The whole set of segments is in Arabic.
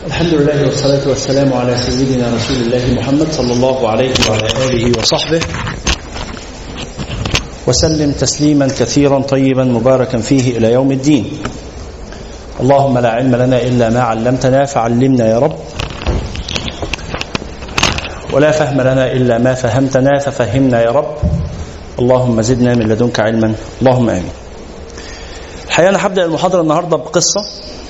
الحمد لله والصلاة والسلام على سيدنا رسول الله محمد صلى الله عليه وعلى آله وصحبه وسلم تسليما كثيرا طيبا مباركا فيه إلى يوم الدين. اللهم لا علم لنا إلا ما علمتنا فعلمنا يا رب، ولا فهم لنا إلا ما فهمتنا ففهمنا يا رب. اللهم زدنا من لدنك علما، اللهم آمين. الحقيقة أنا هبدأ المحاضرة النهاردة بقصة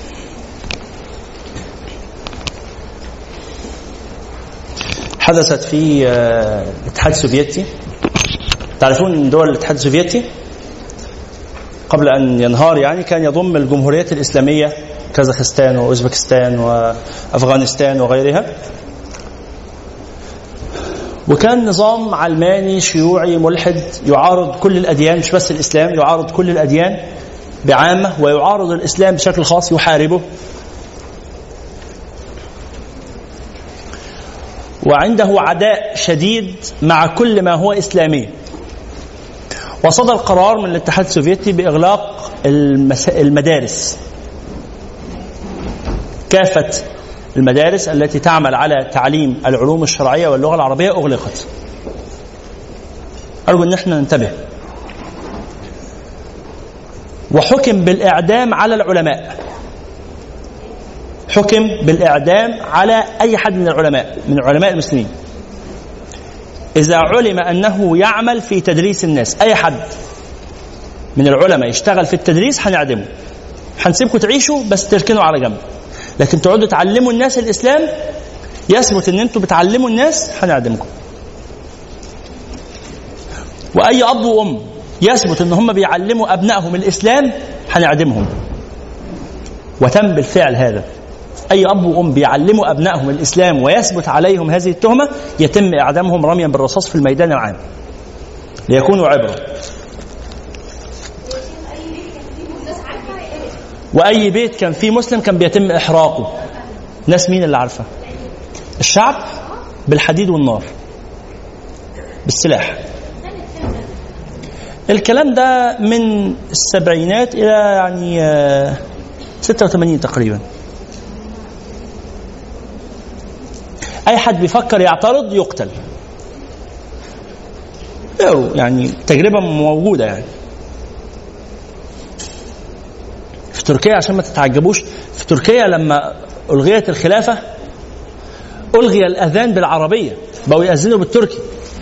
حدثت في الاتحاد السوفيتي. تعرفون ان دول الاتحاد السوفيتي قبل ان ينهار يعني كان يضم الجمهوريات الإسلامية كازاخستان وأوزبكستان وأفغانستان وغيرها، وكان نظام علماني شيوعي ملحد يعارض كل الأديان، مش بس الإسلام، يعارض كل الأديان بعامة ويعارض الإسلام بشكل خاص، يحاربه. وعنده عداء شديد مع كل ما هو إسلامي. وصدر قرار من الاتحاد السوفيتي بإغلاق المدارس، كافة المدارس التي تعمل على تعليم العلوم الشرعية واللغة العربية أغلقت. أرجو أن احنا ننتبه. وحكم بالإعدام على العلماء، حكم بالإعدام على أي حد من العلماء، من علماء المسلمين، إذا علم أنه يعمل في تدريس الناس. أي حد من العلماء يشتغل في التدريس هنعدمه، هنسيبكم تعيشوا بس تركنوا على جنب، لكن تقعدوا تعلموا الناس الإسلام، يثبت أن أنتم بتعلموا الناس، هنعدمكم. وأي أب وأم يثبت أن هم بيعلموا أبنائهم الإسلام، هنعدمهم. وتم بالفعل هذا. أي أب وأم بيعلموا أبنائهم الإسلام ويثبت عليهم هذه التهمة، يتم إعدامهم رميا بالرصاص في الميدان العام ليكونوا عبرة. وأي بيت كان فيه مسلم كان بيتم إحراقه. ناس مين اللي عارفة؟ الشعب، بالحديد والنار، بالسلاح. الكلام ده من السبعينات إلى يعني 86 تقريبا. أي حد بيفكر يعترض يقتل. يعني تجربة موجودة. يعني في تركيا، عشان ما تتعجبوش، في تركيا لما ألغيت الخلافة ألغي الأذان بالعربية، بقوا يأذنوا بالتركي.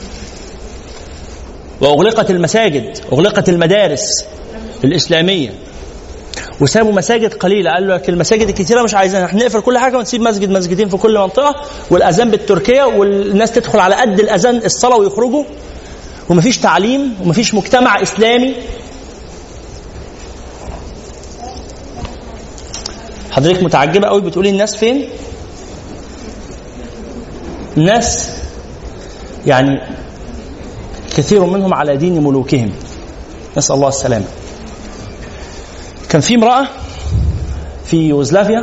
وأغلقت المساجد، أغلقت المدارس الإسلامية، وسابوا مساجد قليلة. قالوا لك المساجد الكثيرة مش عايزينها، احنا نقفل كل حاجة ونسيب مسجد مسجدين في كل منطقة، والأذان بالتركية، والناس تدخل على قد الأذان الصلاة ويخرجوا، ومفيش تعليم ومفيش مجتمع إسلامي. حضرتك متعجبة قوي، بتقولي الناس فين؟ الناس يعني كثير منهم على دين ملوكهم، نسأل الله السلامة. كان في امرأة في يوغوسلافيا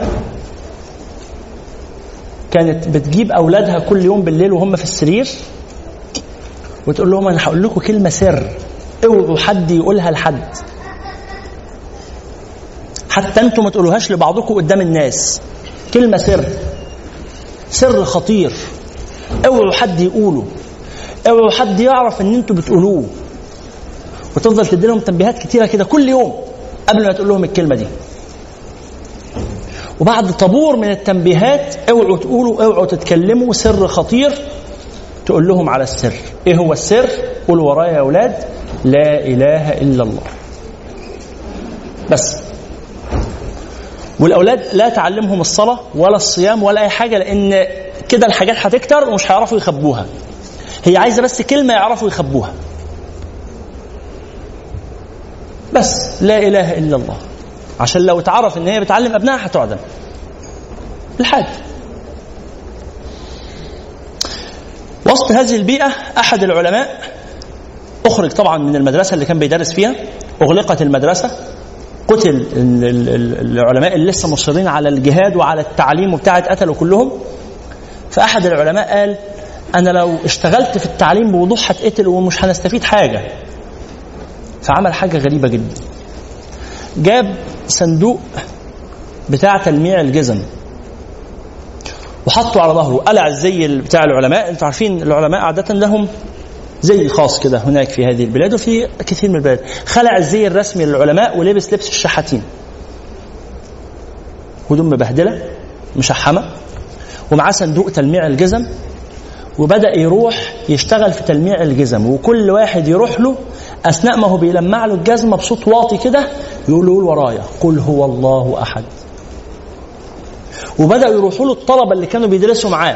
كانت بتجيب أولادها كل يوم بالليل وهم في السرير وتقول لهم أنا هقول لكم كلمة سر، اوعوا حد يقولها لحد، حتى أنتم ما تقولوهاش لبعضكم قدام الناس. كلمة سر، سر خطير، اوعوا حد يقوله، اوعوا حد يعرف ان انتم بتقولوه. وتفضل تدي لهم تنبيهات كتيرة كده كل يوم قبل ما تقول لهم الكلمة دي. وبعد طابور من التنبيهات، اوعوا تقولوا، اوعوا تتكلموا، سر خطير، تقول لهم على السر. ايه هو السر؟ قولوا ورايا يا اولاد، لا اله الا الله بس. والاولاد لا تعلمهم الصلاة ولا الصيام ولا اي حاجة، لان كده الحاجات هتكتر ومش هيعرفوا يخبوها. هي عايزة بس كلمة يعرفوا يخبوها بس، لا إله إلا الله، عشان لو تعرف إن هي بتعلم أبنائها هتعدم الحاج. وسط هذه البيئة أحد العلماء أخرج طبعا من المدرسة اللي كان بيدرس فيها، أغلقت المدرسة، قتل العلماء اللي لسه مصرين على الجهاد وعلى التعليم وبتاع، قتلوا كلهم. فأحد العلماء قال أنا لو اشتغلت في التعليم بوضوح هتقتل ومش هنستفيد حاجة. فعمل حاجة غريبة جدا، جاب صندوق بتاع تلميع الجزم وحطوا على ظهره، قلع الزي بتاع العلماء. انتوا عارفين العلماء عادة لهم زي خاص كده هناك في هذه البلاد وفي كثير من البلاد. خلع الزي الرسمي للعلماء ولبس لبس الشحاتين، هدوم مبهدلة مشحمة، ومعاه صندوق تلميع الجزم، وبدأ يروح يشتغل في تلميع الجزم. وكل واحد يروح له أثناء ما هو بيلمع له الجزمة بصوت واطي كده يقول له ورايا قل هو الله أحد. وبدأوا يروحوا له الطلبة اللي كانوا بيدرسوا معاه،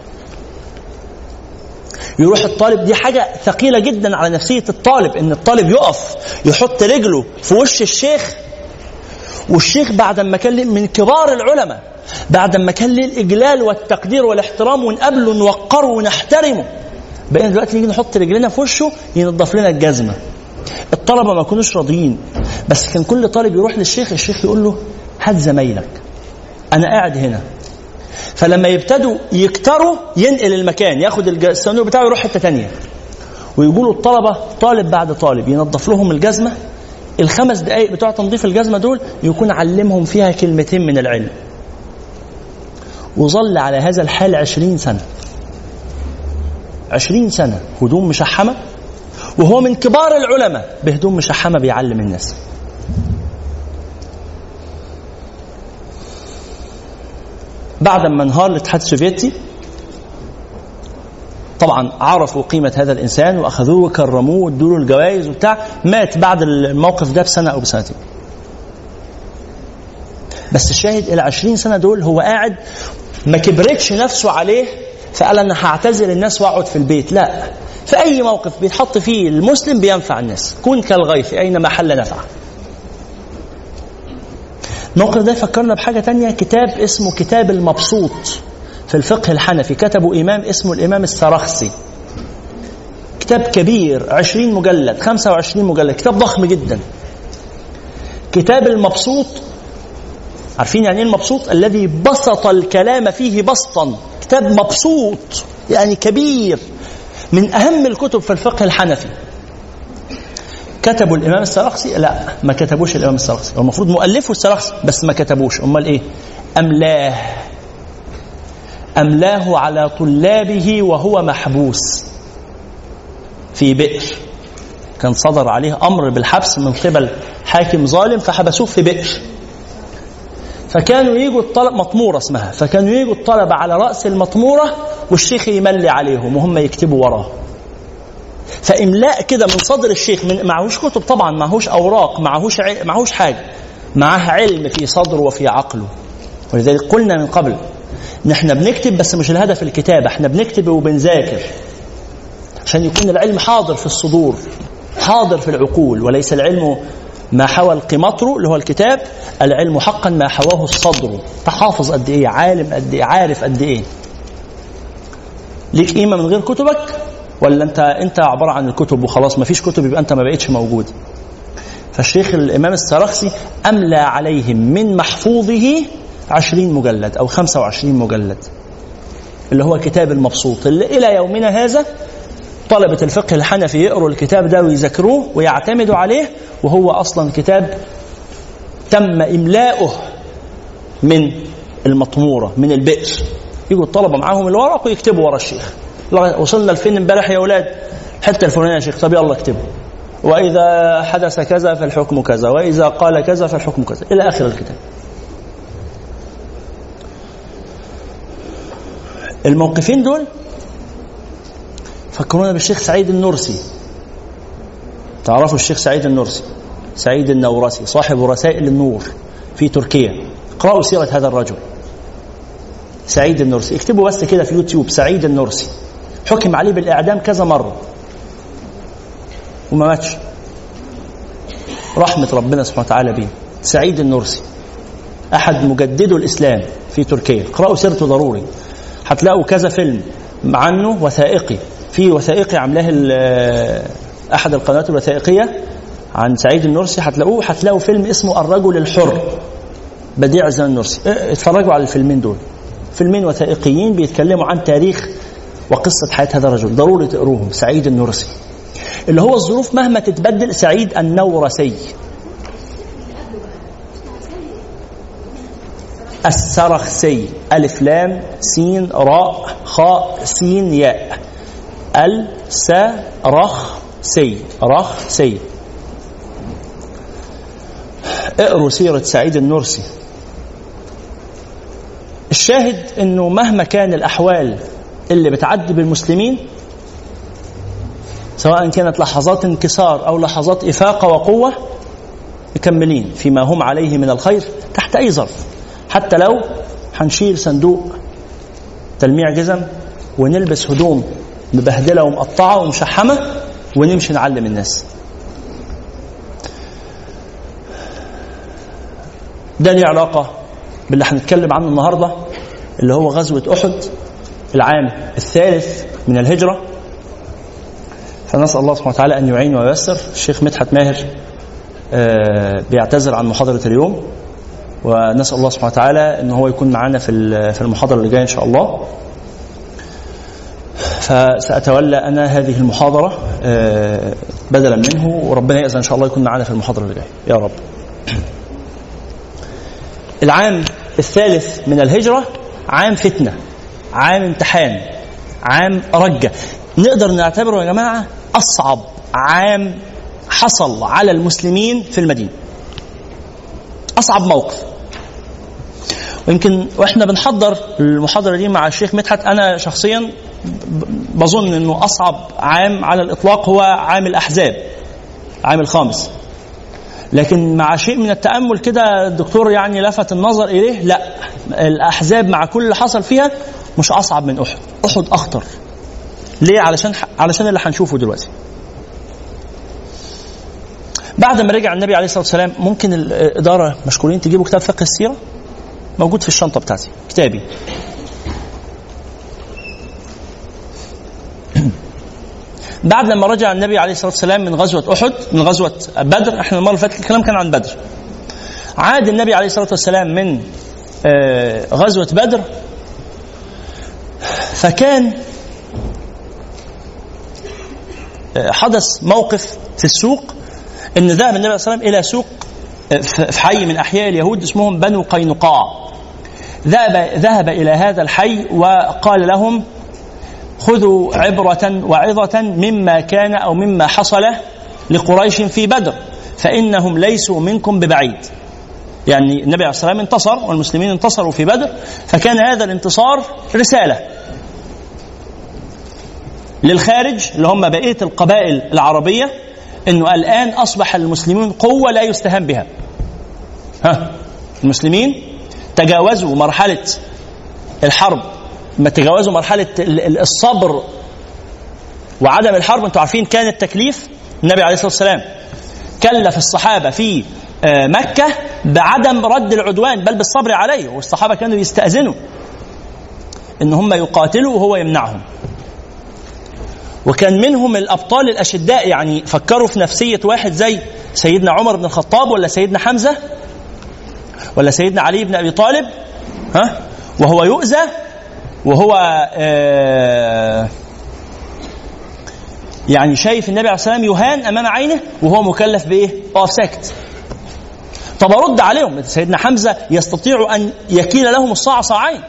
يروح الطالب، دي حاجة ثقيلة جدا على نفسية الطالب، ان الطالب يقف يحط رجله في وش الشيخ، والشيخ بعد ما كان من كبار العلماء، بعد ما كان ليه الإجلال والتقدير والاحترام ونقبله ونوقره ونحترمه، بقينا دلوقتي نيجي نحط رجلنا في وشه ينظف لنا الجزمة. الطلبة ما كانوش راضيين، بس كان كل طالب يروح للشيخ، الشيخ يقول له هات زمايلك أنا قاعد هنا. فلما يبتدوا يكتروا ينقل المكان، ياخد الصندوق بتاعه يروح حتة تانية، ويقولوا الطلبة طالب بعد طالب ينظف لهم الجزمة. ال5 دقايق بتوع تنظيف الجزمة دول يكون علمهم فيها كلمتين من العلم. وظل على هذا الحال 20 سنة 20 سنة هدوم مشحمة، وهو من كبار العلماء بهدوم مشحمة بيعلم الناس. بعد ما انهار الاتحاد السوفيتي طبعا عرفوا قيمة هذا الإنسان وأخذوه وكرموه وادوا له الجوائز وبتاع. مات بعد الموقف ده بسنة أو بسنتين. بس الشاهد إلى 20 سنة دول هو قاعد، ما كبرتش نفسه عليه فقال أنا هعتزل الناس وأقعد في البيت. لا، في أي موقف بيتحط فيه المسلم بينفع الناس، كون كالغيث أينما حل نفع. الموقف ده فكرنا بحاجة تانية، كتاب اسمه كتاب المبسوط في الفقه الحنفي، كتبه إمام اسمه الإمام السرخسي. كتاب كبير 20 مجلد 25 مجلد، كتاب ضخم جدا. كتاب المبسوط، عارفين يعني ايه المبسوط؟ الذي بسط الكلام فيه بسطا. كتاب مبسوط يعني كبير، من أهم الكتب في الفقه الحنفي. كتبوا الإمام السرخسي؟ لا، ما كتبوش الإمام السرخسي، هو المفروض مؤلفه السرخسي بس ما كتبوش. أمال إيه؟ أملاه على طلابه وهو محبوس في بئر. كان صدر عليه أمر بالحبس من قبل حاكم ظالم فحبسوه في بئر. فكانوا يجوا الطلبة، مطمورة اسمها، فكانوا يجوا الطلبة على رأس المطمورة والشيخ يملي عليهم وهم يكتبوا وراه. فإملاء كده من صدر الشيخ، من معهوش كتب طبعا، معهوش أوراق، معهوش حاجة، معاه علم في صدره وفي عقله. ولذلك قلنا من قبل نحن بنكتب بس مش الهدف الكتابة، احنا بنكتب وبنذاكر عشان يكون العلم حاضر في الصدور، حاضر في العقول، وليس العلم ما حوى القمطر اللي هو الكتاب، العلم حقا ما حواه الصدر. تحافظ قد ايه، عالم قد ايه، عارف قد ايه. ليك قيمة من غير كتبك، ولا انت عبارة عن الكتب وخلاص؟ ما فيش كتب يبقى انت ما بقيتش موجود. فالشيخ الإمام السرخسي أملى عليهم من محفوظه 20 مجلد أو 25 مجلد، اللي هو كتاب المبسوط، اللي إلى يومنا هذا طلبة الفقه الحنفي يقروا الكتاب ده ويذكروه ويعتمدوا عليه، وهو أصلا كتاب تم إملاؤه من المطمورة من البئر. يجوا الطلبة معاهم الورق ويكتبوا ورا الشيخ. وصلنا لفين امبارح يا أولاد؟ حتى الفلانية يا شيخ، طب يلا اكتبوا. وإذا حدث كذا فالحكم كذا، وإذا قال كذا فالحكم كذا، إلى آخر الكتاب. الموقفين دول فكرونا بالشيخ سعيد النورسي. تعرفوا الشيخ سعيد النورسي؟ سعيد النورسي صاحب رسائل النور في تركيا. اقرأوا سيرة هذا الرجل سعيد النورسي، اكتبوا بس كده في يوتيوب سعيد النورسي. حكم عليه بالإعدام كذا مرة وما ماتش، رحمة ربنا سبحانه وتعالى به. سعيد النورسي أحد مجددو الإسلام في تركيا. اقرأوا سيرته ضروري، هتلاقوا كذا فيلم عنه وثائقي. في وثائقي عملاه أحد القنوات الوثائقية عن سعيد النورسي، هتلاقوا فيلم اسمه الرجل الحر بديع زين النورسي. اتفرجوا على الفيلمين دول، فيلمين وثائقيين بيتكلموا عن تاريخ وقصة حياة هذا الرجل، ضروري تقروهم. سعيد النورسي اللي هو الظروف مهما تتبدل، سعيد النورسي. السرخسي، ألف لام سين راء خاء سين ياء، السرخسي رخسي. اقروا سيرة سعيد النورسي. الشاهد انه مهما كان الاحوال اللي بتعدي بالمسلمين، سواء كانت لحظات انكسار او لحظات افاقه وقوه، مكملين فيما هم عليه من الخير تحت اي ظرف. حتى لو هنشيل صندوق تلميع جزم ونلبس هدوم مبهدله ومقطعه ومشحمه ونمشي نعلم الناس. ده ليه علاقه باللي هنتكلم عنه النهارده، اللي هو غزوه احد العام الثالث من الهجره. فنسال الله سبحانه وتعالى ان يعين وييسر. الشيخ مدحت ماهر بيعتذر عن محاضره اليوم، ونسال الله سبحانه وتعالى ان هو يكون معنا في المحاضره اللي جايه ان شاء الله. فسأتولى أنا هذه المحاضرة بدلا منه، وربنا يأذن إن شاء الله يكون معنا في المحاضرة اللي جاية يا رب. العام الثالث من الهجرة عام فتنة، عام امتحان، عام رجة. نقدر نعتبره يا جماعة أصعب عام حصل على المسلمين في المدينة، أصعب موقف. ويمكن وإحنا بنحضر المحاضرة دي مع الشيخ مدحت، أنا شخصيا بظن أنه أصعب عام على الإطلاق هو عام الأحزاب، عام الخامس. لكن مع شيء من التأمل كده الدكتور يعني لفت النظر إليه، لا، الأحزاب مع كل اللي حصل فيها مش أصعب من أحد. أحد أخطر. ليه؟ علشان اللي هنشوفه دلوقتي. بعد ما رجع النبي عليه الصلاة والسلام، ممكن الإدارة مشكورين تجيبوا كتاب فقه السيرة، موجود في الشنطة بتاعتي، كتابي. بعد لما رجع النبي عليه الصلاة والسلام من غزوة أحد، من غزوة بدر، احنا المرة اللي فاتت الكلام كان عن بدر. عاد النبي عليه الصلاة والسلام من غزوة بدر، فكان حدث موقف في السوق، ان ذهب النبي عليه الصلاة والسلام إلى سوق في حي من أحياء اليهود اسمهم بنو قينقاع. ذهب إلى هذا الحي وقال لهم: خذوا عبرة وعظة مما كان أو مما حصل لقريش في بدر، فإنهم ليسوا منكم ببعيد. يعني النبي عليه الصلاة والسلام انتصر والمسلمين انتصروا في بدر، فكان هذا الانتصار رسالة للخارج اللي هم بقية القبائل العربية، إنه الآن أصبح المسلمون قوة لا يستهان بها. المسلمين تجاوزوا مرحلة الحرب، ما تجاوزوا مرحلة الصبر وعدم الحرب. انتوا عارفين كان التكليف، النبي عليه الصلاة والسلام كلف الصحابة في مكة بعدم رد العدوان بل بالصبر عليه، والصحابة كانوا يستأذنوا ان هم يقاتلوا وهو يمنعهم. وكان منهم الأبطال الأشداء، يعني فكروا في نفسية واحد زي سيدنا عمر بن الخطاب ولا سيدنا حمزة ولا سيدنا علي بن أبي طالب، وهو يؤذى وهو يعني شايف النبي عليه الصلاة والسلام يهان أمام عينه وهو مكلف بإيه؟ أقف ساكت. طب أرد عليهم. سيدنا حمزة يستطيع أن يكيل لهم الصاع صاعين.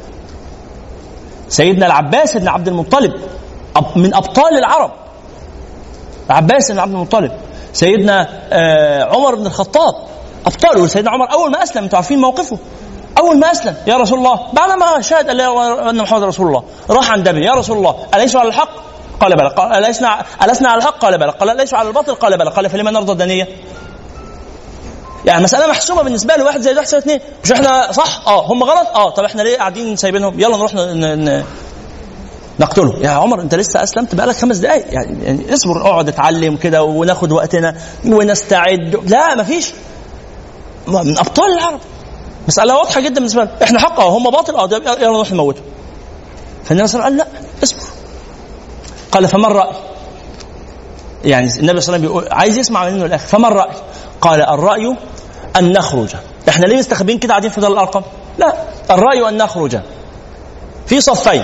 سيدنا العباس بن عبد المطلب من أبطال العرب، العباس بن عبد المطلب. سيدنا عمر بن الخطاب أبطال. وسيدنا عمر أول ما أسلم، أنتوا عارفين موقفه، أول ما أسلم يا رسول الله، بعد ما شهد أن محمد رسول الله، راح عند أبي: يا رسول الله أليسوا على الحق؟ قال بلى. قال ألسنا على الحق؟ قال بلى. قال ليسوا على الباطل؟ قال بلى. قال فلما نرضى الدنية؟ يعني مسألة محسومة بالنسبة له، واحد زي واحد 2. مش احنا صح؟ هم غلط؟ طب احنا ليه قاعدين سايبينهم؟ يلا نروح نقتله. يا عمر انت لسه اسلمت بقالك 5 دقائق، يعني اصبر، اقعد اتعلم كده وناخد وقتنا ونستعد. لا، مفيش. من ابطال العرب، مسألة واضحة جدا بالنسبة له. احنا حق، هم باطل، يلا نروح نموته. فالنبي صلى الله عليه وسلم قال: لا، اصبر. قال: فما الرأي؟ يعني النبي صلى الله عليه وسلم عايز يسمع منه الاخر. فما الرأي؟ قال: الرأي ان نخرج. احنا ليه مستخبين كده قاعدين في دار الارقم؟ لا، الرأي ان نخرج في صفين،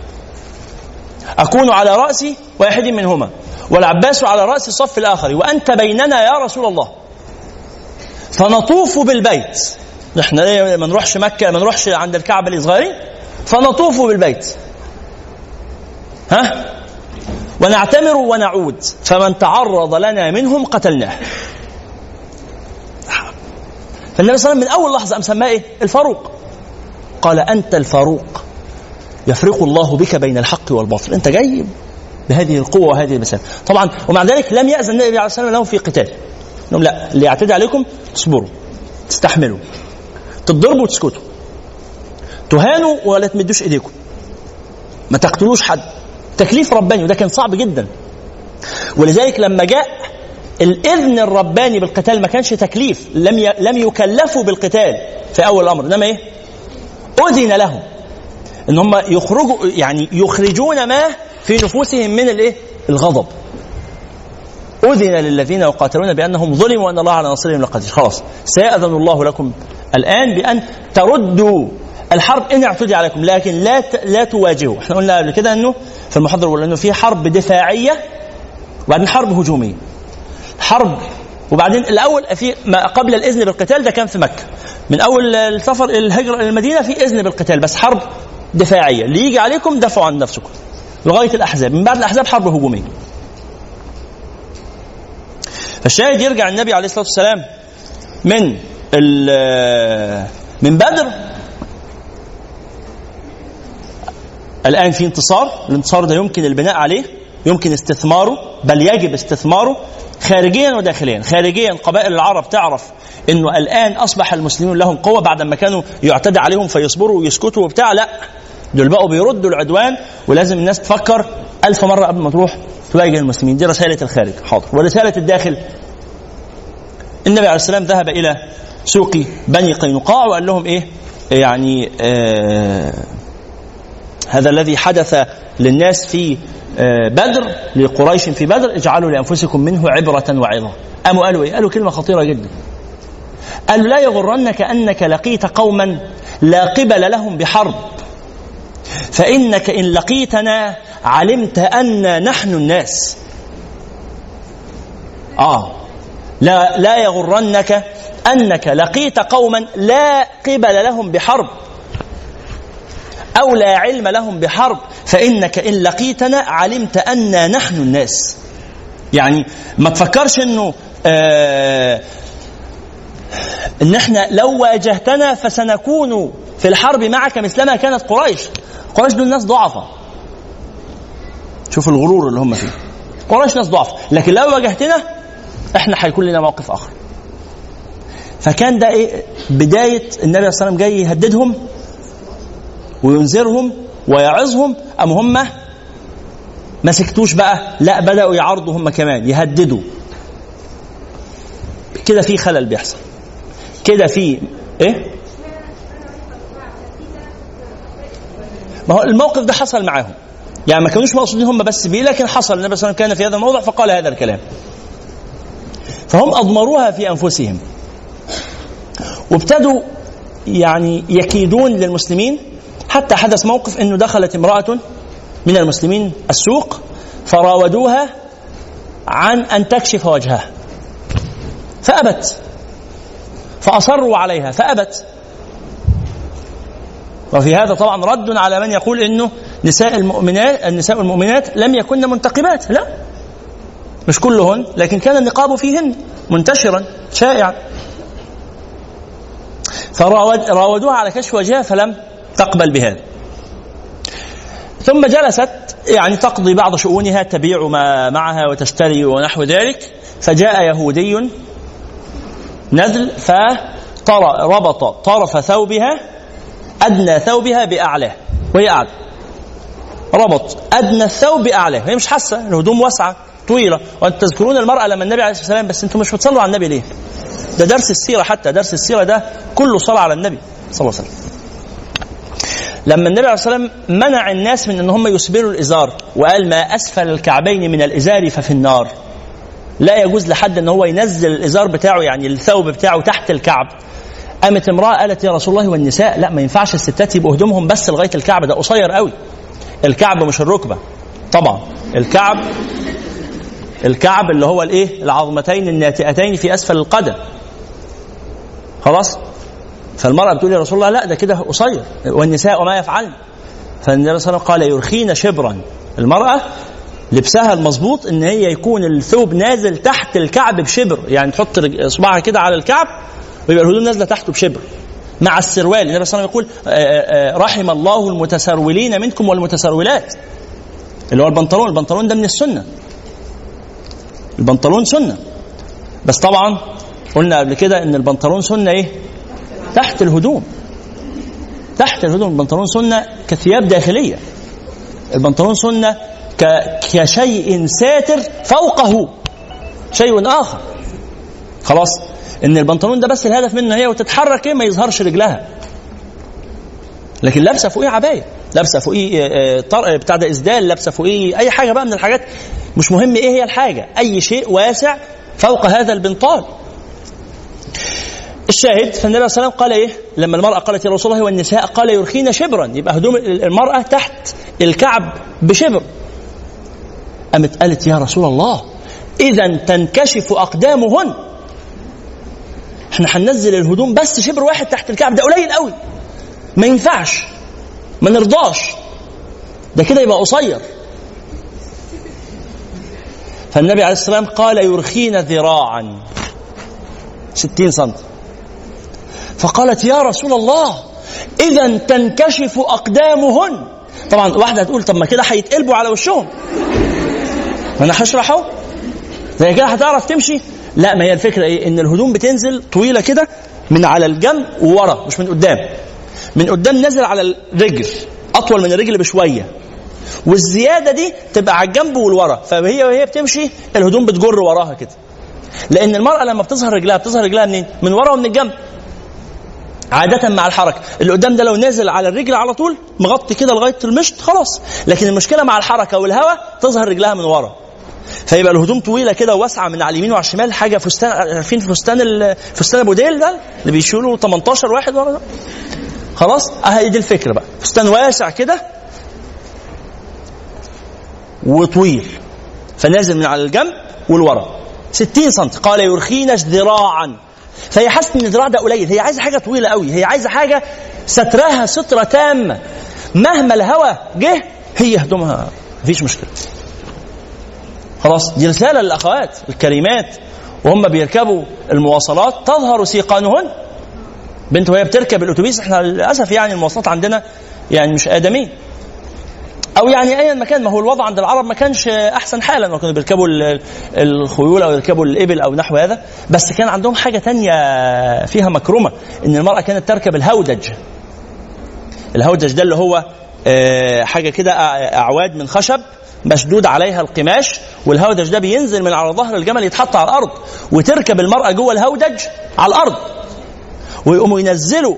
أكون على رأس واحد منهما والعباس على رأس الصف الآخر، وأنت بيننا يا رسول الله، فنطوف بالبيت نحن ليه ما نروحش مكة، ما نروحش عند الكعبة الصغيرين فنطوف بالبيت ونعتمر ونعود، فمن تعرض لنا منهم قتلناه. فالنبي صلى الله عليه وسلم من أول لحظة سماه إيه؟ الفاروق. قال أنت الفاروق، يفرق الله بك بين الحق والباطل، أنت جاي بهذه القوة وهذه المسافة. طبعا ومع ذلك لم يأذن النبي عليه الصلاة والسلام لهم في قتال، إنهم لا، اللي يعتدي عليكم تصبروا، تستحملوا، تضربوا وتسكتوا، تهانوا ولا تمدوش إيديكم، ما تقتلوش حد. تكليف رباني، وده كان صعب جدا. ولذلك لما جاء الإذن الرباني بالقتال ما كانش تكليف، لم يكلفوا بالقتال في أول الأمر، إنما إيه؟ أذن لهم إن هم يخرجوا، يعني يخرجون ما في نفوسهم من الإيه؟ الغضب. أذن للذين يقاتلون بأنهم ظلموا وأن الله على نصرهم لقدير. خلاص سيأذن الله لكم الآن بأن تردوا الحرب إن اعتدي عليكم، لكن لا تواجهوا. احنا قلنا قبل كده أنه في المحاضرة الأولى أنه في حرب دفاعية وبعدين حرب هجومية. حرب وبعدين الأول في ما قبل الإذن بالقتال ده كان في مكة، من أول السفر الهجرة إلى المدينة في إذن بالقتال، بس حرب دفاعية، اللي يجي عليكم دفعوا عن نفسكم لغاية الأحزاب. من بعد الأحزاب حرب هجومية. فالشاهد يرجع النبي عليه الصلاة والسلام من بدر، الآن في انتصار. الانتصار ده يمكن البناء عليه، يمكن استثماره، بل يجب استثماره خارجيا وداخليا. خارجيا قبائل العرب تعرف انه الآن أصبح المسلمين لهم قوة، بعد ما كانوا يعتدى عليهم فيصبروا ويسكتوا وبتاع، لا، دول بقوا بيردوا العدوان، ولازم الناس تفكر 1000 مرة قبل ما تروح تواجه المسلمين. دي رسالة الخارج. حاضر. ورسالة الداخل، النبي عليه السلام ذهب إلى سوق بني قينقاع وقال لهم إيه؟ يعني هذا الذي حدث للناس في بدر، لقريش في بدر، اجعلوا لأنفسكم منه عبرة وعظة. قالوا إيه؟ قالوا كلمة خطيرة جدا. قالوا لا يغرنك أنك لقيت قوما لا قبل لهم بحرب، فإنك إن لقيتنا علمت أن نحن الناس. لا يغرنك أنك لقيت قوما لا قبل لهم بحرب أو لا علم لهم بحرب، فإنك إن لقيتنا علمت أن نحن الناس. يعني ما تفكرش إنه إن إحنا لو واجهتنا فسنكون في الحرب معك مثلما كانت قريش. قريش دول ناس ضعفة، شوفوا الغرور اللي هم فيه. قريش ناس ضعفة، لكن لو واجهتنا إحنا هيكون لنا موقف آخر. فكان ده إيه؟ بداية النبي صلى الله عليه وسلم جاي يهددهم وينذرهم ويعظهم، أم هم ما سكتوش بقى، لا، بدأوا يعرضوا هم كمان، يهددوا. كده في خلل بيحصل، كده في إيه؟ ما هو الموقف ده حصل معاهم، يعني ما كانوش مقصودين هم بس بيه، لكن حصل. النبي صلى الله عليه وسلم كان في هذا الموضع فقال هذا الكلام، فهم أضمروها في أنفسهم وابتدوا يعني يكيدون للمسلمين، حتى حدث موقف أنه دخلت امرأة من المسلمين السوق فراودوها عن أن تكشف وجهها فأبت، فأصروا عليها فأبت. وفي هذا طبعا رد على من يقول أنه النساء المؤمنات لم يكن منتقبات. لا، مش كلهن، لكن كان النقاب فيهن منتشرا شائعا. فراودوها على كشف وجهها فلم تقبل بهذا، ثم جلست يعني تقضي بعض شؤونها، تبيع ما معها وتشتري ونحو ذلك. فجاء يهودي نزل فربط طرف ثوبها، أدنى ثوبها بأعلاه، وهي قاعدة ربط أدنى الثوب بأعلاه، هي مش حاسة، الهدوم واسعة طويلة. وأنتم تذكرون المرأة لما النبي عليه الصلاة والسلام، بس أنتم مش بتصلوا على النبي ليه؟ ده درس السيرة، حتى درس السيرة ده كله صلاة على النبي صلى الله عليه وسلم. لما النبي عليه الصلاة والسلام منع الناس من أن هم يسبلوا الإزار وقال ما أسفل الكعبين من الإزار ففي النار، لا يجوز لحد أن هو ينزل الإزار بتاعه، يعني الثوب بتاعه تحت الكعب. قامت امرأة قالت يا رسول الله والنساء، لا، ما ينفعش الستات يبقوا هدومهم بس لغاية الكعب، ده قصير قوي. الكعب مش الركبة طبعا، الكعب اللي هو الايه، العظمتين الناتئتين في أسفل القدم. خلاص، فالمرأة بتقول يا رسول الله لا ده كده قصير، والنساء ما يفعلن. فالنبي صلى الله عليه وسلم قال يرخين شبرا. المرأة لبسها المظبوط ان هي يكون الثوب نازل تحت الكعب بشبر، يعني تحط اصبعها كده على الكعب ويبقى الهدوم نازله تحته بشبر مع السروال. النبي صلى الله عليه وسلم يقول رحم الله المتسرولين منكم والمتسرولات، اللي هو البنطلون. البنطلون ده من السنه، البنطلون سنه، بس طبعا قلنا قبل كده ان البنطلون سنه ايه؟ تحت الهدوم، تحت الهدوم. البنطلون سنه كثياب داخليه، البنطلون سنه كشيء ساتر فوقه شيء آخر. خلاص ان البنطلون ده بس الهدف منه هي وتتحرك ما يظهرش رجلها، لكن لابسه فوقيه عبايه، لابسه فوقيه بتاع ده اسدال، لابسه فوقيه اي حاجه بقى من الحاجات، مش مهم ايه هي الحاجه، اي شيء واسع فوق هذا البنطال. الشاهد فالنبي صلى الله عليه وسلم قال ايه لما المراه قالت يا رسول الله والنساء؟ قال يرخين شبرا، يبقى هدوم المراه تحت الكعب بشبر. قامت قالت يا رسول الله إذا تنكشف أقدامهن، احنا هننزل الهدوم بس شبر واحد تحت الكعب، ده قليل قوي، ما ينفعش، ما نرضاش، ده كده يبقى قصير. فالنبي عليه السلام قال يرخين ذراعا 60 سم. فقالت يا رسول الله إذا تنكشف أقدامهن. طبعا واحدة هتقول طب ما كده هيتقلبوا على وشهم، انا هشرحه زي كده هتعرف تمشي. لا، ما هي الفكره ايه؟ ان الهدوم بتنزل طويله كده من على الجنب وورا، مش من قدام. من قدام نازل على الرجل، اطول من الرجل بشويه، والزياده دي تبقى على الجنب والورا. فهي وهي بتمشي الهدوم بتجر وراها كده، لان المراه لما بتظهر رجلها بتظهر رجلها منين؟ من ورا ومن الجنب عادة مع الحركة. اللي قدام ده لو نازل على الرجل على طول مغطي كده لغاية المشط خلاص، لكن المشكلة مع الحركة والهواء تظهر رجلها من ورا، فيبقى الهدوم طويلة كده وواسعة من على اليمين وعلى الشمال. حاجة فستان، عارفين فستان ابو ديل ده اللي بيشيلوا 18 واحد ورا ده؟ خلاص اهي دي الفكرة بقى، فستان واسع كده وطويل، فنازل من على الجنب والورا 60 سم. قال يرخينش ذراعا. فهي حاسه ان الذراع ده قليل، هي عايزه حاجه طويله قوي، هي عايزه حاجه سترها ستره تامه، مهما الهواء جه هي هدومها مفيش مشكله. خلاص دي رساله للاخوات الكريمات وهم بيركبوا المواصلات تظهر سيقانهن. بنت وهي بتركب الاتوبيس، احنا للاسف يعني المواصلات عندنا يعني مش ادميه، او يعني ايا مكان، ما هو الوضع عند العرب ما كانش احسن حالا، ما كانوا بيركبوا الخيول او يركبوا الابل او نحو هذا، بس كان عندهم حاجه تانية فيها مكرمه، ان المراه كانت تركب الهودج. الهودج ده اللي هو حاجه كده اعواد من خشب مشدود عليها القماش، والهودج ده بينزل من على ظهر الجمل يتحط على الارض، وتركب المراه جوه الهودج على الارض، ويقوموا ينزلوا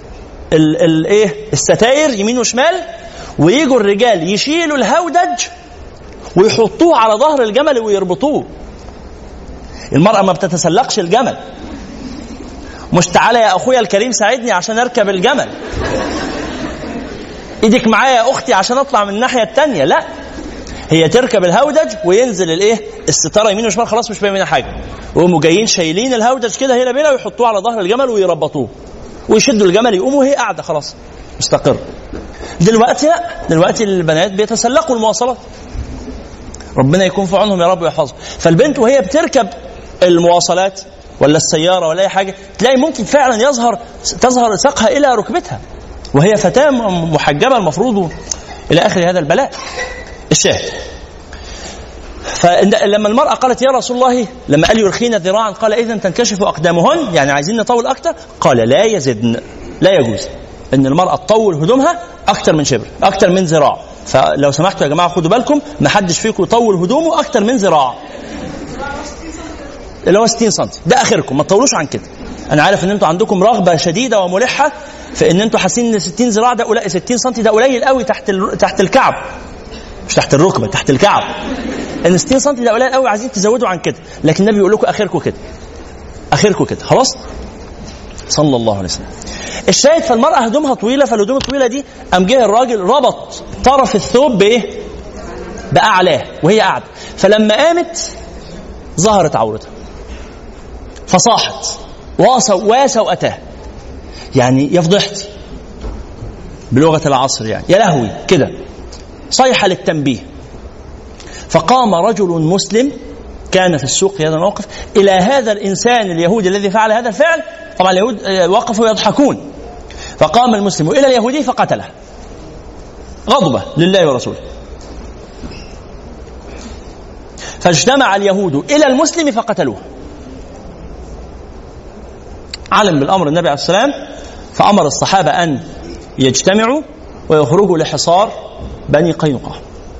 الستاير يمين وشمال، ويجوا الرجال يشيلوا الهودج ويحطوه على ظهر الجمل ويربطوه. المرأة ما بتتسلقش الجمل، مش تعالى يا أخويا الكريم ساعدني عشان أركب الجمل، إيدك معايا يا أختي عشان أطلع من الناحية التانية، لا، هي تركب الهودج وينزل الستارة يمين وشمال، خلاص مش باين منها حاجة، وهم جايين شايلين الهودج كده هنا بينا ويحطوه على ظهر الجمل ويربطوه ويشدوا الجمل يقوموا وهي قاعدة خلاص مستقر. دلوقتي لا، دلوقتي البنات بيتسلقوا المواصلات، ربنا يكون في عونهم يا رب ويحفظهم. فالبنت وهي بتركب المواصلات ولا السيارة ولا أي حاجة تلاقي ممكن فعلا تظهر ساقها إلى ركبتها وهي فتاة محجبة المفروض إلى آخر هذا البلاء. الشاهد فلما المرأة قالت يا رسول الله، لما قال يرخين ذراعا قال إذن تنكشف أقدامهن، يعني عايزين نطول أكتر؟ قال لا يزدن، لا يجوز ان المرأة تطول هدومها اكتر من شبر، اكتر من ذراع. فلو سمحتوا يا جماعة خدوا بالكم، ما حدش فيكم يطول هدومه اكتر من ذراع، اللي هو 60 سم ده اخركم، ما تطولوش عن كده. انا عارف ان انتوا عندكم رغبة شديدة وملحة في ان انتوا حاسين ان 60 ذراع ده قليل، 60 سم ده قليل قوي تحت الكعب، مش تحت الركبة، تحت الكعب. ان 60 سم ده قليل قوي، عايزين تزودوا عن كده، لكن النبي يقول لكم اخركم كده، اخركم كده، خلاص صلى الله عليه وسلم. الشاهد فالمرأة هدومها طويلة، فالهدوم الطويلة دي قام جه الراجل ربط طرف الثوب بإيه؟ بأعلاه وهي قاعدة، فلما قامت ظهرت عورتها فصاحت واسوأتاه يعني يا فضحتي بلغة العصر، يعني يا لهوي كده، صيحة للتنبيه. فقام رجل مسلم كان في السوق في هذا الموقف إلى هذا الإنسان اليهودي الذي فعل هذا الفعل. طبعا اليهود وقفوا يضحكون، فقام المسلم إلى اليهودي فقتله غضبة لله ورسوله. فاجتمع اليهود إلى المسلم فقتلوه. علم بالأمر النبي عليه السلام، فأمر الصحابة أن يجتمعوا ويخرجوا لحصار بني قينقاع.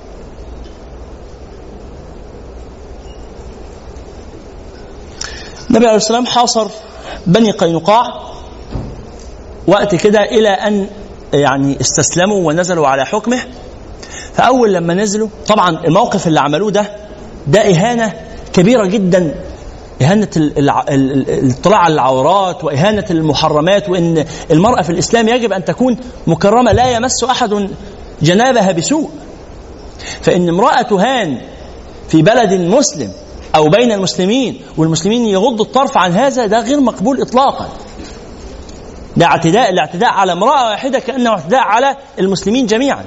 النبي عليه السلام حاصر بني قينقاع وقت كده إلى أن يعني استسلموا ونزلوا على حكمه. فأول لما نزلوا طبعا الموقف اللي عملوه ده إهانة كبيرة جدا، إهانة الاطلاع على العورات وإهانة المحرمات، وإن المرأة في الإسلام يجب أن تكون مكرمة لا يمس أحد جنابها بسوء. فإن امرأة تهان في بلد مسلم أو بين المسلمين والمسلمين يغضوا الطرف عن هذا، ده غير مقبول إطلاقا. ده اعتداء، الاعتداء على امرأة واحدة كأنه اعتداء على المسلمين جميعا.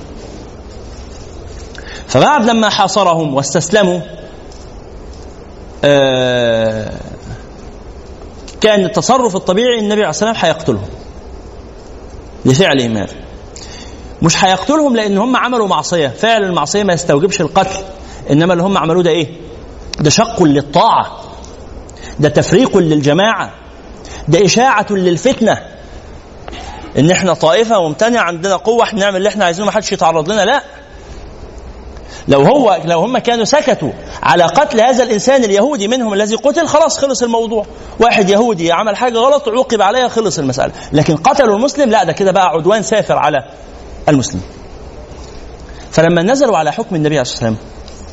فبعد لما حاصرهم واستسلموا كان التصرف الطبيعي النبي عليه الصلاة والسلام هيقتلهم لفعلهم هذا. مش هيقتلهم لأن هم عملوا معصية، فعل المعصية ما يستوجبش القتل، إنما اللي هم عملوه ده إيه؟ ده شق للطاعة، ده تفريق للجماعة، ده إشاعة للفتنة، إن إحنا طائفة وممتنع عندنا قوة إحنا نعمل اللي إحنا عايزينه ما حدش يتعرض لنا. لا، لو هم كانوا سكتوا على قتل هذا الإنسان اليهودي منهم الذي قتل، خلاص خلص الموضوع. واحد يهودي عمل حاجة غلط عوقب عليها، خلص المسألة. لكن قتلوا المسلم، لا، ده كده بقى عدوان سافر على المسلم. فلما نزلوا على حكم النبي عليه الصلاة والسلام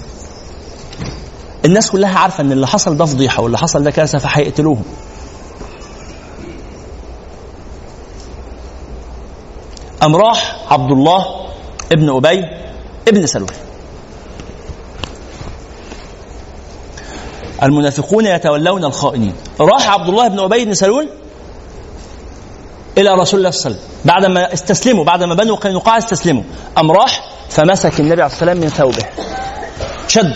الناس كلها عارفة ان اللي حصل ده فضيحة واللي حصل ده كارثة، فهيقتلوهم. أم راح عبد الله ابن أبي ابن سلول. المنافقون يتولون الخائنين. راح عبد الله بن أبي بن سلول إلى رسول الله صلى الله عليه وسلم بعدما استسلموا، بعدما بنو قينقاع استسلموا. أم راح فمسك النبي عليه الصلاة والسلام من ثوبه شده.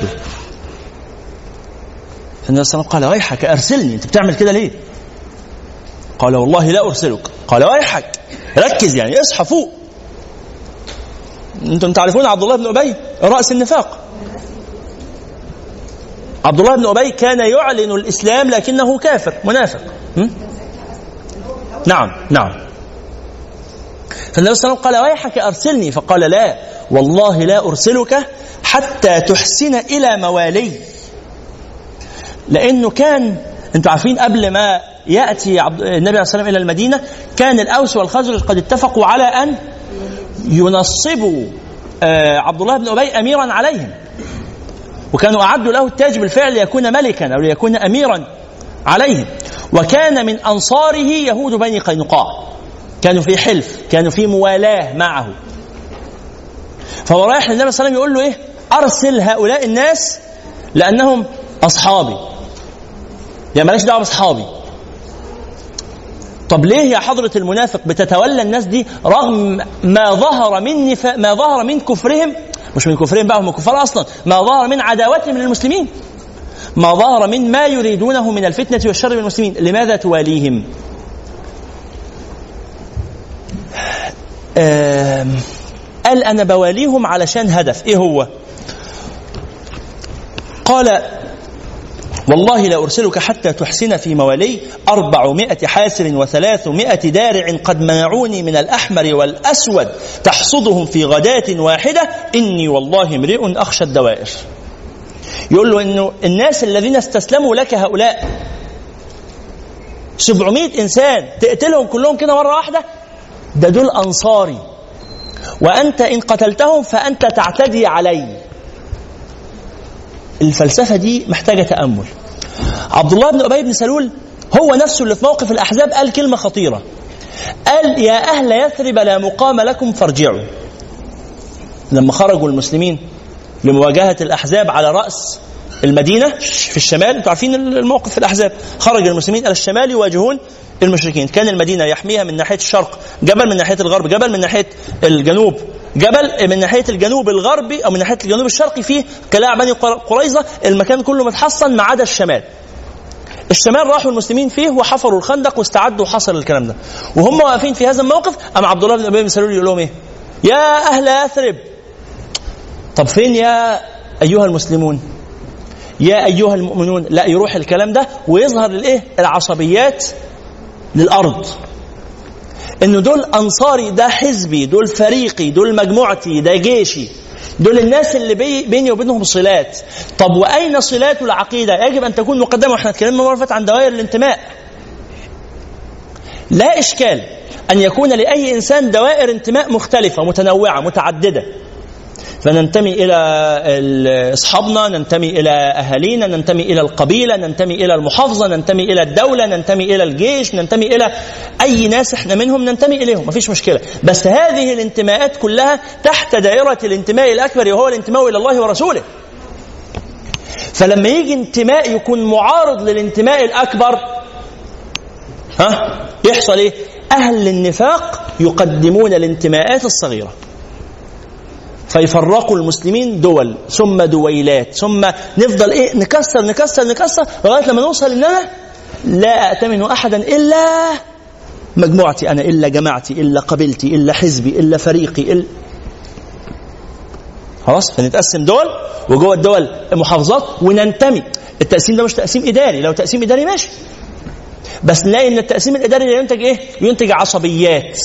فالنبي صلى الله عليه وسلم قال: ويحك أرسلني، أنت بتعمل كده ليه؟ قال: والله لا أرسلك. قال: ويحك، ركز يعني، اصحى فوق. أنتم تعرفون عبد الله بن أبي رأس النفاق. عبد الله بن أبي كان يعلن الإسلام لكنه كافر منافق. نعم. فالنبي صلى الله عليه وسلم قال: ويحك أرسلني. فقال: لا، والله لا أرسلك حتى تحسن إلى موالي. لأنه كان، أنتم عارفين، قبل ما يأتي النبي عليه الصلاة والسلام إلى المدينة كان الأوس والخزرج قد اتفقوا على أن ينصبوا عبد الله بن أبي أميرا عليهم، وكانوا أعدوا له التاج بالفعل ليكون ملكا أو ليكون أميرا عليهم. وكان من أنصاره يهود بني قينقاع، كانوا في حلف، كانوا في موالاة معه. فهو رايح للنبي صلى الله عليه وسلم يقول له إيه؟ أرسل هؤلاء الناس لأنهم أصحابي، يعني ماليش دعوة بأصحابي. طب ليه يا حضرة المنافق بتتولى الناس دي رغم ما ظهر من كفرهم؟ مش من كفرهم بقى، هم كفار أصلا. ما ظهر من عداوتهم للمسلمين، ما ظهر من ما يريدونه من الفتنة والشر بالمسلمين. لماذا تواليهم؟ قال: أنا بواليهم علشان هدف. إيه هو؟ قال: والله لا أرسلك حتى تحسن في موالي 400 حاسر و300 دارع قد منعوني من الأحمر والأسود تحصدهم في غداة واحدة، إني والله امرئ أخشى الدوائر. يقول له إنه الناس الذين استسلموا لك هؤلاء 700 إنسان تقتلهم كلهم كده مرة واحدة، ده دول أنصاري، وأنت إن قتلتهم فأنت تعتدي علي. الفلسفة دي محتاجة تأمل. عبد الله بن أبي بن سلول هو نفسه اللي في موقف الأحزاب قال كلمة خطيرة، قال: يا أهل يثرب لا مقام لكم فارجعوا. لما خرجوا المسلمين لمواجهة الأحزاب على رأس المدينة في الشمال، انتوا عارفين الموقف في الأحزاب، خرج المسلمين إلى الشمال يواجهون المشركين. كان المدينة يحميها من ناحية الشرق جبل، من ناحية الغرب جبل، من ناحية الجنوب جبل، من ناحية الجنوب الغربي أو من ناحية الجنوب الشرقي فيه قلاع بني قريظة، المكان كله متحصن ما عدا الشمال. الشمال راحوا المسلمين فيه وحفروا الخندق واستعدوا وحصل الكلام ده. وهم واقفين في هذا الموقف أما عبد الله بن أبي بن سلول يقول لهم إيه؟ يا أهل يثرب. طب فين يا أيها المسلمون؟ يا أيها المؤمنون؟ لا، يروح الكلام ده ويظهر الإيه؟ العصبيات للأرض، إنه دول أنصاري، ده حزبي، دول فريقي، دول مجموعتي، ده جيشي، دول الناس اللي بيني وبينهم صلات. طب وأين صلات العقيدة؟ يجب أن تكون مقدمة. وإحنا اتكلمنا مرة فاتت عن دوائر الانتماء. لا إشكال أن يكون لأي إنسان دوائر انتماء مختلفة متنوعة متعددة، فننتمي إلى أصحابنا، ننتمي إلى أهالينا، ننتمي إلى القبيلة، ننتمي إلى المحافظة، ننتمي إلى الدولة، ننتمي إلى الجيش، ننتمي إلى أي ناس إحنا منهم ننتمي إليهم، مفيش مشكلة. بس هذه الانتماءات كلها تحت دائرة الانتماء الأكبر، وهو الانتماء إلى الله ورسوله. فلما يجي انتماء يكون معارض للانتماء الأكبر، يحصل إيه؟ أهل النفاق يقدمون الانتماءات الصغيرة، فيفرقوا المسلمين دول ثم دويلات، ثم نفضل إيه؟ نكسر نكسر نكسر لغاية لما نوصل إن أنا لا أأتمن أحدا إلا مجموعتي أنا، إلا جماعتي، إلا قبيلتي، إلا حزبي، إلا فريقي، خلاص. فنتقسم دول، وجوه الدول محافظات، وننتمي. التقسيم ده مش تقسيم إداري، لو تقسيم إداري ماشي، بس نلاقي إن التقسيم الإداري ينتج إيه؟ ينتج عصبيات،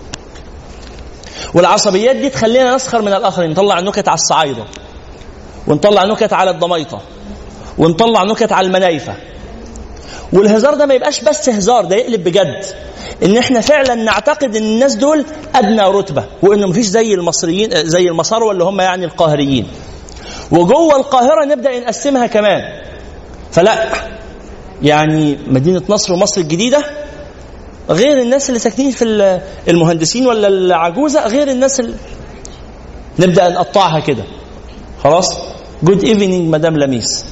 والعصبيات دي تخلينا نسخر من الآخرين، نطلع نكت على الصعايدة، ونطلع نكت على الضميطة، ونطلع نكت على المنايفة. والهزار ده ما يبقاش بس هزار، ده يقلب بجد، ان احنا فعلا نعتقد ان الناس دول ادنى رتبة، وانه مفيش زي المصريين، زي المصارى اللي هم يعني القاهريين. وجوه القاهرة نبدأ نقسمها كمان. فلا، يعني مدينة نصر ومصر الجديدة غير الناس اللي ساكنين في المهندسين ولا العجوزة، غير الناس نبدأ نقطعها كده. خلاص، جود ايفنينج مدام لميس.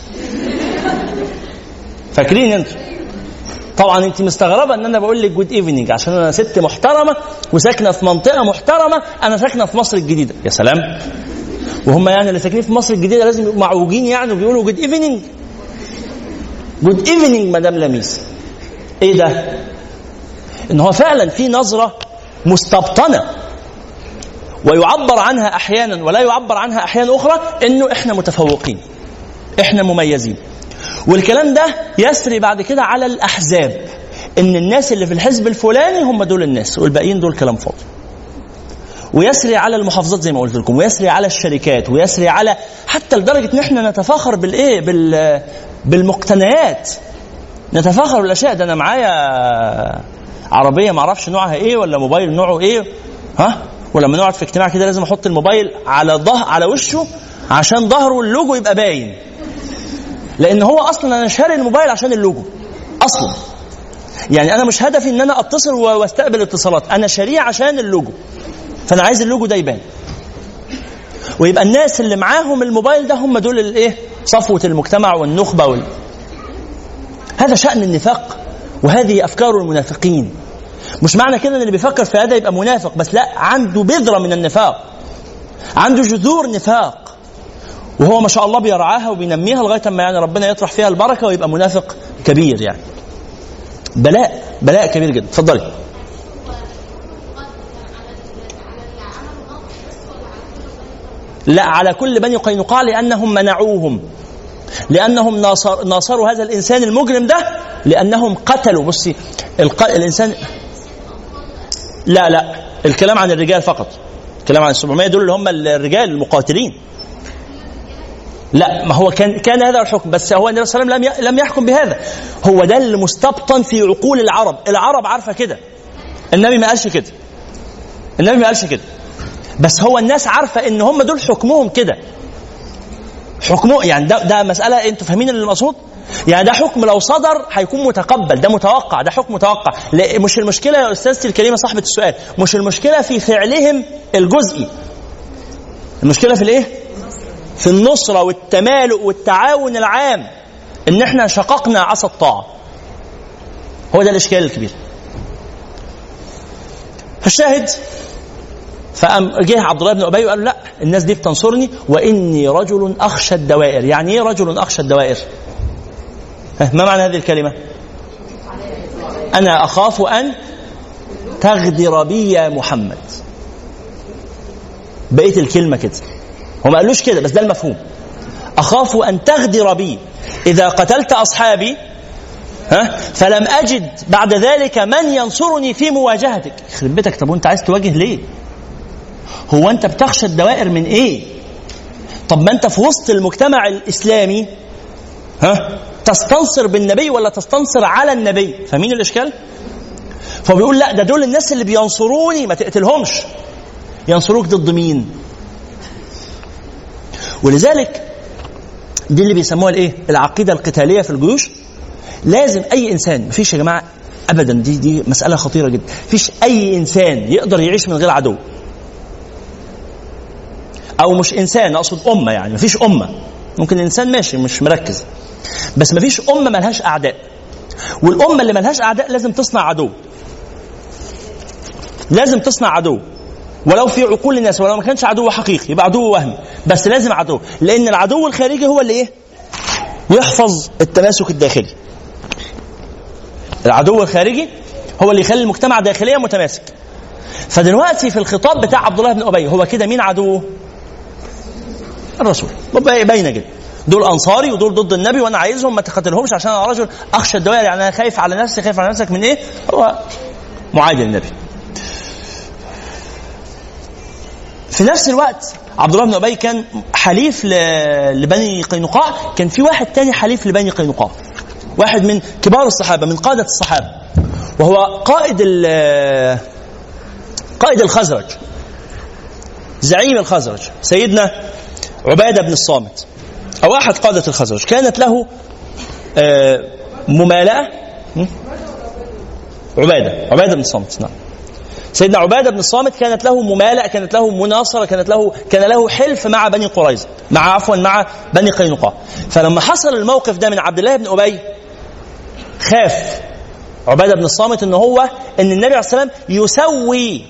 فاكرين انتوا؟ طبعا انت مستغربة ان انا بقول لك جود ايفنينج عشان انا ست محترمة وساكنة في منطقة محترمة، انا ساكنة في مصر الجديدة. يا سلام، وهم يعني اللي ساكنين في مصر الجديدة لازم يبقوا معوجين يعني وبيقولوا جود ايفنينج؟ جود ايفنينج مدام لميس. ايه ده؟ ان هو فعلا في نظرة مستبطنة ويعبر عنها احيانا ولا يعبر عنها احيانا اخرى، انه احنا متفوقين، احنا مميزين. والكلام ده يسري بعد كده على الاحزاب، ان الناس اللي في الحزب الفلاني هم دول الناس والباقيين دول كلام فاضي. ويسري على المحافظات زي ما قلت لكم، ويسري على الشركات، ويسري على حتى لدرجة ان احنا نتفاخر بالايه، بالمقتنيات، نتفاخر بالاشياء. ده انا معايا عربية معرفش نوعها ايه، ولا موبايل نوعه ايه، ولما نقعد في اجتماع كده لازم احط الموبايل على وشه عشان ظهره اللوجو يبقى باين، لان هو اصلا انا شاري الموبايل عشان اللوجو اصلا. يعني انا مش هدفي ان انا اتصل واستقبل اتصالات، انا شاريه عشان اللوجو، فانا عايز اللوجو ده يبان، ويبقى الناس اللي معاهم الموبايل ده هم دول الايه، صفوة المجتمع والنخبة هذا شأن النفاق، وهذه افكار المنافقين. مش معنى كده ان اللي بيفكر في هذا يبقى منافق بس، لا، عنده بذرة من النفاق، عنده جذور نفاق، وهو ما شاء الله بيرعاها وبينميها لغاية ما يعني ربنا يطرح فيها البركة ويبقى منافق كبير. يعني بلاء كبير جدا. اتفضلي. لا، على كل بني قينقاع، لأنهم منعوهم، لأنهم ناصروا هذا الإنسان المجرم ده، لأنهم قتلوا. بصي، الإنسان، لا الكلام عن الرجال فقط، الكلام عن 700 دول اللي هم الرجال المقاتلين. لا، ما هو كان هذا الحكم، بس هو النبي صلى الله عليه وسلم لم يحكم بهذا. هو ده المستبطن في عقول العرب عارفة كده. النبي ما قالش كده، بس هو الناس عارفة ان هم دول حكمهم كده، حكمه يعني ده مسألة. انتوا فاهمين اللي المقصود؟ يعني ده حكم لو صدر هيكون متقبل، ده متوقع، ده حكم متوقع. مش المشكلة يا أستاذتي الكريمة صاحبة السؤال، مش المشكلة في فعلهم الجزئي، المشكلة في الايه؟ في النصرة والتمالؤ والتعاون العام ان احنا شققنا عصا الطاعة. هو ده الاشكال الكبير. فالشاهد فجه عبد الله بن أبي وقال لا، الناس دي بتنصرني واني رجل اخشى الدوائر. يعني ايه رجل اخشى الدوائر؟ ما معنى هذه الكلمة؟ انا اخاف ان تغدر بي يا محمد. بقيت الكلمة كده، هو ما قالوش كده بس ده المفهوم. أخاف أن تغدر بي إذا قتلت أصحابي فلم أجد بعد ذلك من ينصرني في مواجهتك. يخرب بيتك، طب وانت عايز تواجه ليه؟ هو انت بتخشى الدوائر من ايه؟ طب ما انت في وسط المجتمع الإسلامي تستنصر بالنبي ولا تستنصر على النبي؟ فمين الإشكال؟ فبيقول لا، ده دول الناس اللي بينصروني، ما تقتلهمش. ينصروك ضد مين؟ ولذلك دي اللي بيسموها الايه؟ العقيده القتاليه في الجيوش. لازم اي انسان، مفيش يا جماعه ابدا، دي مساله خطيره جدا، مفيش اي انسان يقدر يعيش من غير عدو. او مش انسان، اقصد امه، يعني مفيش امه. ممكن الانسان ماشي مش مركز، بس مفيش امه ملهاش اعداء. والامه اللي ملهاش اعداء لازم تصنع عدو، لازم تصنع عدو ولو في عقول الناس، ولو ما كانش عدو حقيقي يبقى عدو وهمي، بس لازم عدو. لأن العدو الخارجي هو اللي ايه؟ يحفظ التماسك الداخلي. العدو الخارجي هو اللي يخلي المجتمع داخليا متماسك. فدلوقتي في الخطاب بتاع عبد الله بن أبي هو كده مين عدوه؟ الرسول. باينه جدا، دول أنصاري ودول ضد النبي وأنا عايزهم ما تقتلهمش عشان أنا رجل أخشى الدوائر. يعني أنا خايف على نفسي. خايف على نفسك من إيه؟ هو معادي للنبي. في نفس الوقت عبد الله بن أبي كان حليف لبني قينقاع. كان في واحد تاني حليف لبني قينقاع، واحد من كبار الصحابة، من قادة الصحابة، وهو قائد الخزرج، زعيم الخزرج، سيدنا عبادة بن الصامت، أو أحد قادة الخزرج. كانت له ممالأة. عبادة بن الصامت، نعم، سيدنا عبادة بن الصامت كانت له ممالأة، كانت له مناصرة، كان له حلف مع بني قريظة، مع بني قينقاع. فلما حصل الموقف ده من عبد الله بن أبي، خاف عبادة بن الصامت ان النبي عليه السلام يسوي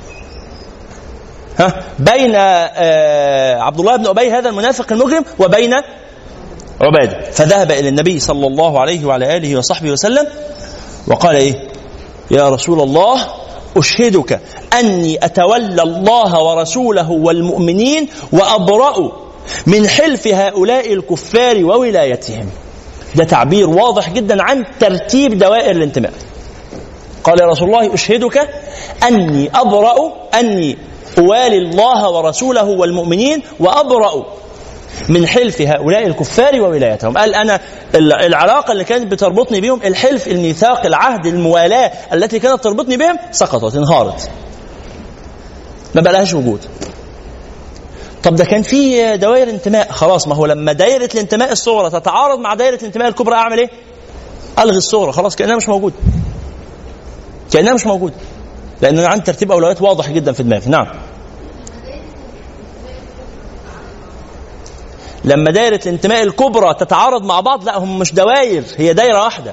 بين عبد الله بن أبي هذا المنافق المجرم وبين عبادة. فذهب إلى النبي صلى الله عليه وعلى آله وصحبه وسلم وقال ايه؟ يا رسول الله، أشهدك أني أتولى الله ورسوله والمؤمنين وأبرأ من حلف هؤلاء الكفار وولايتهم. ده تعبير واضح جدا عن ترتيب دوائر الانتماء. قال يا رسول الله، أشهدك أني أوالي الله ورسوله والمؤمنين وأبرأ من حلف هؤلاء الكفار وولايتهم. قال أنا العلاقة اللي كانت بتربطني بهم، الحلف، الميثاق، العهد، الموالاة التي كانت تربطني بهم سقطت، انهارت، ما بقى لهاش وجود. طب ده كان في دوائر انتماء، خلاص. ما هو لما دائرة الانتماء الصغرى تتعارض مع دائرة الانتماء الكبرى أعمل إيه؟ ألغي الصغرى، خلاص كأنها مش موجود، لأن أنا عندي ترتيب أولويات واضح جدا في دماغي. نعم، لما دائرة الانتماء الكبرى تتعارض مع بعض، لا هم مش دوائر، هي دائرة واحدة.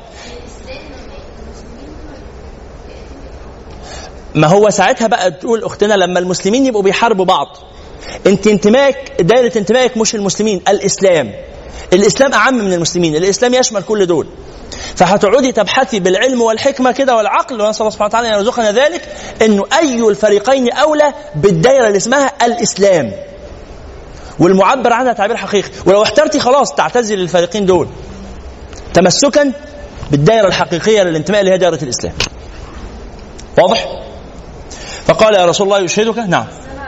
ما هو ساعتها بقى تقول أختنا لما المسلمين يبقوا بيحاربوا بعض، انت انتمائك، دائرة انتمائك مش المسلمين، الإسلام أعم من المسلمين، الإسلام يشمل كل دول. فهتعودي تبحثي بالعلم والحكمة كده والعقل، ونسأل الله سبحانه وتعالى أن يرزقنا ذلك، إنه أي الفريقين أولى بالدائرة اللي اسمها الإسلام، والمعبر عنها تعبير حقيقي. ولو احترتي خلاص تعتزل الفريقين دول تمسكا بالدائرة الحقيقية للانتماء اللي هي دائرة الإسلام. واضح؟ فقال يا رسول الله يشهدك. نعم،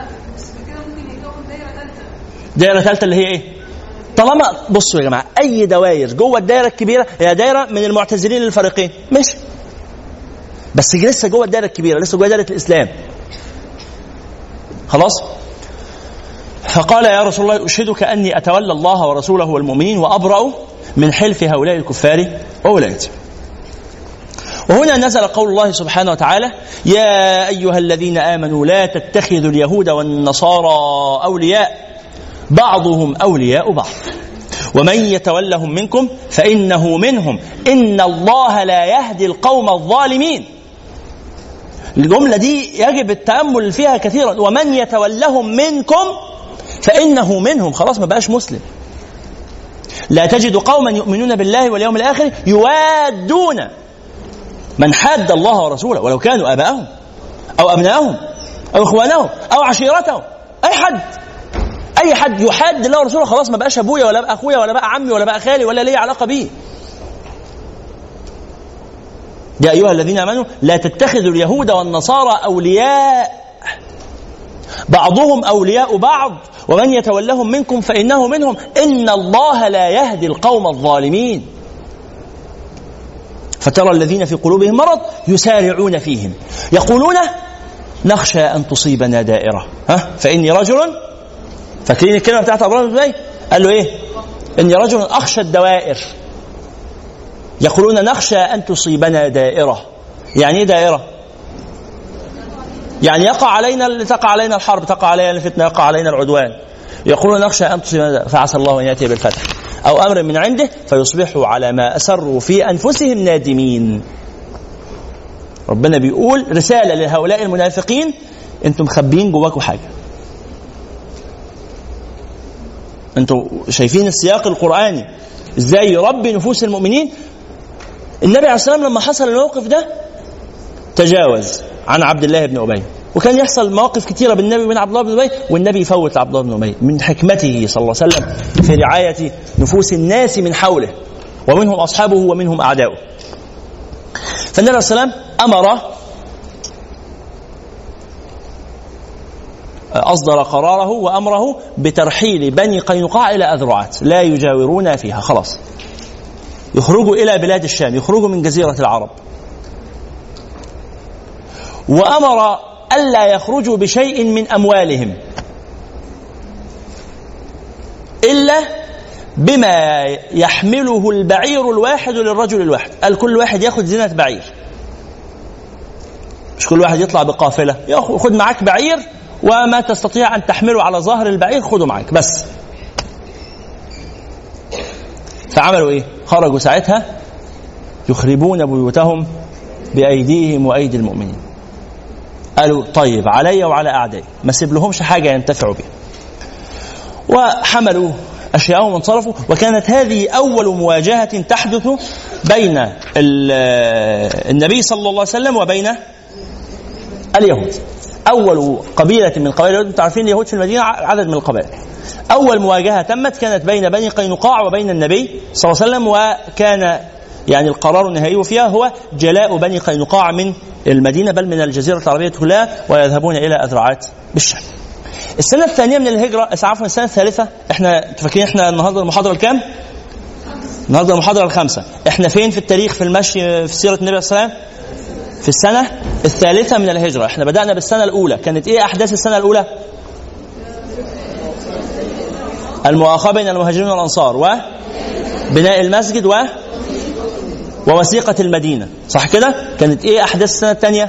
دائرة ثالثة اللي هي ايه؟ طالما بصوا يا جماعة، أي دوائر جوه الدائرة الكبيرة هي دائرة من المعتزلين للفريقين، ماشي، بس لسه جوه الدائرة الكبيرة، لسه جوه دائرة الإسلام، خلاص. فقال يا رسول الله أشهدك أني أتولى الله ورسوله والمؤمنين وأبرأ من حلف هؤلاء الكفار وولايتهم. وهنا نزل قول الله سبحانه وتعالى يا أيها الذين آمنوا لا تتخذوا اليهود والنصارى أولياء بعضهم أولياء بعض ومن يتولهم منكم فإنه منهم إن الله لا يهدي القوم الظالمين. الجملة دي يجب التأمل فيها كثيرا. ومن يتولهم منكم فإنه منهم، خلاص ما بقاش مسلم. لا تجد قوما يؤمنون بالله واليوم الآخر يوادون من حاد الله ورسوله ولو كانوا آباءهم أو أبناءهم أو إخوانهم أو عشيرتهم. أي حد يحاد الله ورسوله خلاص ما بقاش أبويا ولا بقى أخويا ولا بقى عمي ولا بقى خالي ولا ليه علاقة بيه. يا أيها الذين آمنوا لا تتخذوا اليهود والنصارى أولياء بعضهم أولياء بعض ومن يتولهم منكم فإنه منهم إن الله لا يهدي القوم الظالمين. فترى الذين في قلوبهم مرض يسارعون فيهم يقولون نخشى أن تصيبنا دائرة فإني رجل. فاكرين الكلمة بتاعت أبراهيم ازاي؟ قال له إيه؟ إني رجل أخشى الدوائر. يقولون نخشى أن تصيبنا دائرة. يعني إيه دائرة؟ يعني تقع علينا الحرب، تقع علينا الفتنة، يقع علينا العدوان. يقولون نخشى أن تصيبنا فعسى الله أن يأتي بالفتح أو أمر من عنده فيصبحوا على ما أسروا في أنفسهم نادمين. ربنا بيقول رسالة لهؤلاء المنافقين أنتم مخبيين جواكم حاجة. أنتم شايفين السياق القرآني إزاي يربي نفوس المؤمنين. النبي عليه الصلاة والسلام لما حصل الموقف ده تجاوز عن عبد الله بن أبي، وكان يحصل مواقف كثيرة بين النبي وبين عبد الله بن أبي، والنبي يفوت عبد الله بن أبي من حكمته صلى الله عليه وسلم في رعاية نفوس الناس من حوله ومنهم أصحابه ومنهم أعداؤه. فالنبي عليه الصلاة والسلام أصدر قراره وأمره بترحيل بني قينقاع إلى أذرعات لا يجاورون فيها، خلاص يخرجوا إلى بلاد الشام، يخرجوا من جزيرة العرب. وأمر ألا يخرجوا بشيء من أموالهم إلا بما يحمله البعير الواحد للرجل الواحد. قال كل واحد يأخذ زينة بعير، مش كل واحد يطلع بقافلة، خد معك بعير وما تستطيع أن تحمله على ظهر البعير خده معك بس. فعملوا إيه؟ خرجوا ساعتها يخربون بيوتهم بأيديهم وأيدي المؤمنين. قالوا طيب علي وعلى أعدائي، ما سيب لهمش حاجة ينتفعوا بها. وحملوا أشياءهم وانصرفوا. وكانت هذه أول مواجهة تحدث بين النبي صلى الله عليه وسلم وبين اليهود. أول قبيلة من قبائل اليهود، انتم عارفين اليهود في المدينة عدد من القبائل. أول مواجهة تمت كانت بين بني قينقاع وبين النبي صلى الله عليه وسلم، وكان يعني القرار النهائي فيها هو جلاء بني قينقاع من المدينة بل من الجزيرة العربية كلها ويذهبون إلى أذرعات بالشام. السنة الثانية من الهجرة، عفوا السنة الثالثة. احنا فاكرين احنا النهارده المحاضرة الكام؟ النهارده المحاضرة الخامسة. احنا فين في التاريخ في المشي في سيرة النبي صلى الله عليه وسلم؟ في السنة الثالثة من الهجرة. احنا بدأنا بالسنة الأولى. كانت ايه أحداث السنة الأولى؟ المؤاخاة بين المهاجرين والأنصار وبناء المسجد ووثيقة المدينة، صح كده؟ كانت ايه أحداث السنة الثانية؟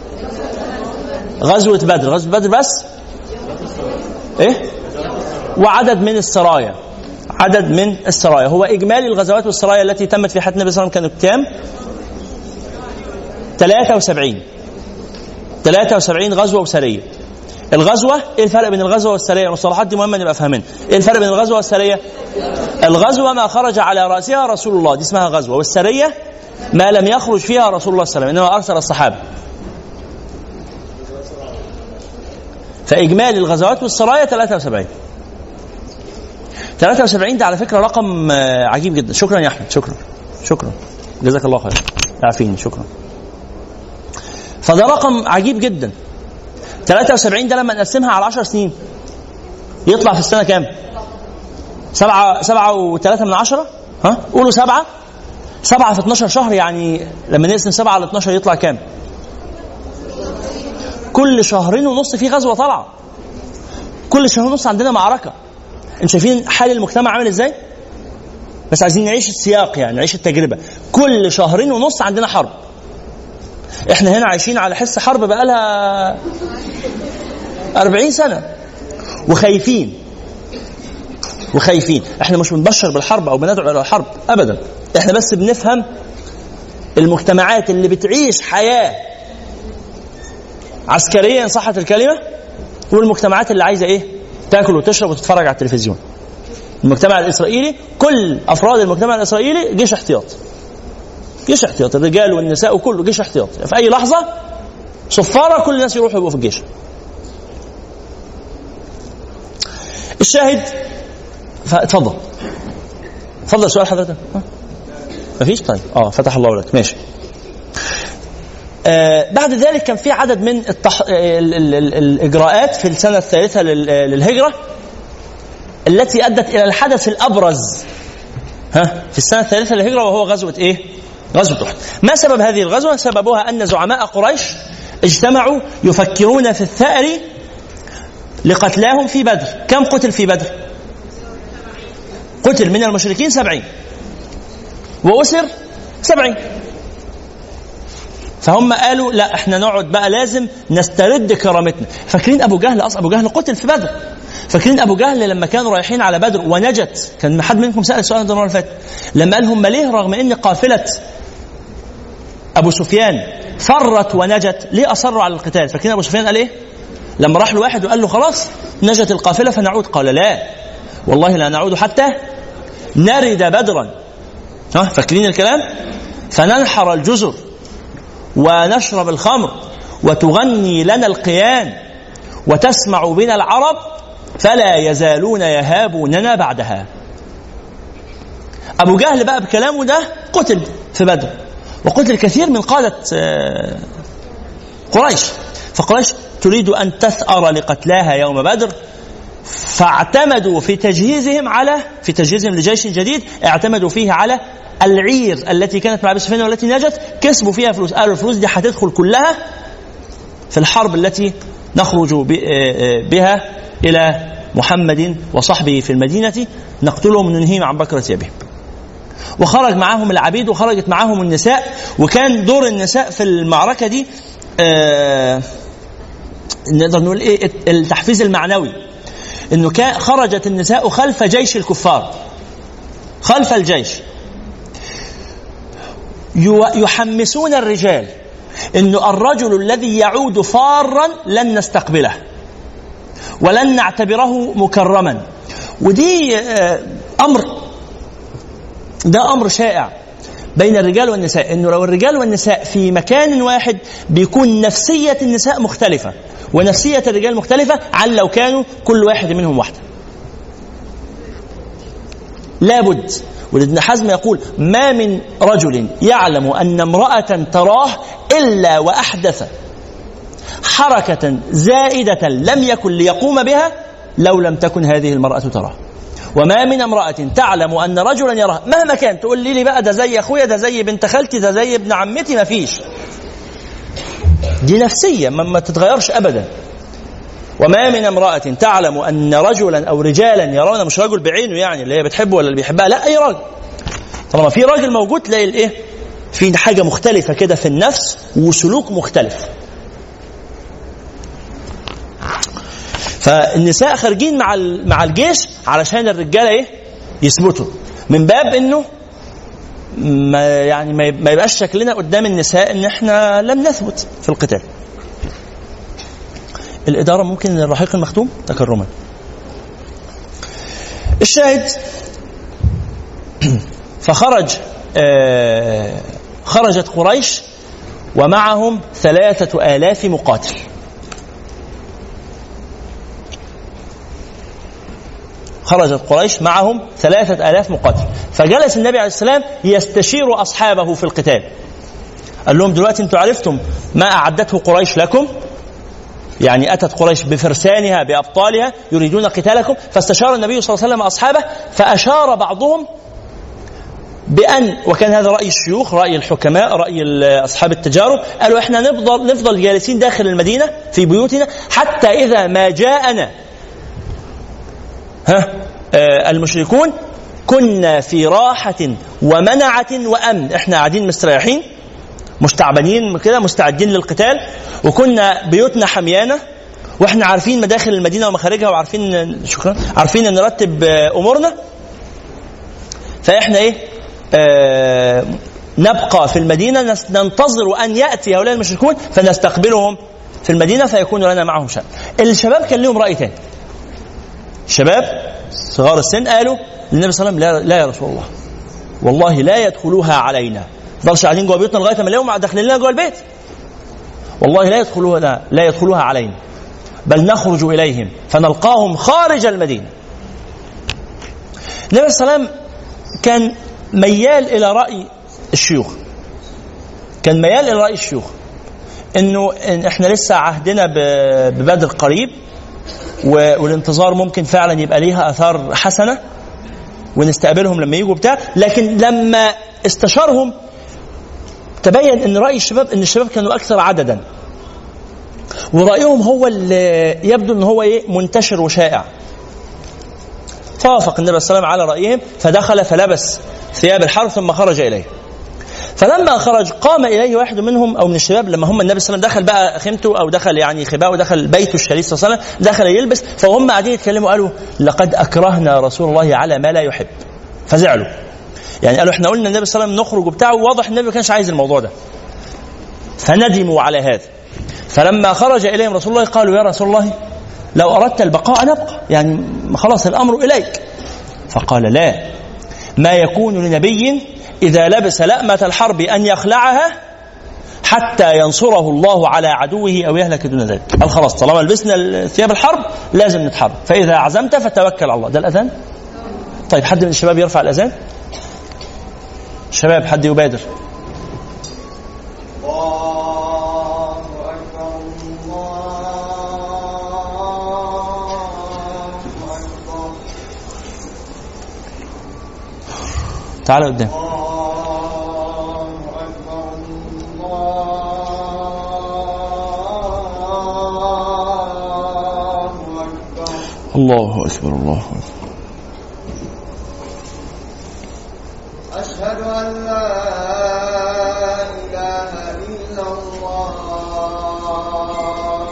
غزوة بدر. غزوة بدر بس ايه؟ وعدد من السرايا. عدد من السرايا. هو إجمالي الغزوات والسرايا التي تمت في حياة النبي صلى الله عليه وسلم كانت كام؟ 73 غزوة وسرية. الغزوة ايه الفرق بين الغزوة والسرية؟ المصطلحات دي مهمة نبقى فاهمين. ايه الفرق بين الغزوة والسرية؟ الغزوة ما خرج على رأسها رسول الله، دي اسمها غزوة. والسرية ما لم يخرج فيها رسول الله صلى الله عليه وسلم، إنما أرسل الصحابة. فإجمالي الغزوات والسرايا 73. 73 ده على فكرة رقم عجيب جدا. شكرا يا أحمد، شكرا جزاك الله خير، عافيني، شكرا. فده رقم عجيب جدا. 73 ده لما نقسمها على 10 سنين يطلع في السنة كام؟ 7.3 ها؟ قولوا 7 في 12 شهر. يعني لما نقسم 7 على 12 يطلع كام؟ كل شهرين ونص في غزوة طالعة، كل شهرين ونص عندنا معركة. انتوا شايفين حال المجتمع عامل ازاي؟ بس عايزين نعيش السياق، يعني نعيش التجربة. كل شهرين ونص عندنا حرب. احنا هنا عايشين على حس حرب بقالها 40 سنة وخايفين. وخايفين. احنا مش بنبشر بالحرب او بندعو الى الحرب ابدا، احنا بس بنفهم المجتمعات اللي بتعيش حياة عسكرية ان صحت الكلمة، والمجتمعات اللي عايزة ايه؟ تاكل وتشرب وتتفرج على التلفزيون. المجتمع الاسرائيلي كل افراد المجتمع الاسرائيلي جيش احتياط، جيش احتياط، الرجال والنساء وكله جيش احتياط. في اي لحظة صفارة كل الناس يروحوا يبقوا في الجيش. الشاهد اتفضل سؤال حضرتك. مفيش؟ طيب فتح الله لك. ماشي. بعد ذلك كان في عدد من الإجراءات في السنة الثالثة للهجرة التي أدت إلى الحدث الأبرز في السنة الثالثة للهجرة، وهو غزوة إيه؟ غزوة أحد. ما سبب هذه الغزوة؟ سببها أن زعماء قريش اجتمعوا يفكرون في الثأر لقتلاهم في بدر. كم قتل في بدر؟ قتل من المشركين 70 وأسر 70. فهم قالوا لا، احنا نقعد بقى، لازم نسترد كرامتنا. فاكرين أبو جهل؟ أبو جهل قتل في بدر. فاكرين أبو جهل لما كانوا رايحين على بدر ونجت؟ كان حد منكم سأل السؤال ده المرة اللي فاتت، لما قال هم ليه رغم ان قافلة أبو سفيان فرت ونجت ليه أصروا على القتال؟ فاكرين أبو سفيان قال ايه لما راح له واحد وقال له خلاص نجت القافلة فنعود؟ قال لا والله لا نعود حتى نرد بدرا. فاكرين الكلام؟ فننحر الجزر ونشرب الخمر وتغني لنا القيان وتسمع بنا العرب فلا يزالون يهابوننا بعدها. أبو جهل بقى بكلامه ده قتل في بدر، وقتل كثير من قادة قريش. فقريش تريد أن تثأر لقتلاها يوم بدر، فاعتمدوا في تجهيزهم لجيش جديد، اعتمدوا فيه على العير التي كانت مع أبي سفيان والتي نجت، كسبوا فيها فلوس. قالوا الفلوس دي هتدخل كلها في الحرب التي نخرج بها إلى محمد وصحبه في المدينة نقتلهم وننهيهم عن بكرة يبهم. وخرج معهم العبيد وخرجت معهم النساء، وكان دور النساء في المعركة دي نقدر نقول ايه؟ التحفيز المعنوي، انه خرجت النساء خلف جيش الكفار، خلف الجيش، يحمسون الرجال انه الرجل الذي يعود فارا لن نستقبله ولن نعتبره مكرما. ودي امر شائع بين الرجال والنساء، انه لو الرجال والنساء في مكان واحد بيكون نفسية النساء مختلفة ونفسية الرجال مختلفة عن لو كانوا كل واحد منهم واحدة. لابد. وابن حزم يقول ما من رجل يعلم أن امرأة تراه إلا وأحدث حركة زائدة لم يكن ليقوم بها لو لم تكن هذه المرأة تراه. وما من امرأة تعلم أن رجلا يراه مهما كان، تقول لي بقى ده زي أخويا، ده زي بنت خالتي، ده زي ابن عمتي، ما فيش. دي نفسية ما تتغيرش أبدا. وما من امرأة تعلم أن رجلا أو رجالا يرون، مش رجل بعينه يعني اللي هي بتحبه ولا اللي بيحبها، لا، أي راجل. طالما في راجل موجود تلاقي الايه؟ في حاجة مختلفة كده في النفس وسلوك مختلف. فالنساء خارجين مع الجيش علشان الرجاله ايه؟ يثبتوا، من باب انه ما يبقاش شكلنا قدام النساء ان احنا لم نثبت في القتال. الإدارة ممكن الرحيق المختوم تكرما. الشاهد خرجت قريش ومعهم 3000 مقاتل. خرجت قريش معهم 3000 مقاتل. فجلس النبي عليه السلام يستشير أصحابه في القتال. قال لهم دلوقتي انتوا عرفتم ما أعدته قريش لكم، يعني أتت قريش بفرسانها بأبطالها يريدون قتالكم. فاستشار النبي صلى الله عليه وسلم أصحابه، فأشار بعضهم بأن، وكان هذا رأي الشيوخ، رأي الحكماء، رأي أصحاب التجارب، قالوا إحنا نفضل جالسين داخل المدينة في بيوتنا حتى إذا ما جاءنا المشركون كنا في راحة ومنعة وأمن. إحنا قاعدين مستريحين مستعبدين كده مستعدين للقتال، وكنا بيوتنا حميانة واحنا عارفين مداخل المدينة ومخارجها، وعارفين عارفين ان نرتب امورنا، فاحنا نبقى في المدينة ننتظر ان يأتي هؤلاء المشركون فنستقبلهم في المدينة فيكون لنا معهم شأن. الشباب كان لهم رأي تاني، شباب صغار السن قالوا للنبي صلى الله عليه وسلم لا يا رسول الله، والله لا يدخلوها علينا، نفضلش قاعدين جوه بيوتنا لغايه ما اليوم داخلين لنا جوه البيت، والله لا يدخلوها علينا، بل نخرج اليهم فنلقاهم خارج المدينه. النبي صلى الله عليه وسلم كان ميال الى راي الشيوخ، كان ميال الى راي الشيوخ انه احنا لسه عهدنا ببدر قريب، والانتظار ممكن فعلا يبقى ليها اثار حسنه ونستقبلهم لما يجوا بتاع. لكن لما استشارهم تبين ان راي الشباب ان الشباب كانوا اكثر عددا، ورايهم هو اللي يبدو ان هو منتشر وشائع. فوافق النبي صلى الله عليه وسلم على رايهم، فدخل فلبس ثياب الحرب ثم خرج اليه. فلما خرج قام اليه واحد منهم او من الشباب، لما هم النبي صلى الله عليه وسلم دخل بقى خيمته او دخل يعني خباءه ودخل بيته الشريف صلى الله عليه وسلم، دخل يلبس، فهم قاعدين يتكلموا قالوا لقد اكرهنا رسول الله على ما لا يحب، فزعلوا. يعني قالوا احنا قلنا النبي صلى الله عليه وسلم نخرج وبتاع، وواضح النبي ما كانش عايز الموضوع ده، فندموا على هذا. فلما خرج اليهم رسول الله قالوا يا رسول الله لو اردت البقاء نبقى، يعني خلاص الامر اليك. فقال لا، ما يكون لنبي إذا لبس لأمة الحرب أن يخلعها حتى ينصره الله على عدوه أو يهلك دون ذلك. قال خلاص طالما لبسنا ثياب الحرب لازم نتحرب، فإذا عزمت فتوكل على الله. ده الأذان. طيب حد من الشباب يرفع الأذان؟ شباب حد يبادر. تعال قدام. الله أكبر الله أكبر. أشهد أن لا إله إلا الله،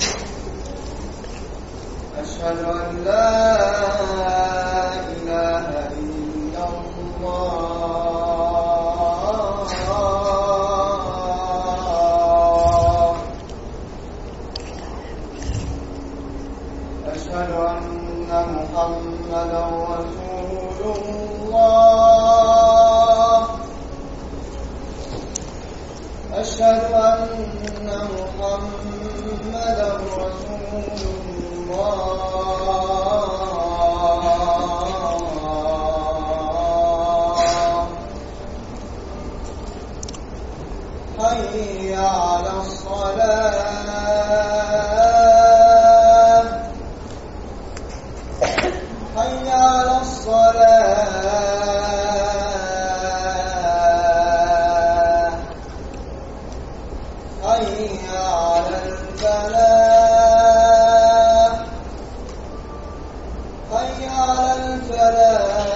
أشهد أن لا إله إلا الله، أشهد أن محمدا رسول الله، أشهد أن محمدا رسول الله، حي على الصلاة، حي على الصلاة، حي على الفلاح، حي على الفلاح.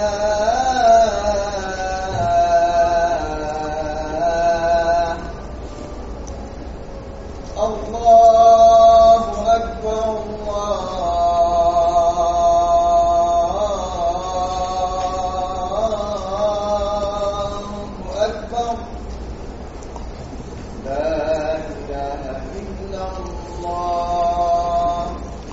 الله أكبر الله أكبر، لا إله إلا الله.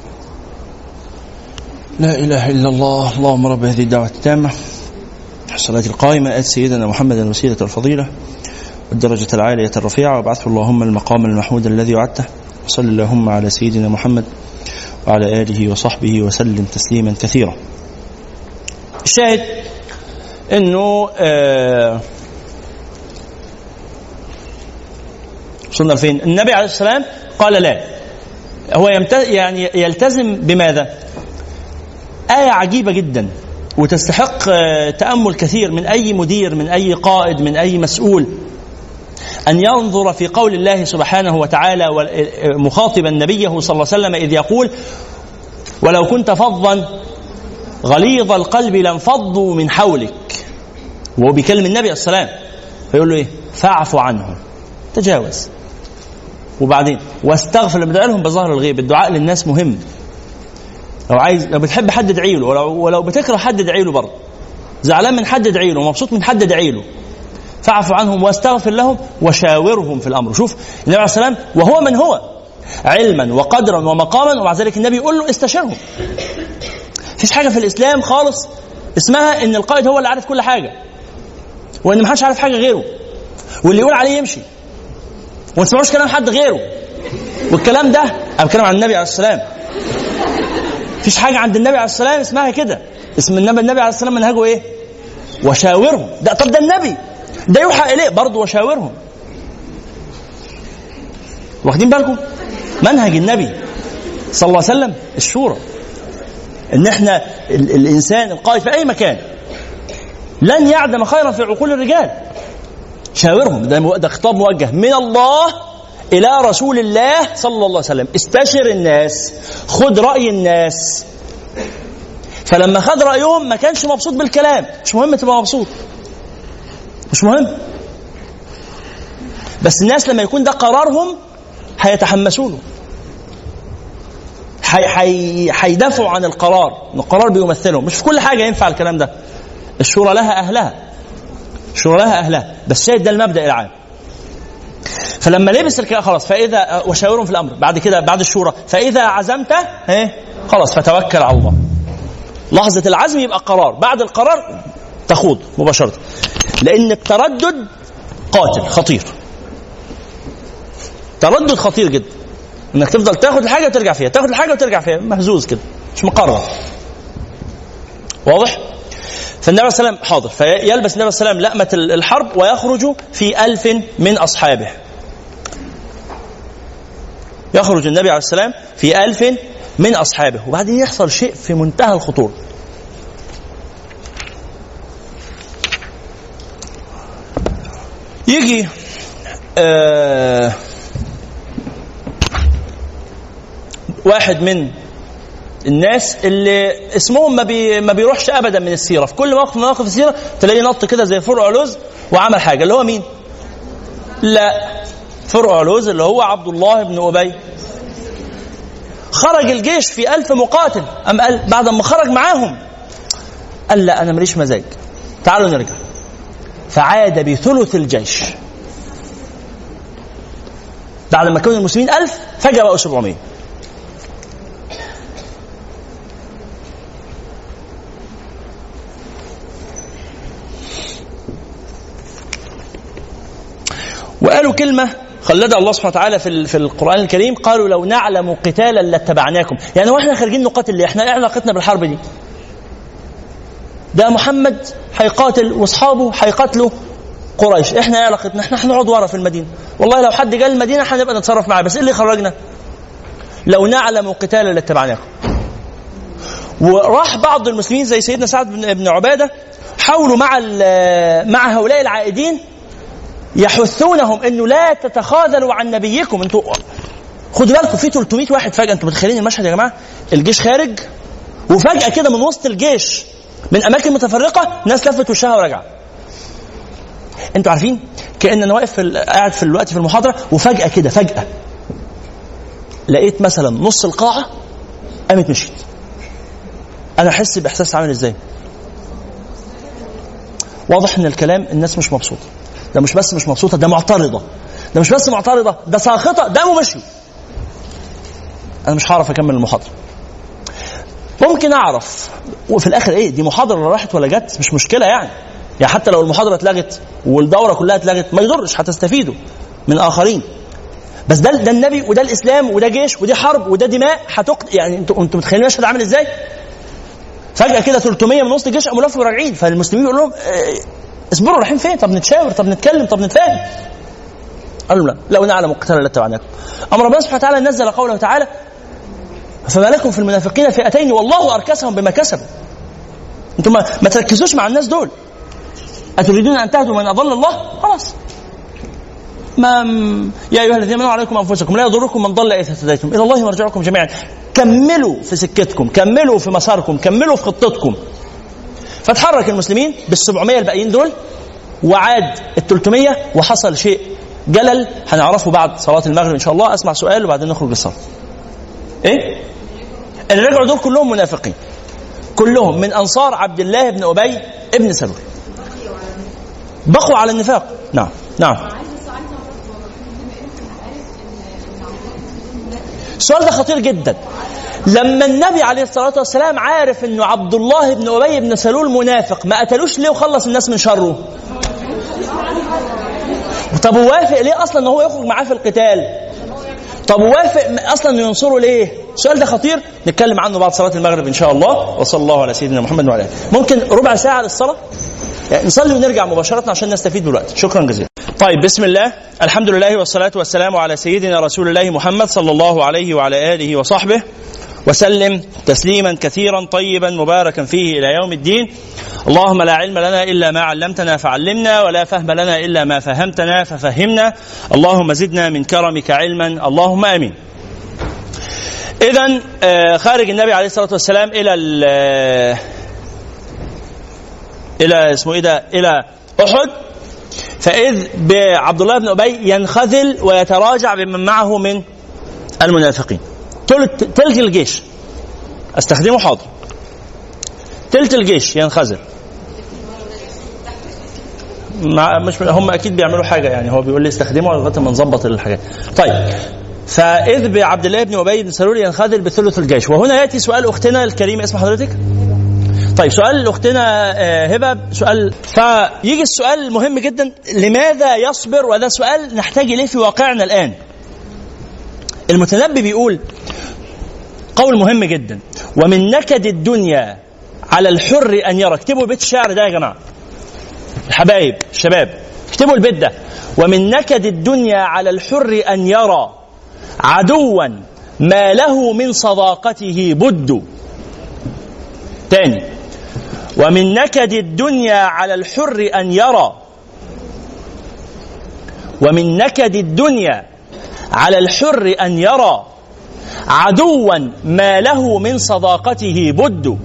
لا إله إلا الله. اللهم رب هذه الدعوة التامة الصلاة القائمة آت سيدنا محمد الوسيلة والفضيلة والدرجة العالية الرفيعة، وابعثه اللهم المقام المحمود الذي وعدته، وصل اللهم على سيدنا محمد وعلى آله وصحبه وسلم تسليما كثيرا. الشاهد انه وصلنا فين؟ النبي عليه السلام قال لا، هو يعني يلتزم بماذا؟ آية عجيبة جدا وتستحق تأمل كثير من أي مدير، من أي قائد، من أي مسؤول، أن ينظر في قول الله سبحانه وتعالى مخاطبا نبيه صلى الله عليه وسلم إذ يقول ولو كنت فظا غليظ القلب لانفضوا من حولك، وهو بيكلم النبي عليه السلام فيقول له إيه؟ فاعف عنهم، تجاوز. وبعدين واستغفر لهم، ادعي لهم بظهر الغيب. الدعاء للناس مهم. لو بتحب حد ادعي له، ولو بتكره حد ادعي له برضه. زعلان من حد ادعي له، مبسوط من حد ادعي له. فاعف عنهم واستغفر لهم وشاورهم في الامر. شوف النبي عليه السلام وهو من هو علما وقدرا ومقاما، ومع ذلك النبي يقول له استشرهم. مفيش حاجه في الاسلام خالص اسمها ان القائد هو اللي عارف كل حاجه، وان محدش عارف حاجه غيره، واللي يقول عليه يمشي، وما تسمعوش كلام حد غيره. والكلام ده انا بتكلم عن النبي عليه السلام. مفيش حاجه عند النبي عليه السلام اسمها كده. اسم النبي عليه السلام منهجه ايه؟ وشاورهم. ده طب ده النبي ده يوحى اليه برضه وشاورهم. واخدين بالكم؟ منهج النبي صلى الله عليه وسلم الشورى. ان احنا الانسان القائد في اي مكان لن يعدم خيرا في عقول الرجال. شاورهم. ده خطاب موجه من الله الى رسول الله صلى الله عليه وسلم. استشر الناس، خد راي الناس. فلما خد رايهم ما كانش مبسوط بالكلام. مش مهم تبقى مبسوط، مش مهم، بس الناس لما يكون ده قرارهم هيتحمسوا له، هيدافعوا عن القرار. القرار بيمثلهم. مش في كل حاجه ينفع الكلام ده. الشورى لها اهلها، الشورى لها اهلها، بس شايف ده المبدا العام. فلما لبس الكلام خلاص، فاذا وشاورهم في الامر. بعد كده بعد الشورى فاذا عزمت خلاص فتوكل على الله. لحظه العزم يبقى قرار، بعد القرار تخوض مباشره، لان التردد قاتل خطير. تردد خطير جدا، انك تفضل تاخد الحاجه وترجع فيها، تاخد الحاجه وترجع فيها، مهزوز كده، مش مقرر. واضح؟ فالنبي عليه السلام حاضر، فيلبس النبي عليه السلام لأمة الحرب ويخرج في 1000 من أصحابه. يخرج النبي عليه السلام في 1000 من أصحابه. وبعدين يحصل شيء في منتهى الخطورة. يجي واحد من الناس اللي اسمهم ما بيروحش ابدا من السيره، في كل موقف من مواقف السيره تلاقيه نط كده زي فرع علوز وعمل حاجه. اللي هو مين؟ لا، فرع علوز اللي هو عبد الله بن ابي. خرج الجيش في 1000 مقاتل، أم قال بعد ما خرج معاهم قال لا انا ماليش مزاج، تعالوا نرجع. فعاد بثلث الجيش. بعد ما كانوا المسلمين 1000 فجأة بقوا 700. وقالوا كلمة خلدها الله سبحانه وتعالى في القرآن الكريم. قالوا لو نعلم قتالا لاتبعناكم. يعني واحنا خارجين نقاتل ليه؟ احنا ايه علاقتنا بالحرب دي؟ ده محمد هيقاتل واصحابه هيقاتلوا قريش، احنا ايه علاقتنا؟ احنا هنقعد ورا في المدينة. والله لو حد جاء المدينة هنبقى نتصرف معاه، بس ايه اللي خرجنا؟ لو نعلم قتالا لاتبعناكم. وراح بعض المسلمين زي سيدنا سعد بن عبادة حاولوا مع هؤلاء العائدين يحثونهم انه لا تتخاذلوا عن نبيكم. انتوا خدوا بالكم في 300 واحد فجأة. انتوا متخيلين المشهد يا جماعة؟ الجيش خارج وفجأة كده من وسط الجيش من اماكن متفرقة ناس لفت وشها ورجع. انتوا عارفين كأن انا واقف قاعد في الوقت في المحاضرة وفجأة كده فجأة لقيت مثلا نص القاعة قامت مشيت. انا احس باحساس عامل ازاي؟ واضح ان الكلام الناس مش مبسوطة. ده مش بس مش مبسوطة، ده معترضة. ده مش بس معترضة، ده ساخطة، ده مشي. أنا مش هعرف أكمل المحاضرة. ممكن أعرف وفي الآخر إيه دي محاضرة راحت ولا جت، مش مشكلة يعني حتى لو المحاضرة اتلغت والدورة كلها اتلغت ما يضرش، هتستفيدوا من آخرين. بس ده النبي وده الإسلام وده جيش ودي حرب وده دماء يعني انتوا متخيلين المشهد عامل إزاي؟ فجأة كده 300 من وسط الجيش قاموا لفوا راجعين. فالمسلمين يقول لهم اصبروا رايحين فين؟ طب نتشاور، طب نتكلم، طب نتفاهم. قالوا لا لو نعلم قتالا لاتبعناكم. أمر ربنا سبحانه وتعالى نزل قوله تعالى فما لكم في المنافقين فئتين والله أركسهم بما كسبوا. انتم ما تركزوش مع الناس دول. أتريدون أن تهدوا من أضل الله؟ خلاص يا أيها الذين آمنوا عليكم أنفسكم لا يضركم من ضل إذا اهتديتم إلى الله مرجعكم جميعا. كملوا في سكتكم، كملوا في مساركم، كملوا في خطتكم. فتحرك المسلمين بال700 الباقيين دول وعاد ال300 وحصل شيء جلل هنعرفه بعد صلاة المغرب إن شاء الله. أسمع سؤال وبعدين نخرج الصلاة. إيه؟ اللي رجعوا دول كلهم منافقين، كلهم من أنصار عبد الله بن أبي ابن سلول، بقوا على النفاق. نعم نعم. السؤال ده خطير جدا. لما النبي عليه الصلاة والسلام عارف أنه عبد الله بن أبي بن سلول منافق، ما قتلوش ليه وخلص الناس من شره؟ طب ووافق ليه أصلا أنه هو يخرج معاه في القتال؟ طب ووافق أصلا أنه ينصره ليه؟ السؤال ده خطير، نتكلم عنه بعد صلاة المغرب إن شاء الله. وصلى الله على سيدنا محمد وعلى آله. ممكن ربع ساعة للصلاة يعني نصلي ونرجع مباشرة عشان نستفيد بالوقت. شكرا جزيلا. طيب، بسم الله، الحمد لله والصلاة والسلام على سيدنا رسول الله محمد صلى الله عليه وعلى آله وصحبه وسلم تسليما كثيرا طيبا مباركا فيه إلى يوم الدين. اللهم لا علم لنا إلا ما علمتنا فعلمنا، ولا فهم لنا إلا ما فهمتنا ففهمنا. اللهم زدنا من كرمك علما، اللهم آمين. إذن خارج النبي عليه الصلاة والسلام إلى أحد، فإذ بعبد الله بن أبي ينخذل ويتراجع بمن معه من المنافقين. تلت الجيش استخدمه، حاضر، تلت الجيش ينخذل. مش هم أكيد بيعملوا حاجة يعني، هو بيقول لي استخدمه لغاية ما نظبط الحاجات. طيب، فإذ بعبد الله بن أبي بن سلول ينخذل بثلث الجيش. وهنا يأتي سؤال أختنا الكريمة، اسم حضرتك؟ طيب، سؤال أختنا هبة، سؤال، فيجي السؤال المهم جدا، لماذا يصبر؟ وهذا سؤال نحتاج إليه في واقعنا الآن. المتنبي بيقول قول مهم جدا: ومن نكد الدنيا على الحر أن يرى. اكتبوا بيت الشعر ده يا جماعة، الحبايب الشباب، اكتبوا البيت ده: ومن نكد الدنيا على الحر أن يرى عدوا ما له من صداقته بد. تاني: ومن نكد الدنيا على الحر أن يرى، ومن نكد الدنيا على الحر أن يرى عدوا ما له من صداقته بد.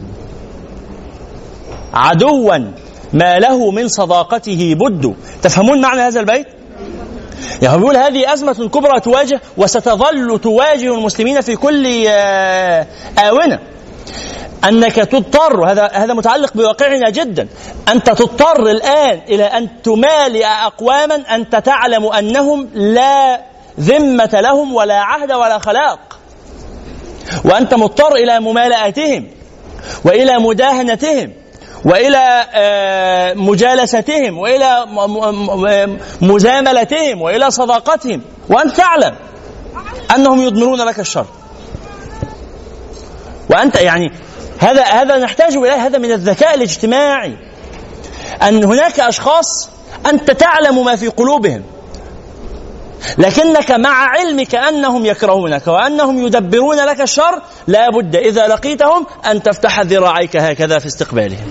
عدوا ما له من صداقته بد. تفهمون معنى هذا البيت؟ يعني بيقول هذه أزمة كبرى تواجه وستظل تواجه المسلمين في كل آونة، أنك تضطر، هذا متعلق بواقعنا جدا، أنت تضطر الآن إلى أن تمالئ أقواما أنت تعلم أنهم لا ذمة لهم ولا عهد ولا خلاق، وأنت مضطر إلى ممالئتهم وإلى مداهنتهم وإلى مجالستهم وإلى مزاملتهم وإلى صداقتهم، وأنت تعلم أنهم يضمرون لك الشر. وأنت يعني هذا نحتاج إليه، هذا من الذكاء الاجتماعي، أن هناك أشخاص أنت تعلم ما في قلوبهم، لكنك مع علمك أنهم يكرهونك وأنهم يدبرون لك الشر لا بد إذا لقيتهم أن تفتح ذراعيك هكذا في استقبالهم.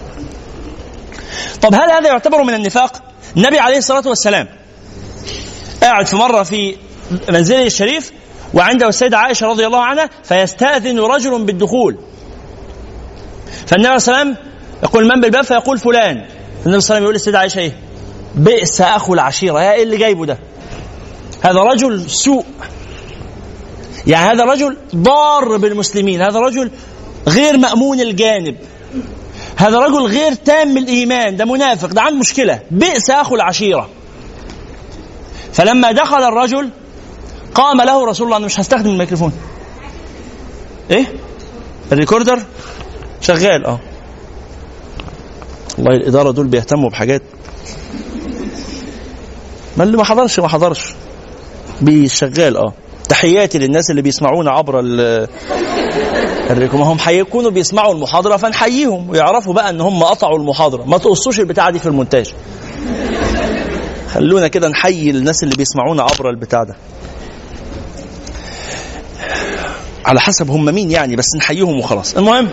طب هل هذا يعتبر من النفاق؟ النبي عليه الصلاة والسلام قاعد في مرة في منزله الشريف وعنده السيدة عائشة رضي الله عنها، فيستأذن رجل بالدخول، فالنبي عليه الصلاة والسلام يقول: من بالباب؟ فيقول: فلان. النبي صلى الله عليه وسلم يقول للسيدة عائشة: إيه؟ بئس أخو العشيرة. يا إيه اللي جايبه ده؟ هذا رجل سوء، يعني هذا رجل ضار بالمسلمين، هذا رجل غير مأمون الجانب، هذا رجل غير تام الإيمان، ده منافق، ده عنده مشكلة، بئس أخو العشيرة. فلما دخل الرجل قام له رسول الله، أنا مش هستخدم الميكروفون، إيه؟ الريكوردر شغال. والله الإدارة دول بيهتموا بحاجات، ما اللي ما حضرش بيشغال. تحياتي للناس اللي بيسمعونا عبر الريكوم، هم هيكونوا بيسمعوا المحاضرة فنحييهم ويعرفوا بقى ان هم قطعوا المحاضرة. ما تقصوش البتاعة دي في المونتاج، خلونا كده نحيي الناس اللي بيسمعونا عبر البتاع ده، على حسب هم مين يعني، بس نحييهم وخلاص. المهم،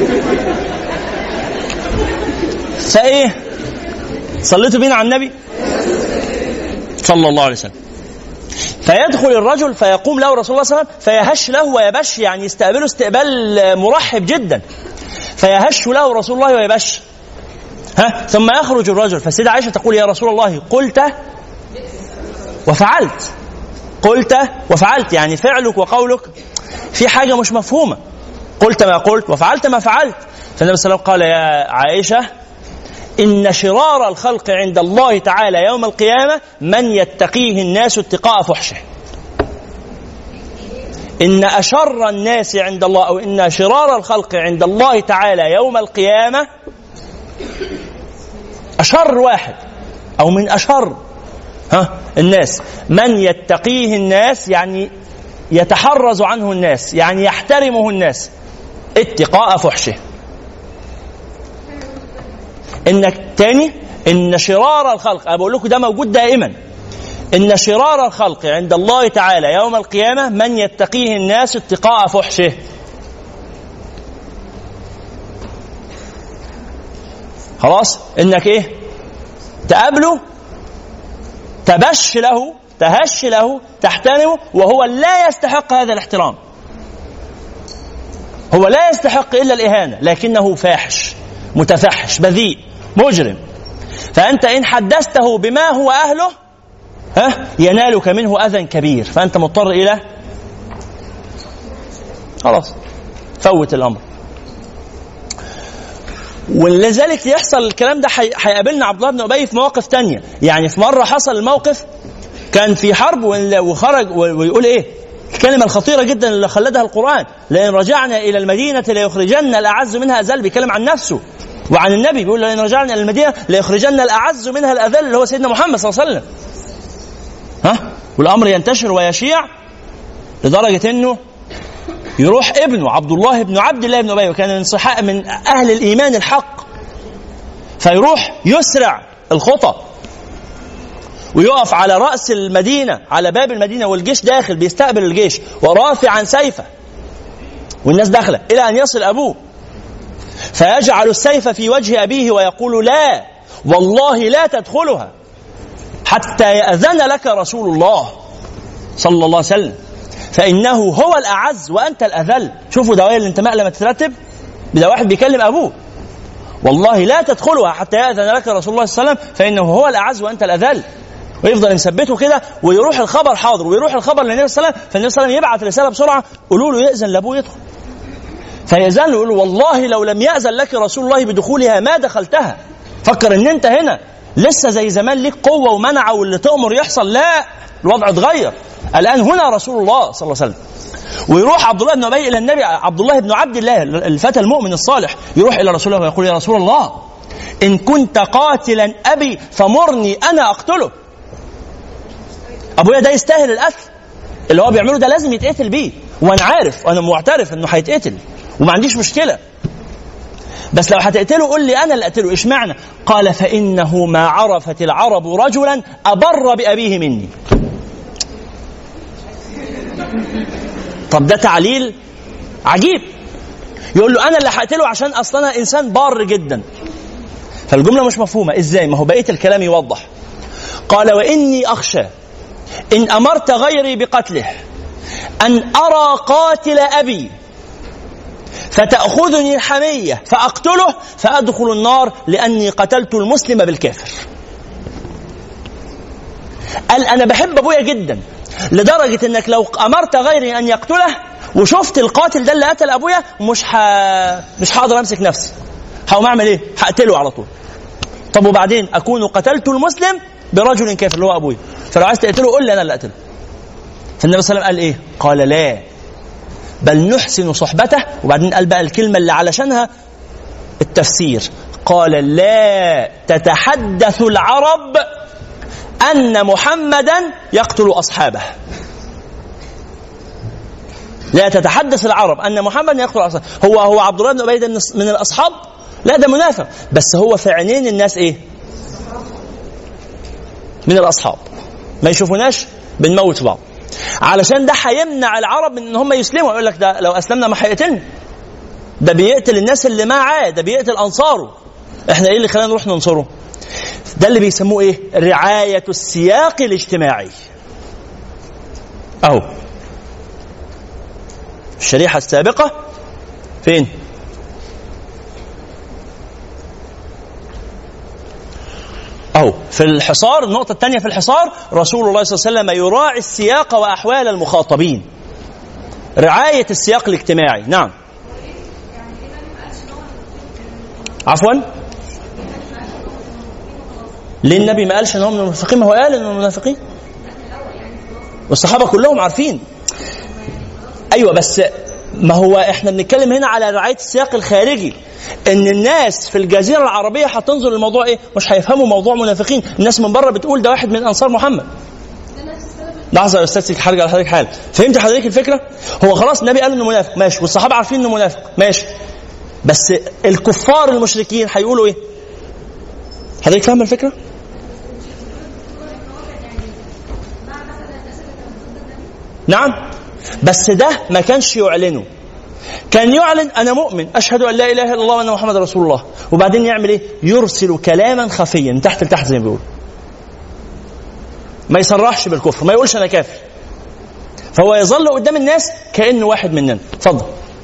فايه، صليتوا بينا على النبي صلى الله عليه وسلم. فيدخل الرجل فيقوم له رسول الله صلى الله عليه وسلم فيهش له ويبش، يعني يستقبله استقبال مرحب جدا، فيهش له رسول الله ويبش. ثم يخرج الرجل، فالسيدة عائشة تقول: يا رسول الله قلت وفعلت، قلت وفعلت، يعني فعلك وقولك في حاجة مش مفهومة. قلت ما قلت وفعلت ما فعلت. فالنبي صلى الله عليه وسلم قال يا عائشة إن شرار الخلق عند الله تعالى يوم القيامة من يتقيه الناس اتقاء فحشه. إن أشر الناس عند الله، أو إن شرار الخلق عند الله تعالى يوم القيامة، أشر واحد أو من أشر الناس من يتقيه الناس، يعني يتحرز عنه الناس، يعني يحترمه الناس اتقاء فحشه. إنك تاني إن شرار الخلق، أنا بقول لكم ده موجود دائما، إن شرار الخلق عند الله تعالى يوم القيامة من يتقيه الناس اتقاء فحشه. خلاص، إنك إيه؟ تقابله، تبش له، تهش له، تحترمه، وهو لا يستحق هذا الاحترام، هو لا يستحق إلا الإهانة، لكنه فاحش متفحش بذيء مجرم. فأنت إن حدثته بما هو أهله ينالك منه أذى كبير، فأنت مضطر إلى خلاص فوت الأمر. ولذلك يحصل الكلام ده، هيقابلنا عبد الله بن أبي في مواقف تانية. يعني في مرة حصل الموقف كان في حرب وخرج ويقول إيه الكلمة الخطيرة جدا اللي خلدها القرآن: لئن رجعنا إلى المدينة ليخرجن الأعز منها أذل. بيتكلم عن نفسه وعن النبي، بيقول لئن رجعنا إلى المدينة ليخرجن الأعز منها الأذل، اللي هو سيدنا محمد صلى الله عليه وسلم. والأمر ينتشر ويشيع لدرجة إنه يروح ابنه عبد الله بن عبد الله بن أبي، وكان من أهل الإيمان الحق، فيروح يسرع الخطى ويقف على رأس المدينة، على باب المدينة، والجيش داخل بيستقبل الجيش، ورافعا سيفه والناس داخلة، إلى أن يصل أبوه فيجعل السيف في وجه أبيه ويقول: لا والله لا تدخلها حتى يأذن لك رسول الله صلى الله عليه وسلم، فإنه هو الأعز وأنت الأذل. شوفوا دوائر الانتماء لما تترتب، بدا واحد بيكلم أبوه: والله لا تدخلها حتى يأذن لك رسول الله صلى الله عليه وسلم فإنه هو الأعز وأنت الأذل. ويفضل يثبته كده، ويروح الخبر حاضر، ويروح الخبر للنبي صلى الله عليه وسلم، فالنبي صلى الله عليه وسلم يبعث رسالة بسرعة: قولوا له يأذن لأبوه يدخل. فيأذن له، يقول له: والله لو لم يأذن لك رسول الله بدخولها ما دخلتها. فكر ان انت هنا لسه زي زمان ليك قوة ومنعة واللي تأمر يحصل. لا، الوضع اتغير الآن، هنا رسول الله صلى الله عليه وسلم. ويروح عبد الله بن أبي إلى النبي، عبد الله بن عبد الله الفتى المؤمن الصالح، يروح إلى رسول الله ويقول: يا رسول الله إن كنت قاتلا أبي فمرني أنا أقتله. أبويا ده يستاهل القتل، اللي هو بيعمله ده لازم يتقتل بيه، وأنا عارف وأنا معترف إنه هيتقتل وما عنديش مشكلة، بس لو هتقتله قل لي أنا اللي أقتله. إيش معنى؟ قال: فإنه ما عرفت العرب رجلا أبر بأبيه مني. طب ده تعليل عجيب، يقول له أنا اللي هقتله عشان أصلا إنسان بار جدا. فالجملة مش مفهومة. إزاي؟ ما هو بقية الكلام يوضح. قال: وإني أخشى إن أمرت غيري بقتله أن أرى قاتل أبي فتأخذني الحمية فأقتله فأدخل النار لأني قتلت المسلم بالكافر. قال: أنا بحب أبويا جدا لدرجة أنك لو أمرت غيري أن يقتله وشفت القاتل ده اللي قتل أبويا مش هقدر أمسك نفسي، هقوم أعمل إيه؟ هقتله على طول. طب وبعدين أكون قتلت المسلم برجل كافر اللي هو أبويا، فلو عايز تقتله قل لي أنا اللي أقتله. فالنبي صلى الله عليه وسلم قال إيه؟ قال: لا بل نحسن صحبته. وبعدين قال بقى الكلمة اللي علشانها التفسير، قال: لا تتحدث العرب أن محمدا يقتل أصحابه. لا تتحدث العرب أن محمدا يقتل أصحابه. هو عبد الله بن أبي ده من الأصحاب؟ لا، ده منافق، بس هو في عينين الناس إيه؟ من الأصحاب، ما يشوفوناش بنموت بعض، علشان ده هيمنع العرب من ان هم يسلموا. يقول لك ده لو اسلمنا ما هيقتلنا، ده بيقتل الناس اللي معاه، ده بيقتل انصاره، احنا ايه اللي خلانا نروح ننصره؟ ده اللي بيسموه ايه؟ رعاية السياق الاجتماعي. اهو الشريحة السابقة فين؟ أهو في الحصار. النقطة الثانية في الحصار، رسول الله صلى الله عليه وسلم يراعي السياق وأحوال المخاطبين، رعاية السياق الاجتماعي. نعم. عفوا، ليه النبي ما قالش انهم من المنافقين؟ ما هو قال انهم منافقين والصحابة كلهم عارفين. ايوه، بس ما هو احنا بنتكلم هنا على رعاية السياق الخارجي، ان الناس في الجزيرة العربية هتنظر للموضوع ايه؟ مش هيفهموا موضوع منافقين. الناس من بره بتقول ده واحد من انصار محمد. لحظة يا استاذ، هرجع لحضرتك حالا. فهمت حضرتك الفكرة؟ هو خلاص النبي قال انه منافق، ماشي، والصحابة عارفين انه منافق، ماشي، بس الكفار المشركين هيقولوا ايه؟ حضرتك فاهم الفكرة؟ نعم، بس ده ما كانش يعلنه. كان يعلن أنا مؤمن أشهد أن لا إله إلا الله وأن محمد رسول الله، وبعدين يعمل إيه؟ يرسل كلاما خفيا من تحت لتحت زي ما بيقول، ما يصرحش بالكفر، ما يقولش أنا كافر، فهو يظل قدام الناس كأنه واحد مننا. اتفضل.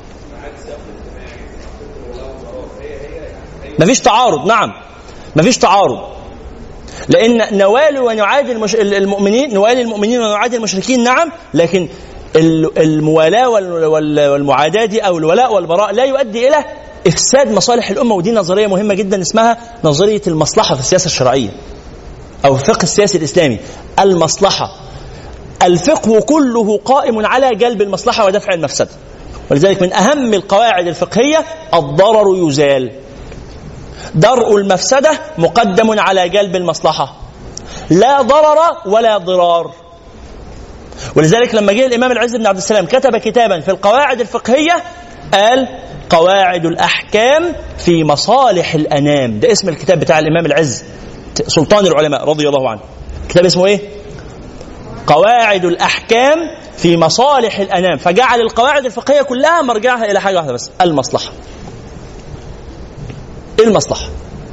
مفيش تعارض. نعم، مفيش تعارض، لأن نوالي ونعادي المؤمنين، نوالي المؤمنين ونعادي المشركين. نعم، لكن الموالاة والمعاداة دي أو الولاء والبراء لا يؤدي إلى إفساد مصالح الأمة. ودي نظرية مهمة جدا اسمها نظرية المصلحة في السياسة الشرعية أو الفقه السياسي الإسلامي. المصلحة، الفقه كله قائم على جلب المصلحة ودفع المفسدة، ولذلك من أهم القواعد الفقهية الضرر يزال، درء المفسدة مقدم على جلب المصلحة، لا ضرر ولا ضرار. ولذلك لما جه الإمام العز بن عبد السلام كتب كتابا في القواعد الفقهية قال قواعد الأحكام في مصالح الأنام. ده اسم الكتاب بتاع الإمام العز سلطان العلماء رضي الله عنه. كتاب اسمه إيه؟ قواعد الأحكام في مصالح الأنام. فجعل القواعد الفقهية كلها مرجعها إلى حاجة واحدة بس، المصلحة. المصلحة.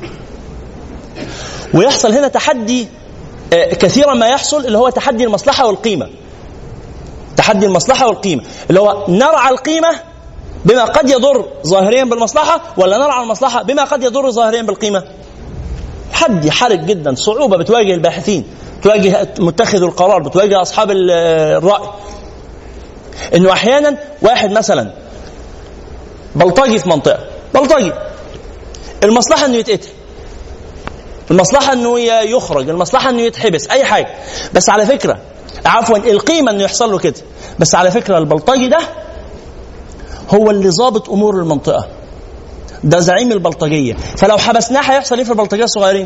ويحصل هنا تحدي كثيرا ما يحصل، اللي هو تحدي المصلحة والقيمة. تحدي المصلحة والقيمة اللي هو نرعى القيمة بما قد يضر ظاهريا بالمصلحة، ولا نرعى المصلحة بما قد يضر ظاهريا بالقيمة. حد حرج جدا، صعوبة بتواجه الباحثين، بتواجه متخذ القرار، بتواجه أصحاب الرأي. إنه أحيانا واحد مثلا بلطجي في منطقة، بلطجي، المصلحة إنه يتقتل، المصلحة إنه يخرج، المصلحة إنه يتحبس، أي حاجة. بس على فكرة، عفوا، القيمة إنه يحصل له كده. بس على فكرة البلطجي ده هو اللي ضابط أمور المنطقة، ده زعيم البلطجية. فلو حبسناه هيحصل إيه في البلطجية الصغيرين؟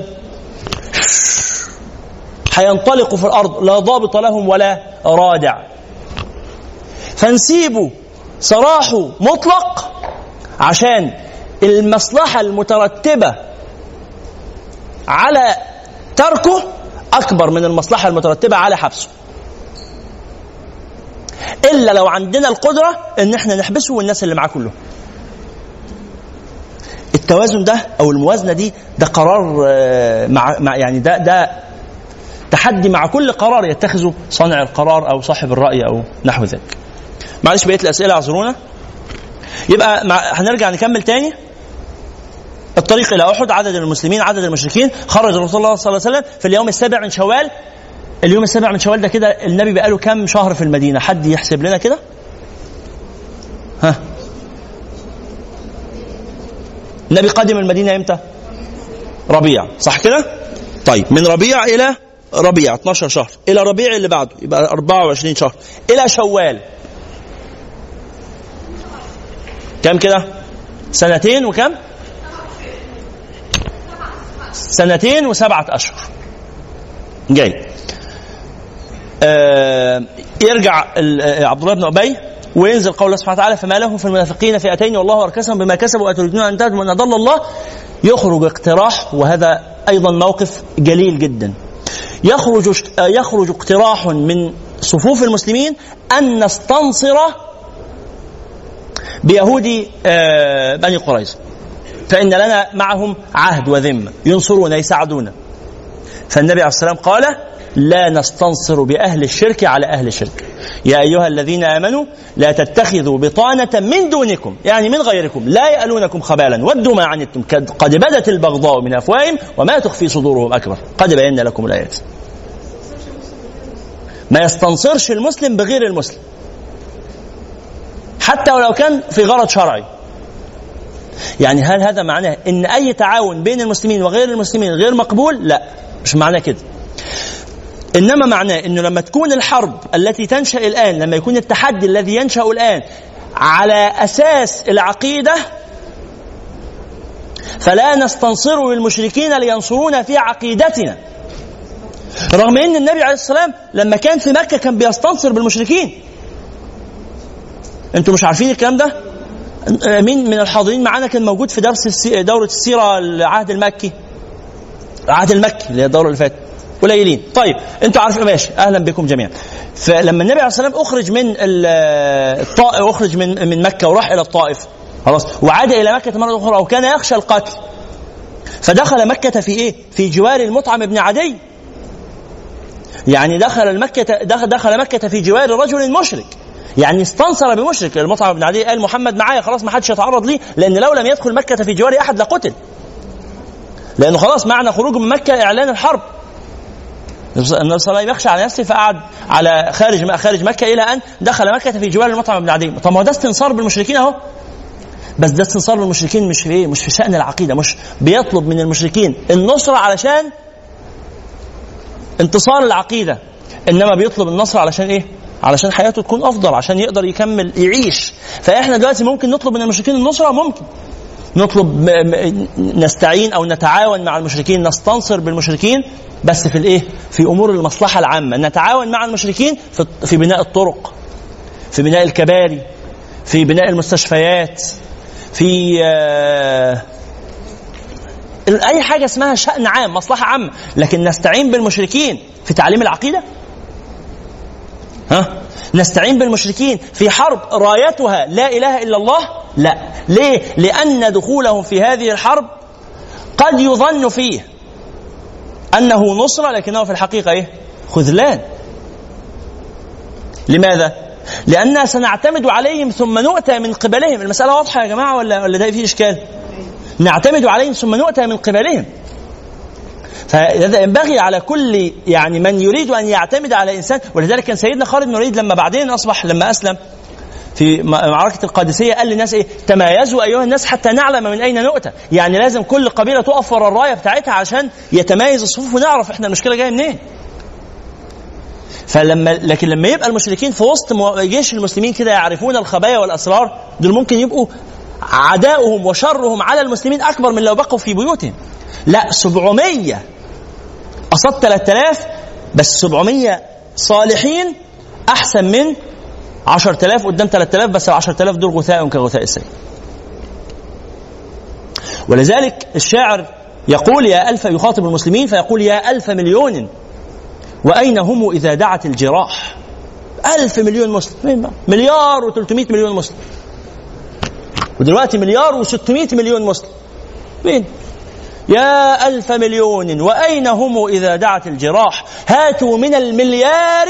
هينطلقوا في الأرض، لا ضابط لهم ولا رادع. فنسيبه سراحه مطلق عشان المصلحة المترتبة على تركه أكبر من المصلحة المترتبة على حبسه، إلا لو عندنا القدرة إن احنا نحبسه والناس اللي معاه كلهم. التوازن ده أو الموازنة دي ده قرار يعني ده تحدي مع كل قرار يتخذه صانع القرار أو صاحب الرأي أو نحو ذلك. معلش بقية الأسئلة اعذرونا. يبقى هنرجع نكمل تاني. الطريق إلى أحد، عدد المسلمين، عدد المشركين. خرج رسول الله صلى الله عليه وسلم في اليوم السابع من شوال. اليوم السابع من شوال ده كده النبي بقاله كم شهر في المدينة؟ حد يحسب لنا كده؟ ها، النبي قادم المدينة امتى؟ ربيع، صح كده؟ طيب من ربيع إلى ربيع 12 شهر، إلى ربيع اللي بعده يبقى 24 شهر، إلى شوال كم كده؟ سنتين وكم؟ 2 و7 أشهر. جاي يرجع عبد الله بن أبي وينزل قول الله سبحانه وتعالى فما لهم في المنافقين فئتين والله أركسهم بما كسبوا أتريدون أن تهدوا من أضل الله. يخرج اقتراح، وهذا أيضا موقف جليل جدا. يخرج اقتراح من صفوف المسلمين أن نستنصر بيهودي بني قريظة، فإن لنا معهم عهد وذمة، ينصرون يساعدون. فالنبي عليه السلام قال لا نستنصر بأهل الشرك على أهل الشرك. يا أيها الذين آمنوا لا تتخذوا بطانة من دونكم، يعني من غيركم، لا يألونكم خبالا ودوا ما عنتم قد بدت البغضاء من أفواههم وما تخفي صدورهم أكبر قد بينا لكم الآيات. ما يستنصرش المسلم بغير المسلم حتى ولو كان في غرض شرعي. يعني هل هذا معناه ان اي تعاون بين المسلمين وغير المسلمين غير مقبول؟ لا، مش معناه كده. انما معناه انه لما تكون الحرب التي تنشأ الان، لما يكون التحدي الذي ينشأ الان على اساس العقيدة، فلا نستنصر بالمشركين لينصرونا في عقيدتنا. رغم ان النبي عليه الصلاة والسلام لما كان في مكة كان بيستنصر بالمشركين. انتوا مش عارفين الكلام ده؟ مين من الحاضرين معانا كان موجود في دورة السيرة العهد المكي اللي هي الدورة اللي فاتت؟ قليلين. طيب انتوا عارفين، ماشي، اهلا بكم جميعا. فلما النبي عليه الصلاة والسلام اخرج من مكة وراح الى الطائف، خلاص، وعاد الى مكة مرة اخرى وكان يخشى القتل، فدخل مكة في ايه؟ في جوار المطعم بن عدي. يعني دخل مكة في جوار رجل مشرك، يعني استنصر بمشرك. المطعم بن عدي قال محمد معايا، خلاص ما حدش يتعرض لي، لأن لو لم يدخل مكة في جوار أحد لقتل، لأنه خلاص معنى خروج من مكة إعلان الحرب. النبي صلى الله عليه وسلم يخشى على نفسه فقعد على خارج مكة إلى أن دخل مكة في جوار المطعم بن عدي. طب ما هو ده استنصار بالمشركين أهو، بس ده استنصار بالمشركين مش في شأن العقيدة، مش بيطلب من المشركين النصرة علشان انتصار العقيدة، إنما بيطلب النصر علشان إيه؟ علشان حياته تكون أفضل، عشان يقدر يكمل يعيش. فإحنا دلوقتي ممكن نطلب من المشركين النصرة، ممكن نطلب نستعين أو نتعاون مع المشركين، نستنصر بالمشركين، بس في الإيه؟ في أمور المصلحة العامة. نتعاون مع المشركين في بناء الطرق، في بناء الكباري، في بناء المستشفيات، في أي حاجة اسمها شأن عام، مصلحة عامة. لكن نستعين بالمشركين في تعليم العقيدة؟ نستعين بالمشركين في حرب رايتها لا إله إلا الله؟ لا. ليه؟ لأن دخولهم في هذه الحرب قد يظن فيه أنه نصرة، لكنه في الحقيقة إيه؟ خذلان. لماذا؟ لأننا سنعتمد عليهم ثم نؤتى من قبلهم. المسألة واضحة يا جماعة ولا ده فيه إشكال؟ نعتمد عليهم ثم نؤتى من قبلهم. فهذا ينبغي على كل يعني من يريد أن يعتمد على إنسان. ولذلك كان سيدنا خالد بن الوليد لما بعدين لما أسلم في معركة القادسية قال للناس إيه؟ تمايزوا أيها الناس حتى نعلم من أين نؤتى. يعني لازم كل قبيلة تقف ورا الراية بتاعتها عشان يتمايز الصفوف ونعرف إحنا المشكلة جاية منين. لكن لما يبقى المشركين في وسط جيش المسلمين كده يعرفون الخبايا والأسرار، دول ممكن يبقوا عداؤهم وشرهم على المسلمين أكبر من لو بقوا في بيوتهم. لا، 700 قصاد 3000، بس 700 صالحين أحسن من 10,000 قدام 3000، بس 10,000 دول غثاء كغثاء السيل. ولذلك الشاعر يقول يا ألف، يخاطب المسلمين فيقول يا ألف مليون وأين هم إذا دعت الجراح. 1,000 مليون مسلم، 1,300,000,000 مسلم، ودلوقتي 1,600,000,000 مسلم. فين؟ يا 1,000 مليون وأين هم إذا دعت الجراح. هاتوا من المليار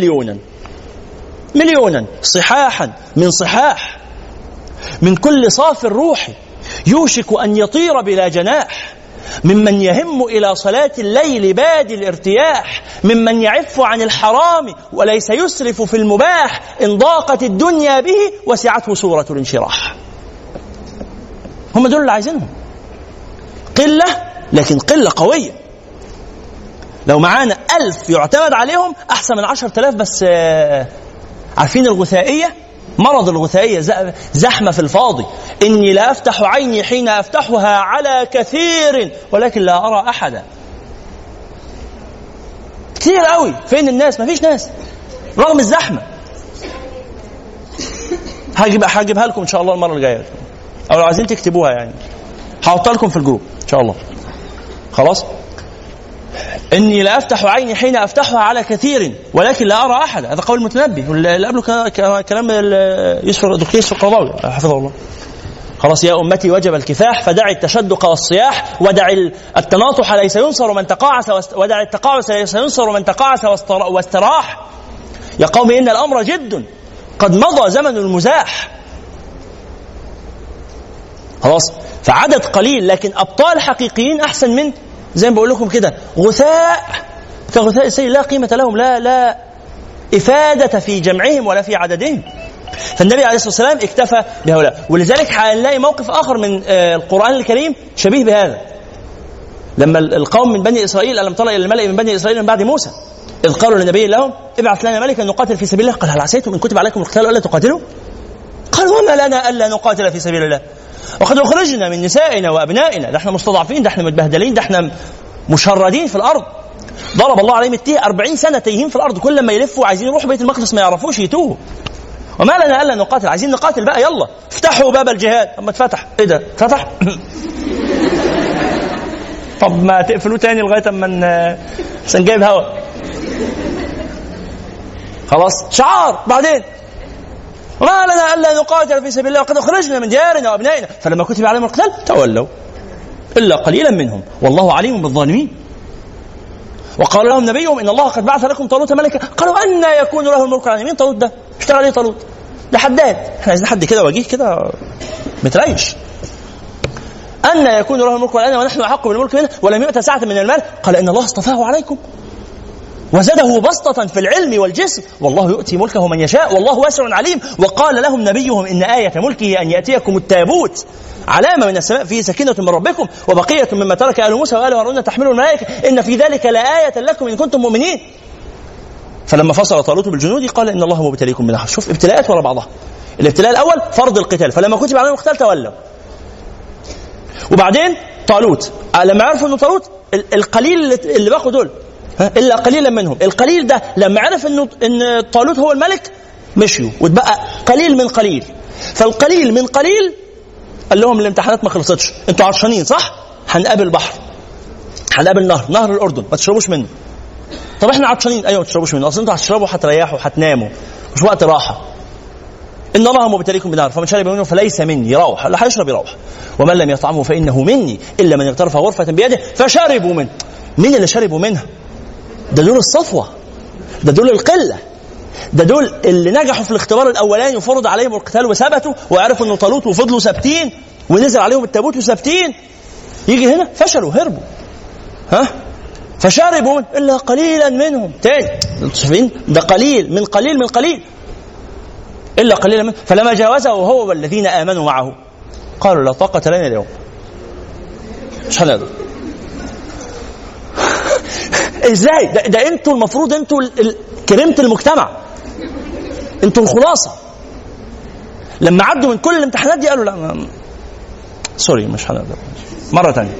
مليونا صحاحا من صحاح، من كل صاف الروح يوشك أن يطير بلا جناح، ممن يهم إلى صلاة الليل بادي الارتياح، ممن يعف عن الحرام وليس يسرف في المباح، إن ضاقت الدنيا به وسعته سورة الانشراح. هم دول اللي عايزينهم، قلة لكن قلة قوية. لو معانا 1000 يعتمد عليهم أحسن من 10,000 بس. عارفين الغثائية؟ مرض الغثائية زحمة في الفاضي. إني لا أفتح عيني حين أفتحها على كثير ولكن لا أرى أحدا. كثير قوي، فين الناس؟ ما فيش ناس رغم الزحمة. هجيبها لكم إن شاء الله المرة الجاية، أو لو عايزين تكتبوها يعني هحطها لكم في الجروب إن شاء الله. خلاص. إني لا أفتح عيني حين أفتحها على كثير ولكن لا أرى أحد. هذا قول المتنبي، اللي قبله كلام دكتور يوسف القرضاوي حفظه الله. خلاص. يا أمتي وجب الكفاح فدع التشدق والصياح، ودع التناطح ليس ينصر من تقاعس، ودع التقاعس ليس ينصر من تقاعس واستراح. يا قوم إن الأمر جد قد مضى زمن المزاح. خلاص، فعدد قليل لكن أبطال حقيقيين أحسن من زي ما بقول لكم كده غثاء كغثاء السيل لا قيمة لهم، لا إفادة في جمعهم ولا في عددهم. فالنبي عليه الصلاة والسلام اكتفى بهؤلاء. ولذلك هنلاقي موقف آخر من القرآن الكريم شبيه بهذا، لما القوم من بني إسرائيل ألم ترى إلى الملأ من بني إسرائيل من بعد موسى إذ قالوا للنبي لهم ابعث لنا ملكا نقاتل في سبيل الله قال هل عسيتم إن كتب عليكم القتال ألا تقاتلوا؟ قالوا وما لنا ألا نقاتل في سبيل الله وقد أخرجنا من نسائنا وأبنائنا، ده احنا مستضعفين، ده احنا متبهدلين، ده احنا مشردين في الأرض. ضرب الله عليهم التيه 40 سنة تايهين في الأرض، كل ما يلفوا عايزين يروحوا بيت المقدس ما يعرفوش يتوهوا. وما لنا ألا نقاتل، عايزين نقاتل بقى، يلا افتحوا باب الجهاد. أما اتفتح، ايه ده اتفتح؟ طب ما تقفلوه تاني لغاية اما عشان جايب هوا. خلاص شعار بعدين وما لنا ألا نقاتل في سبيل الله وقد أخرجنا من ديارنا وأبنائنا فلما كتب عليهم القتال تولوا إلا قليلا منهم والله عليم بالظالمين. وقال لهم نبيهم إن الله قد بعث لكم طالوت ملكا قالوا أن يكون له الملك على مين طالوت ده؟ اشتغل ايه طالوت؟ ده حداد، احنا عايزين حد كده وجيه كده متريش. أن يكون له الملك علينا ونحن أحق بالملك منه ولم يؤت سعة من المال قال إن الله اصطفاه عليكم وزده بسطة في العلم والجسم والله يؤتي ملكه من يشاء والله واسع عليم. وقال لهم نبيهم إن آية ملكه أن يأتيكم التابوت علامة من السماء فيه سكينة من ربكم وبقية مما ترك آل موسى وآل هارون تحمله الملائكة إن في ذلك لآية لكم إن كنتم مؤمنين. فلما فصل طالوت بالجنود قال إن الله مبتليكم بنهر. شوف ابتلاءات ورا بعضها. الابتلاء الأول فرض القتال فلما كتب عليهم القتال تولوا. وبعدين طالوت لما عرفوا إنه طالوت القليل اللي باقوا دول إلا قليلا منهم، القليل ده لما عرف إن طالوت هو الملك مشيوا وتبقى قليل من قليل. فالقليل من قليل قال لهم الامتحانات ما خلصتش، انتوا عطشانين صح؟ هنقابل بحر، هنقابل نهر الأردن ما تشربوش منه. طب احنا عطشانين، ايوه ما تشربوش منه، اصل انتوا هتشربوا هتريحوا هتناموا مش وقت راحه. ان الله مبتليكم بنار فمن شرب منه فليس مني، يروح لا هيشرب يروح، ومن لم يطعمه فانه مني الا من اغترف غرفه بيده فشربوا منه. مين اللي شربوا منها؟ ده دول الصفوه، ده دول القله، ده دول اللي نجحوا في الاختبار الاولاني وفرض عليهم القتال وثبتوا وعرفوا انه طالوت وفضلوا ثابتين ونزل عليهم التابوت وثابتين. يجي هنا فشلوا هربوا، فشربوا الا قليلا منهم. تاني شايفين ده قليل من قليل من قليل الا قليلا منهم. فلما جاوزه وهو والذين امنوا معه قالوا لا طاقه لنا اليوم، مش هنقدر. ازاي ده انتوا المفروض انتوا كريمه المجتمع، انتوا الخلاصه. لما عدوا من كل الامتحانات دي قالوا لا سوري مش هنقدر مره ثانيه،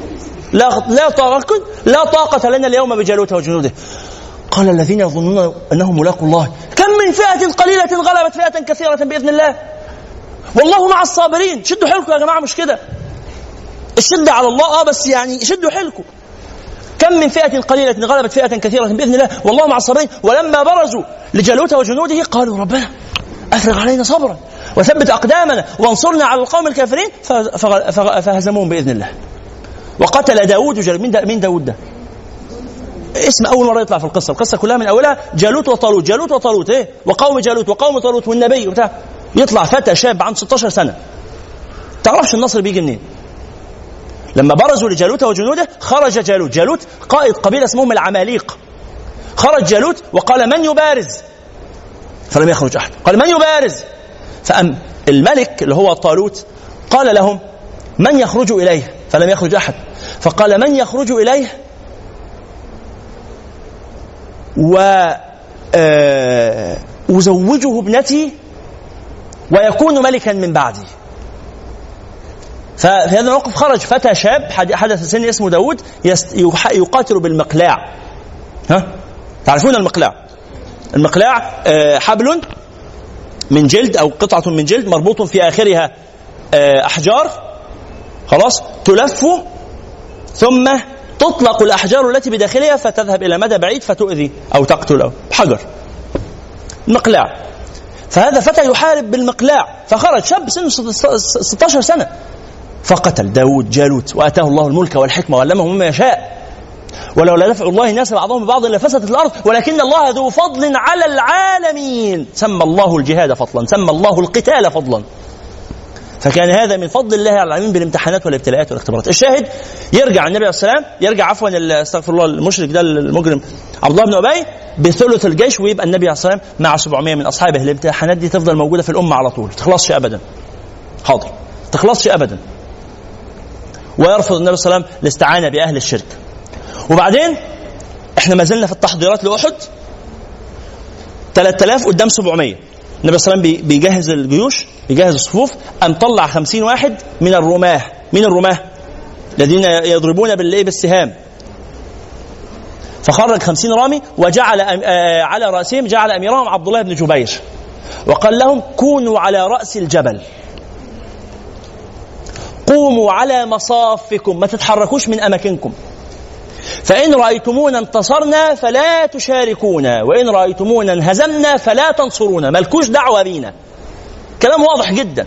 لا طاقه لنا اليوم بجالوت وجنوده. قال الذين يظنون انهم ملاقوا الله كم من فئه قليله غلبت فئه كثيره باذن الله والله مع الصابرين. شدوا حيلكم يا جماعه، مش كده الشد على الله بس يعني شدوا حيلكم. كم من فئة قليلة غلبت فئة كثيرة بإذن الله والله مع الصابرين. ولما برزوا لجالوت وجنوده قالوا ربنا أفرغ علينا صبرا وثبت أقدامنا وانصرنا على القوم الكافرين فهزموهم بإذن الله. وقتل داود من داود ده اسم أول مرة يطلع في القصة كلها من أولها جالوت وطالوت إيه وقوم جالوت وقوم طالوت والنبي وبتاع. يطلع فتى شاب عن 16 سنة تعرفش النصر بيجي منين. لما برزوا لجالوت وجنوده خرج جالوت قائد قبيلة اسمهم العماليق. خرج جالوت وقال من يبارز فلم يخرج أحد. قال من يبارز فأم الملك اللي هو طالوت قال لهم من يخرج إليه فلم يخرج أحد. فقال من يخرج إليه وأزوجه ابنتي ويكون ملكا من بعدي. ففي هذا الموقف خرج فتى شاب حدث سن اسمه داود يقاتل بالمقلاع. تعرفون المقلاع حبل من جلد أو قطعة من جلد مربوط في آخرها أحجار خلاص تلف ثم تطلق الأحجار التي بداخلها فتذهب إلى مدى بعيد فتؤذي أو تقتل أو حجر المقلاع. فهذا فتى يحارب بالمقلاع فخرج شاب سنه 16 سنة فقتل داود جالوت وآتاه الله الملك والحكمة وعلمه مما يشاء. ولولا دفع الله الناس بعضهم ببعض لفسدت الأرض ولكن الله ذو فضل على العالمين. سمى الله الجهاد فضلا، سمى الله القتال فضلا. فكان هذا من فضل الله على العالمين بالامتحانات والابتلاءات والاختبارات. الشاهد يرجع النبي عليه السلام، يرجع عفوا استغفر الله المشرك ده المجرم عبد الله بن أبي بثلث الجيش، ويبقى النبي عليه السلام مع 700 من أصحابه. الامتحانات دي تفضل موجودة في الأمة على طول، تخلصش أبدا. حاضر، تخلصش أبدا. ويرفض النبي صلى الله عليه وسلم الاستعانة بأهل الشرك. وبعدين احنا ما زلنا في التحضيرات لأحد، 3000 قدام 700. النبي صلى الله عليه وسلم بيجهز الجيوش، بيجهز الصفوف، أن طلع 50 واحد من الرماة. من الرماة الذين يضربون بالسهام. فخرج 50 رامي وجعل على رأسهم جعل أميرهم عبد الله بن جبير، وقال لهم كونوا على رأس الجبل، قوموا على مصافكم، ما تتحركوش من أماكنكم، فإن رأيتمونا انتصرنا فلا تشاركونا، وإن رأيتمونا انهزمنا فلا تنصرونا، مالكوش دعوة بينا. كلام واضح جدا.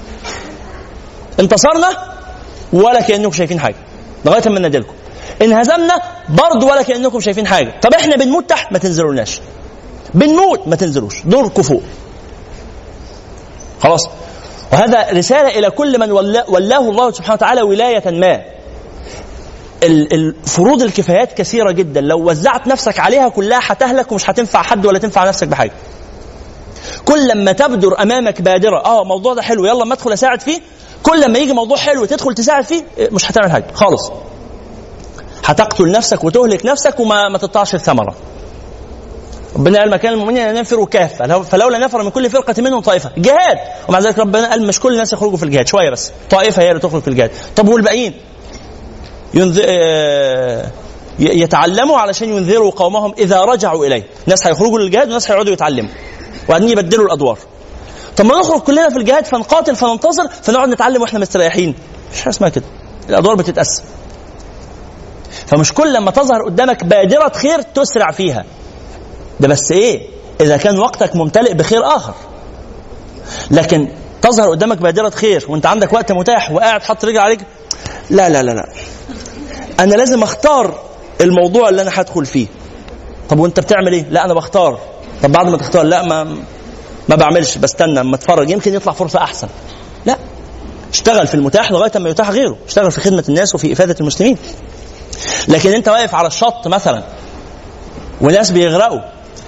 انتصرنا ولا كأنكم شايفين حاجة لغاية ما ندلكم، انهزمنا برضو ولا كأنكم شايفين حاجة. طب احنا بنموت تحت ما تنزلوناش، بنموت ما تنزلوش، دوركم فوق. خلاص. وهذا رسالة إلى كل من ولاه الله سبحانه وتعالى ولاية ما. الفروض الكفايات كثيرة جدا، لو وزعت نفسك عليها كلها هتهلك ومش هتنفع حد ولا تنفع نفسك بحاجة. كل لما تبدر أمامك بادرة موضوع ده حلو يلا ما ادخل أساعد فيه، كل لما يجي موضوع حلو تدخل تساعد فيه مش هتعمل حاجة خالص، هتقتل نفسك وتهلك نفسك وما تطلعش الثمرة. ربنا قال مكان المؤمنين أن ينفروا كافة فلولا نفر من كل فرقة منهم طائفة جهاد، ومع ذلك ربنا قال مش كل الناس يخرجوا في الجهاد، شوية بس طائفة هي اللي تخرج في الجهاد. طب والباقيين يتعلموا علشان ينذروا قومهم إذا رجعوا إليه. ناس هيخرجوا للجهاد وناس هيقعدوا يتعلموا وبعدين يبدلوا الأدوار. طب ما نخرج كلنا في الجهاد فنقاتل فننتصر فنقعد نتعلم وإحنا مستريحين، مش حاجة اسمها كده. الأدوار بتتقسم. فمش كل لما تظهر قدامك بادرة خير تسرع فيها، ده بس إذا كان وقتك ممتلئ بخير آخر. لكن تظهر قدامك بادرة خير وانت عندك وقت متاح وقاعد حط رجل عليك، لا لا لا لا، أنا لازم أختار الموضوع اللي أنا هدخل فيه. طب وانت بتعمل إيه؟ لا أنا بختار. طب بعد ما تختار لا ما بعملش، بستنى اما اتفرج يمكن يطلع فرصة أحسن. لا، اشتغل في المتاح لغاية ما يتاح غيره، اشتغل في خدمة الناس وفي إفادة المسلمين. لكن انت واقف على الشط مثلا وناس بيغرقوا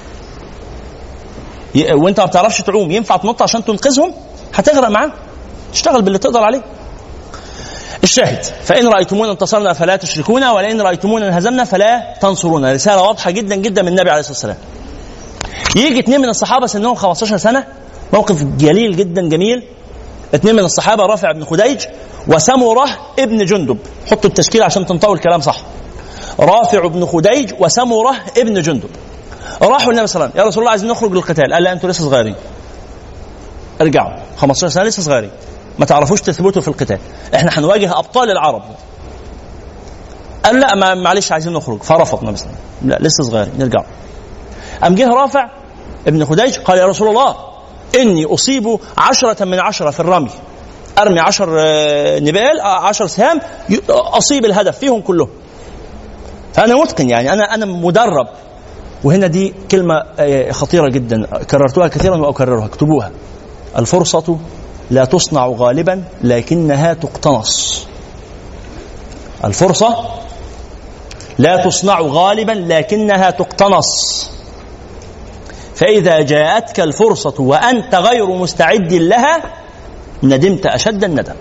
وانت ما بتعرفش تعوم، ينفع تنط عشان تنقذهم؟ هتغرق معاهم. اشتغل باللي تقدر عليه. الشاهد فإن رأيتمونا انتصرنا فلا تشركونا ولئن رأيتمونا انهزمنا فلا تنصرونا. رسالة واضحة جدا جدا من النبي عليه الصلاة والسلام. يجي 2 من الصحابة سنهم 15 سنة، موقف جليل جدا جميل. 2 من الصحابة رافع بن خديج وسمرة ابن جندب. حطوا التشكيل عشان تنطقوا الكلام صح. رافع بن خديج وسمرة ابن جندب راحوا النبي صلى الله عليه وسلم، يا رسول الله عايزين نخرج للقتال. قال لا انتوا لسه صغيرين، ارجعوا 15 سنة لسه صغيرين، ما تعرفوش تثبتوا في القتال، احنا هنواجه أبطال العرب. قال لا معلش عايزين نخرج. فرفض النبي صلى الله عليه وسلم، لا لسه صغيرين نرجع. أم جه رافع ابن خديج قال يا رسول الله إني أصيب 10 من 10 في الرمي، أرمي 10 نبال 10 سهام أصيب الهدف فيهم كلهم، فأنا متقن يعني أنا مدرب. وهنا دي كلمة خطيرة جدا كررتوها كثيرا وأكررها، اكتبوها. الفرصة لا تصنع غالبا لكنها تقتنص. الفرصة لا تصنع غالبا لكنها تقتنص، فإذا جاءتك الفرصة وأنت غير مستعد لها ندمت أشد الندم.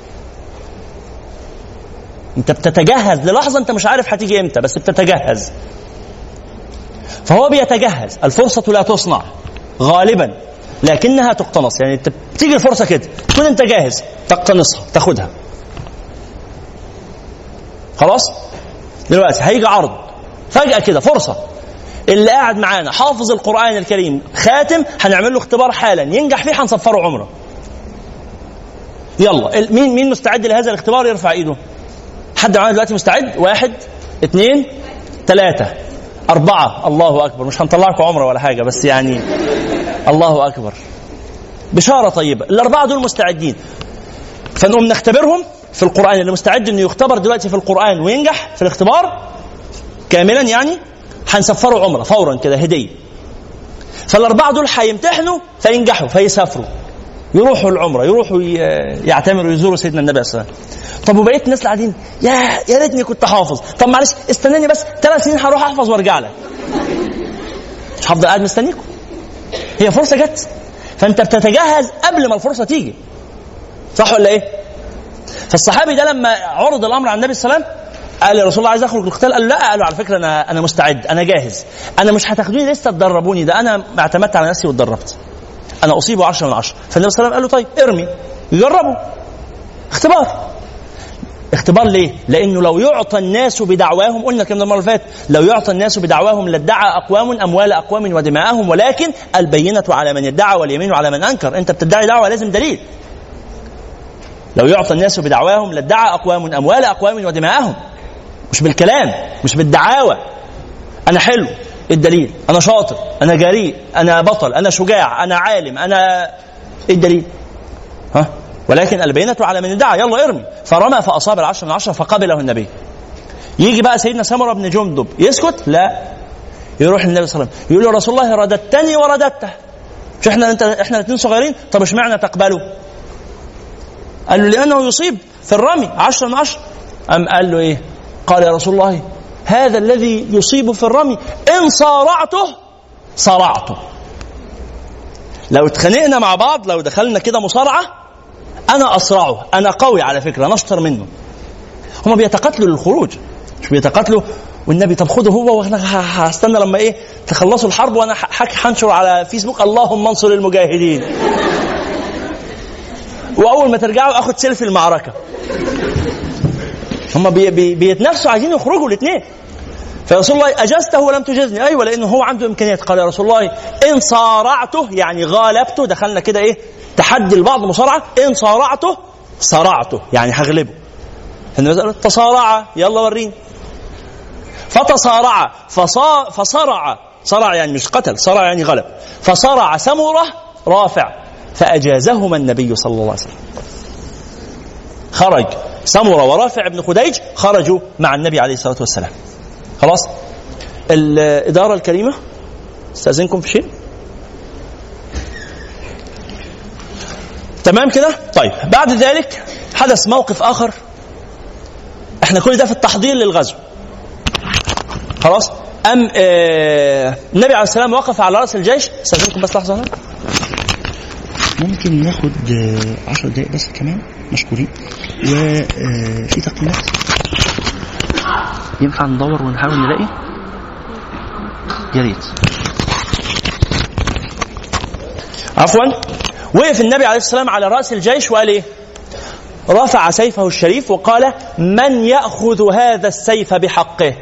أنت بتتجهز للحظة أنت مش عارف هتيجي إمتى، بس بتتجهز. فهو بيتجهز. الفرصة لا تصنع غالبا لكنها تقتنص، يعني تيجي الفرصة كده تكون أنت جاهز تقتنصها تاخدها. خلاص دلوقتي هيجي عرض فجأة كده فرصة، اللي قاعد معانا حافظ القرآن الكريم خاتم هنعمل له اختبار حالا، ينجح فيه هنصفره عمره. يلا مين مستعد لهذا الاختبار يرفع ايده؟ حد معانا دلوقتي مستعد؟ 1 2 3 4. الله أكبر. مش هنطلعكم عمره ولا حاجة بس يعني الله أكبر. بشارة طيبة. ال4 دول مستعدين، فنقوم نختبرهم في القرآن. اللي مستعد انه يختبر دلوقتي في القرآن وينجح في الاختبار كاملا يعني هنسفروا عمره فورا كده هديه. فالاربعه دول هيمتحنوا فينجحوا فيسافروا يروحوا العمره، يروحوا يعتمروا يزوروا سيدنا النبي صلى الله عليه وسلم. طب وبقيت الناس قاعدين يا ريتني كنت حافظ، طب معلش استناني بس 3 سنين هروح احفظ وارجع لك. مش هفضل قاعد مستنيكم، هي فرصه جت فانت بتتجهز قبل ما الفرصه تيجي، صح ولا ايه؟ فالصحابي ده لما عرض الامر على النبي صلى الله عليه وسلم قال يا رسول الله عايز اخرج للقتال، قال لا، قال له على فكره انا مستعد، انا جاهز، انا مش هتاخدوني لسه تدربوني، ده انا اعتمدت على نفسي واتدربت، انا اصيبه 10 من 10. فالنبي صلى الله عليه وسلم قال له طيب ارمي، يجربوا اختبار ليه؟ لانه لو يعطى الناس بدعواهم، قلنا كده المره اللي فاتت، لو يعطى الناس بدعواهم لادعى اقوام اموال اقوام ودماءهم، ولكن البينه على من ادعى واليمين على من انكر. انت بتدعي دعوه لازم دليل. لو يعطى الناس بدعواهم لادعى اقوام اموال اقوام ودماءهم، مش بالكلام، مش بالدعاوى. انا حلو، الدليل؟ انا شاطر، انا جريء، انا بطل، انا شجاع، انا عالم، انا الدليل؟ ولكن البينة على من ادعى، يلا ارمي. فرمى فاصاب 10 من 10 فقبله النبي. يجي بقى سيدنا سمرة بن جندب يسكت؟ لا، يروح للنبي صلى الله عليه وسلم يقول له رسول الله رددتني ورددته، مش احنا الاثنين صغيرين، طب ايش معنى تقبله؟ قال له لانه يصيب في الرمي 10 من 10. ام قال له ايه؟ قال يا رسول الله هذا الذي يصيب في الرمي ان صارعته صرعته. لو اتخانقنا مع بعض، لو دخلنا كده مصارعه، انا اسرعه، انا قوي على فكره، انا اشطر منه. هما بيتقاتلوا للخروج، مش بيتقاتلوا والنبي طب خده هو وانا هستنى لما ايه تخلصوا الحرب وانا هنشر على فيسبوك اللهم انصر المجاهدين، واول ما ترجعوا اخد سيلفي المعركه. هما بيتنافسوا عايزين يخرجوا الاثنين. فرسول الله اجزته ولم تجزني، ايوه لانه هو عنده امكانيات. قال يا رسول الله ان صارعته يعني غالبته، دخلنا كده ايه تحدي البعض مصارعه، ان صارعته صرعته يعني هغلبه. فالنبي قال تصارع، يلا وريني. فتصارع صرع يعني مش قتل، صرع يعني غلب. فصرع سمرة رافع فأجازهما النبي صلى الله عليه وسلم. خرج سمرة ورافع بن خديج، خرجوا مع النبي عليه الصلاة والسلام. خلاص. الإدارة الكريمة استأذنكم في شيء؟ تمام كده؟ طيب بعد ذلك حدث موقف آخر. احنا كل ده في التحضير للغزو. خلاص. النبي عليه السلام وقف على رأس الجيش. استأذنكم بس لحظة هنا. ممكن ناخد 10 دقائق بس كمان، مشكورين. وفي تقييمات ينفع ندور ونحاول نلاقي؟ يا ريت. عفوا. وقف النبي عليه السلام على رأس الجيش وقال ايه؟ رفع سيفه الشريف وقال من يأخذ هذا السيف بحقه؟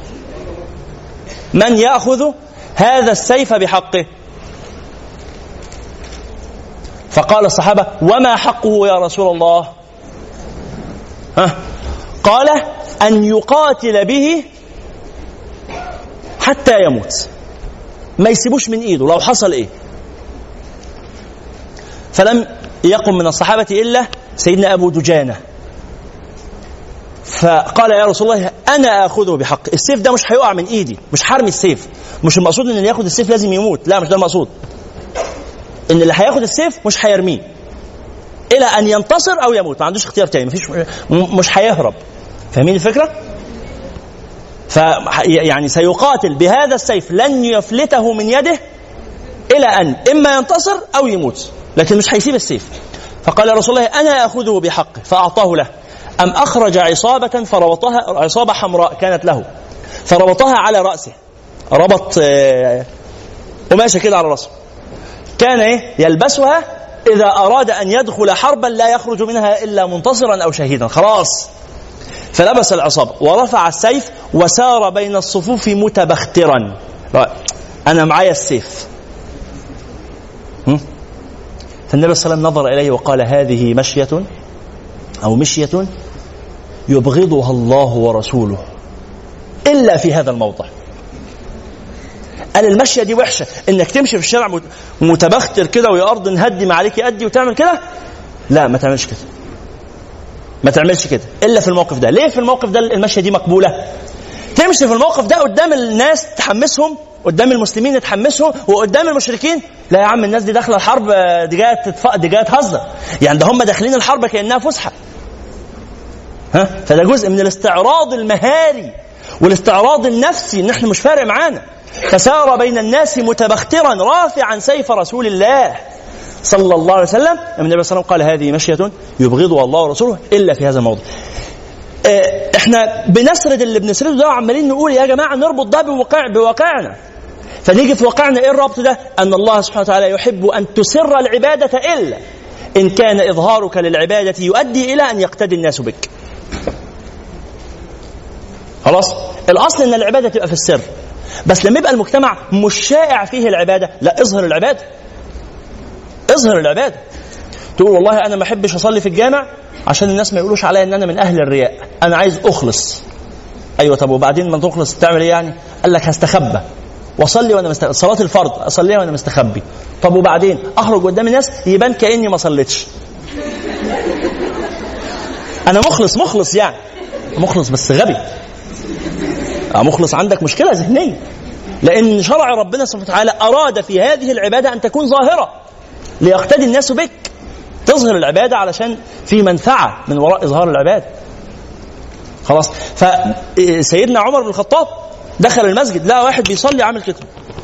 من يأخذ هذا السيف بحقه؟ فقال الصحابة وما حقه يا رسول الله؟ قال أن يقاتل به حتى يموت، ما يسيبوش من إيده لو حصل إيه. فلم يقم من الصحابة إلا سيدنا أبو دجانة، فقال يا رسول الله أنا أخذه بحق. السيف ده مش هيقع من إيدي، مش حرمي السيف. مش المقصود إن اللي ياخد السيف لازم يموت، لا مش ده المقصود. إن اللي هياخد السيف مش هيرميه إلى أن ينتصر أو يموت، ما عندوش اختيار تاني، مش هيهرب. فاهمين الفكرة؟ يعني سيقاتل بهذا السيف لن يفلته من يده إلى أن إما ينتصر أو يموت، لكن مش هيسيب السيف. فقال يا رسول الله أنا أخذه بحقه، فأعطاه له. أم أخرج عصابة فربطها، عصابة حمراء كانت له، فربطها على رأسه، ربط قماشة كده على رأسه، كان يلبسها إذا أراد أن يدخل حربا لا يخرج منها إلا منتصرا أو شهيدا. خلاص. فلبس العصابة ورفع السيف وسار بين الصفوف متبخترا، أنا معايا السيف. فالنبي صلى الله عليه وسلم نظر إليه وقال هذه مشية أو مشية يبغضها الله ورسوله إلا في هذا الموضع. قال المشية دي وحشة، إنك تمشي في الشارع متبختر كده ويا أرض نهدم عليك أدي وتعمل كده، لا ما تعملش كده، ما تعملش كده إلا في الموقف ده. ليه في الموقف ده المشية دي مقبولة؟ تمشي في الموقف ده قدام الناس تحمسهم، قدام المسلمين تحمسهم، وقدام المشركين لا يا عم الناس دي داخله الحرب، دي جايه تهزر، يعني ده هم داخلين الحرب كانها فسحه. فده جزء من الاستعراض المهاري والاستعراض النفسي، ان احنا مش فارق معانا. فسار بين الناس متبخترا رافعا سيف رسول الله صلى الله عليه وسلم. النبي صلى الله عليه وسلم قال هذه مشية يبغضها الله ورسوله إلا في هذا الموضع. احنا بنسرد اللي بنسرده ده وعمالين نقول يا جماعة نربط ده بواقعنا، فنيجي في واقعنا ايه الربط ده؟ أن الله سبحانه وتعالى يحب أن تسر العبادة إلا إن كان إظهارك للعبادة يؤدي إلى أن يقتدي الناس بك. خلاص، الأصل أن العبادة تبقى في السر، بس لما يبقى المجتمع مش شائع فيه العبادة، لا اظهر العبادة، اظهر العبادة. تقول والله أنا ما أحبش أصلي في الجامع عشان الناس ما يقولوش عليا أن أنا من أهل الرياء، أنا عايز أخلص. أيوة، طب وبعدين ما تخلص تعمل إيه يعني؟ قال لك هستخبى وأصلي وأنا مستخبي، صلاة الفرض أصليها وأنا مستخبي. طب وبعدين أخرج قدام الناس يبان كأني ما صليتش. أنا مخلص يعني مخلص بس غبي، مخلص عندك مشكلة ذهنية، لأن شرع ربنا سبحانه وتعالى أراد في هذه العبادة أن تكون ظاهرة ليقتدي الناس بك. تظهر العبادة علشان في منفعة من وراء إظهار العبادة. خلاص، فسيدنا عمر بن الخطاب دخل المسجد لقى واحد بيصلي عامل كده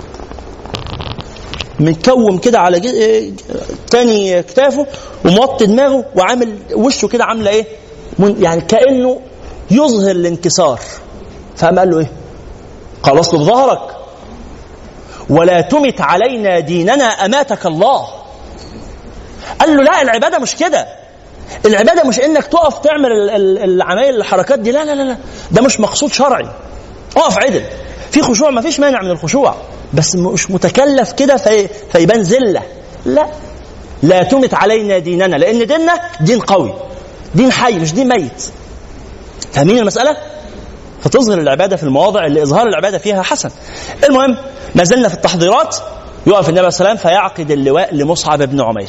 متكوم كده على تاني كتافه وموطي دماغه وعامل وشه كده عامله ايه يعني كأنه يظهر الانكسار. فقام قال له ايه؟ قال اصلب ظهرك ولا تمت علينا ديننا اماتك الله. قال له لا، العباده مش كده، العباده مش انك تقف تعمل العمايل الحركات دي، لا لا لا، ده مش مقصود شرعي. اقف عدل، في خشوع ما فيش مانع من الخشوع، بس مش متكلف كده فيبان ذله. لا، لا تمت علينا ديننا، لان ديننا دين قوي، دين حي مش دين ميت. فاهمين المساله؟ فتظهر العباده في المواضع اللي اظهار العباده فيها حسن. المهم ما زلنا في التحضيرات. يقف النبي صلى الله عليه وسلم فيعقد اللواء لمصعب بن عمير.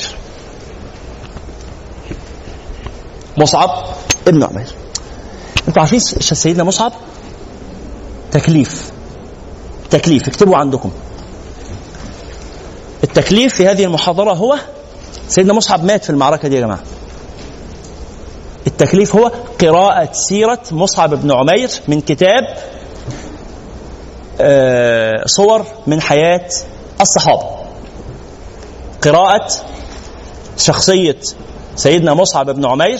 مصعب ابن عمير، انتوا عارفين سيدنا مصعب تكليف اكتبوا عندكم. التكليف في هذه المحاضرة هو سيدنا مصعب مات في المعركة دي يا جماعة. التكليف هو قراءة سيرة مصعب بن عمير من كتاب صور من حياة الصحابة. قراءة شخصية سيدنا مصعب بن عمير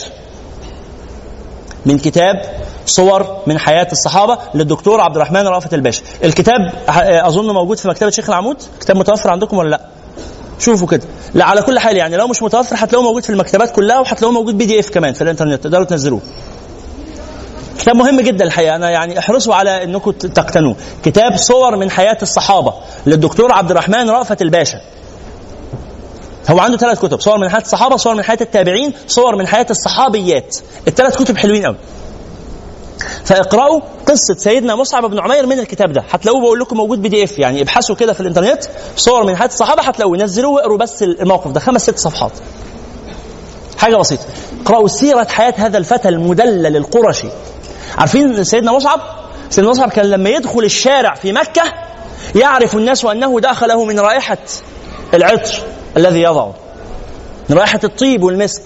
من كتاب صور من حياة الصحابة للدكتور عبد الرحمن رأفت الباشا. الكتاب أظن موجود في مكتبة شيخ العمود. كتاب متوفر عندكم ولا لا؟ شوفوا كده. لا على كل حال يعني لو مش متوفر هتلاقوه موجود في المكتبات كلها، وهتلاقوه موجود PDF كمان في الانترنت، تقدروا تنزلوه. كتاب مهم جدا الحقيقة، أنا يعني احرصوا على أنكم تقتنوه. كتاب صور من حياة الصحابة للدكتور عبد الرحمن رأفت الباشا. هو عنده 3 كتب: صور من حياة الصحابة، صور من حياة التابعين، صور من حياة الصحابيات. ال3 كتب حلوين قوي. فاقرأوا قصة سيدنا مصعب بن عمير من الكتاب ده، هتلاقوه بقول لكم موجود PDF، يعني ابحثوا كده في الانترنت صور من حياة الصحابة هتلاقوه، نزلوه واقروا بس الموقف ده 5-6 صفحات، حاجة بسيطة. اقرأوا سيرة حياة هذا الفتى المدلل القرشي. عارفين سيدنا مصعب كان لما يدخل الشارع في مكة يعرف الناس أنه داخله من رائحة العطر الذي يضعه، من رائحة الطيب والمسك.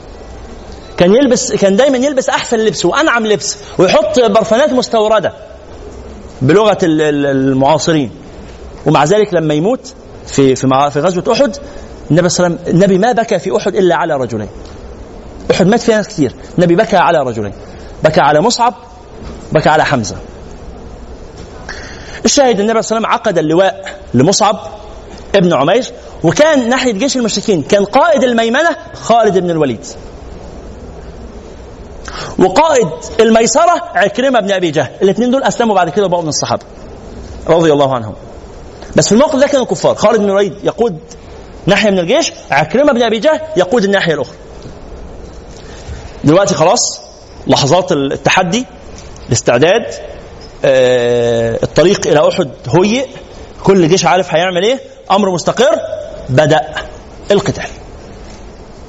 كان دايما يلبس أحسن لبس وأنعم لبس، ويحط برفانات مستوردة بلغة المعاصرين. ومع ذلك لما يموت في غزوة أحد، النبي ما بكى في أحد إلا على رجلين. أحد مات فيها ناس كثير، النبي بكى على رجلين، بكى على مصعب، بكى على حمزة. الشاهد النبي صلى الله عليه وسلم عقد اللواء لمصعب ابن عمير، وكان ناحية جيش المشركين كان قائد الميمنة خالد بن الوليد، وقائد الميسرة عكرمة بن أبي جهل. الاثنين دول أسلموا بعد كده وبقوا من الصحابة رضي الله عنهم، بس في الموقف ده كانوا كفار. خالد بن الوليد يقود ناحية من الجيش، عكرمة بن أبي جهل يقود الناحية الأخرى. دلوقتي خلاص لحظات التحدي، الاستعداد، الطريق إلى أحد هيئ، كل جيش عارف هيعمل إيه، أمر مستقر. بدأ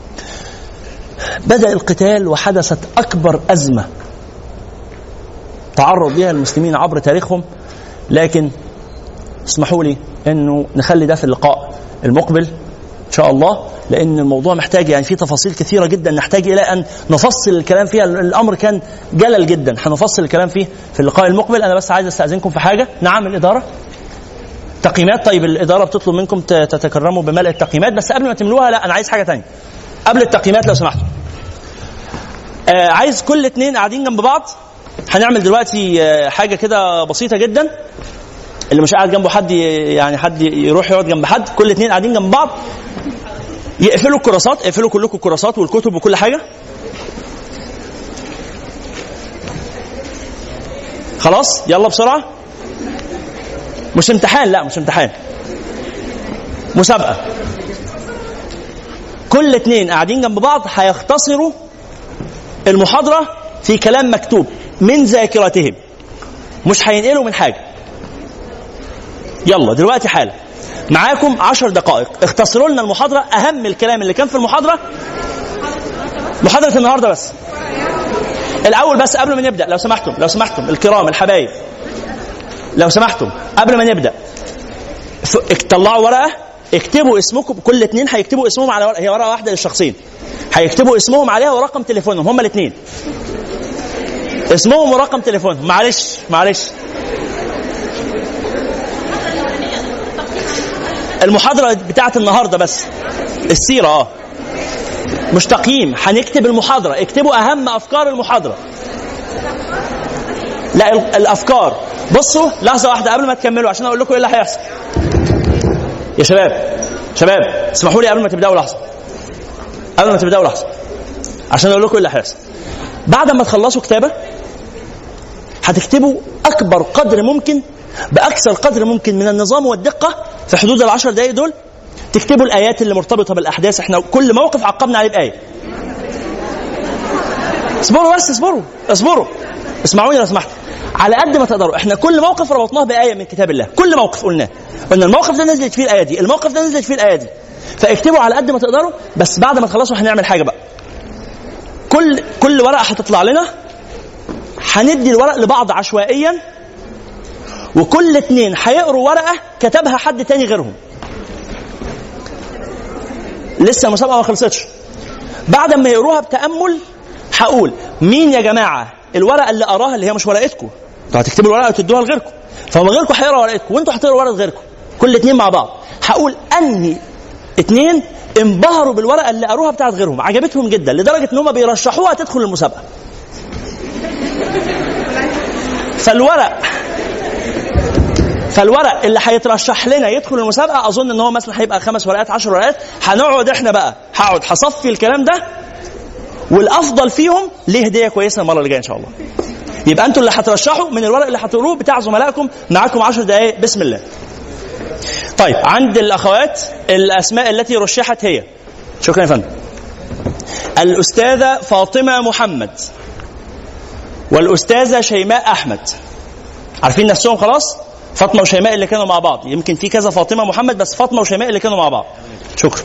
القتال وحدثت أكبر أزمة تعرض لها المسلمين عبر تاريخهم، لكن اسمحوا لي انه نخلي ده في اللقاء المقبل ان شاء الله، لان الموضوع محتاج يعني في تفاصيل كثيره جدا نحتاج الى ان نفصل الكلام فيها. الامر كان جلل جدا، هنفصل الكلام فيه في اللقاء المقبل. انا بس عايز استاذنكم في حاجه. نعم الاداره تقييمات. طيب الاداره بتطلب منكم تتكرموا بملء التقييمات، بس قبل ما تملوها لا انا عايز حاجه تانية قبل التقييمات لو سمحتوا. عايز كل اتنين قاعدين جنب بعض. هنعمل دلوقتي حاجه كده بسيطه جدا، اللي مش قاعد جنبه حد يعني حد يروح يقعد جنب حد. كل اتنين قاعدين جنب بعض يقفلوا الكراسات، اقفلوا كلكم الكراسات والكتب وكل حاجه. خلاص يلا بسرعه. مش امتحان، لا مش امتحان، مسابقه. كل اتنين قاعدين جنب بعض هيختصروا المحاضره في كلام مكتوب من ذاكرتهم، مش هينقلوا من حاجه. يلا دلوقتي حالا معاكم 10 دقائق، اختصروا لنا المحاضره، اهم الكلام اللي كان في المحاضره، محاضره النهارده بس. الاول بس قبل ما نبدا لو سمحتم الكرام الحبايب، لو سمحتم قبل ما نبدا طلعوا ورقه اكتبوا اسمكم. كل اتنين هيكتبوا اسمهم على ورقه، هي ورقه واحده للشخصين، هيكتبوا اسمهم عليها ورقم تليفونهم هما الاثنين، اسمهم ورقم تليفونهم. معلش المحاضره بتاعت النهارده بس السيره مش تقييم، هنكتب المحاضره، اكتبوا اهم افكار المحاضره. لا الافكار. بصوا لحظه واحده قبل ما تكملوا عشان اقول لكم ايه اللي هيحصل. يا شباب اسمحوا لي قبل ما تبداوا لحظه عشان اقول لكم ايه اللي هيحصل. بعد ما تخلصوا كتابه هتكتبوا اكبر قدر ممكن باكثر قدر ممكن من النظام والدقه في حدود ال10 دقائق دول. تكتبوا الايات اللي مرتبطه بالاحداث، احنا كل موقف عقبنا عليه بايه. اصبروا بس اصبروا اسمعوني لو سمحتوا على قد ما تقدروا. احنا كل موقف ربطناه بايه من كتاب الله، كل موقف قلنا الموقف ده نزلت فيه الايه دي، الموقف ده نزلت فيه الايه دي، فاكتبوا على قد ما تقدروا. بس بعد ما تخلصوا هنعمل حاجه بقى، كل ورقه هتطلع لنا هندي الورق لبعض عشوائيا، وكل اتنين هيقروا ورقه كتبها حد تاني غيرهم. لسه المسابقه ما خلصتش. بعد ما يقروها بتامل هقول مين يا جماعه الورقه اللي قراها اللي هي مش ورقتكم، انتوا هتكتبوا الورقه وتدوها لغيركم، فما غيركم هيقرا ورقتكم وانتوا هتقروا ورقه غيركم، كل اتنين مع بعض. هقول انهي اتنين انبهروا بالورقه اللي قروها بتاعت غيرهم، عجبتهم جدا لدرجه ان هم بيرشحوها تدخل المسابقه. فالورق اللي هيترشح لنا يدخل المسابقه اظن ان هو مثلا هيبقى 5 ورقات 10 ورقات. هنقعد احنا بقى هصفي الكلام ده، والافضل فيهم ليه هديه كويسه المره اللي جايه ان شاء الله. يبقى انتوا اللي هترشحوا من الورق اللي هتقروه بتاع زملائكم. معاكم 10 دقائق بسم الله. طيب عند الاخوات الاسماء التي رشحت هي، شكرا يا فندم، الاستاذه فاطمه محمد والاستاذه شيماء احمد. عارفين نفسهم خلاص؟ فاطمه وشيماء اللي كانوا مع بعض، يمكن في كذا فاطمه محمد بس فاطمه وشيماء اللي كانوا مع بعض. شكرا.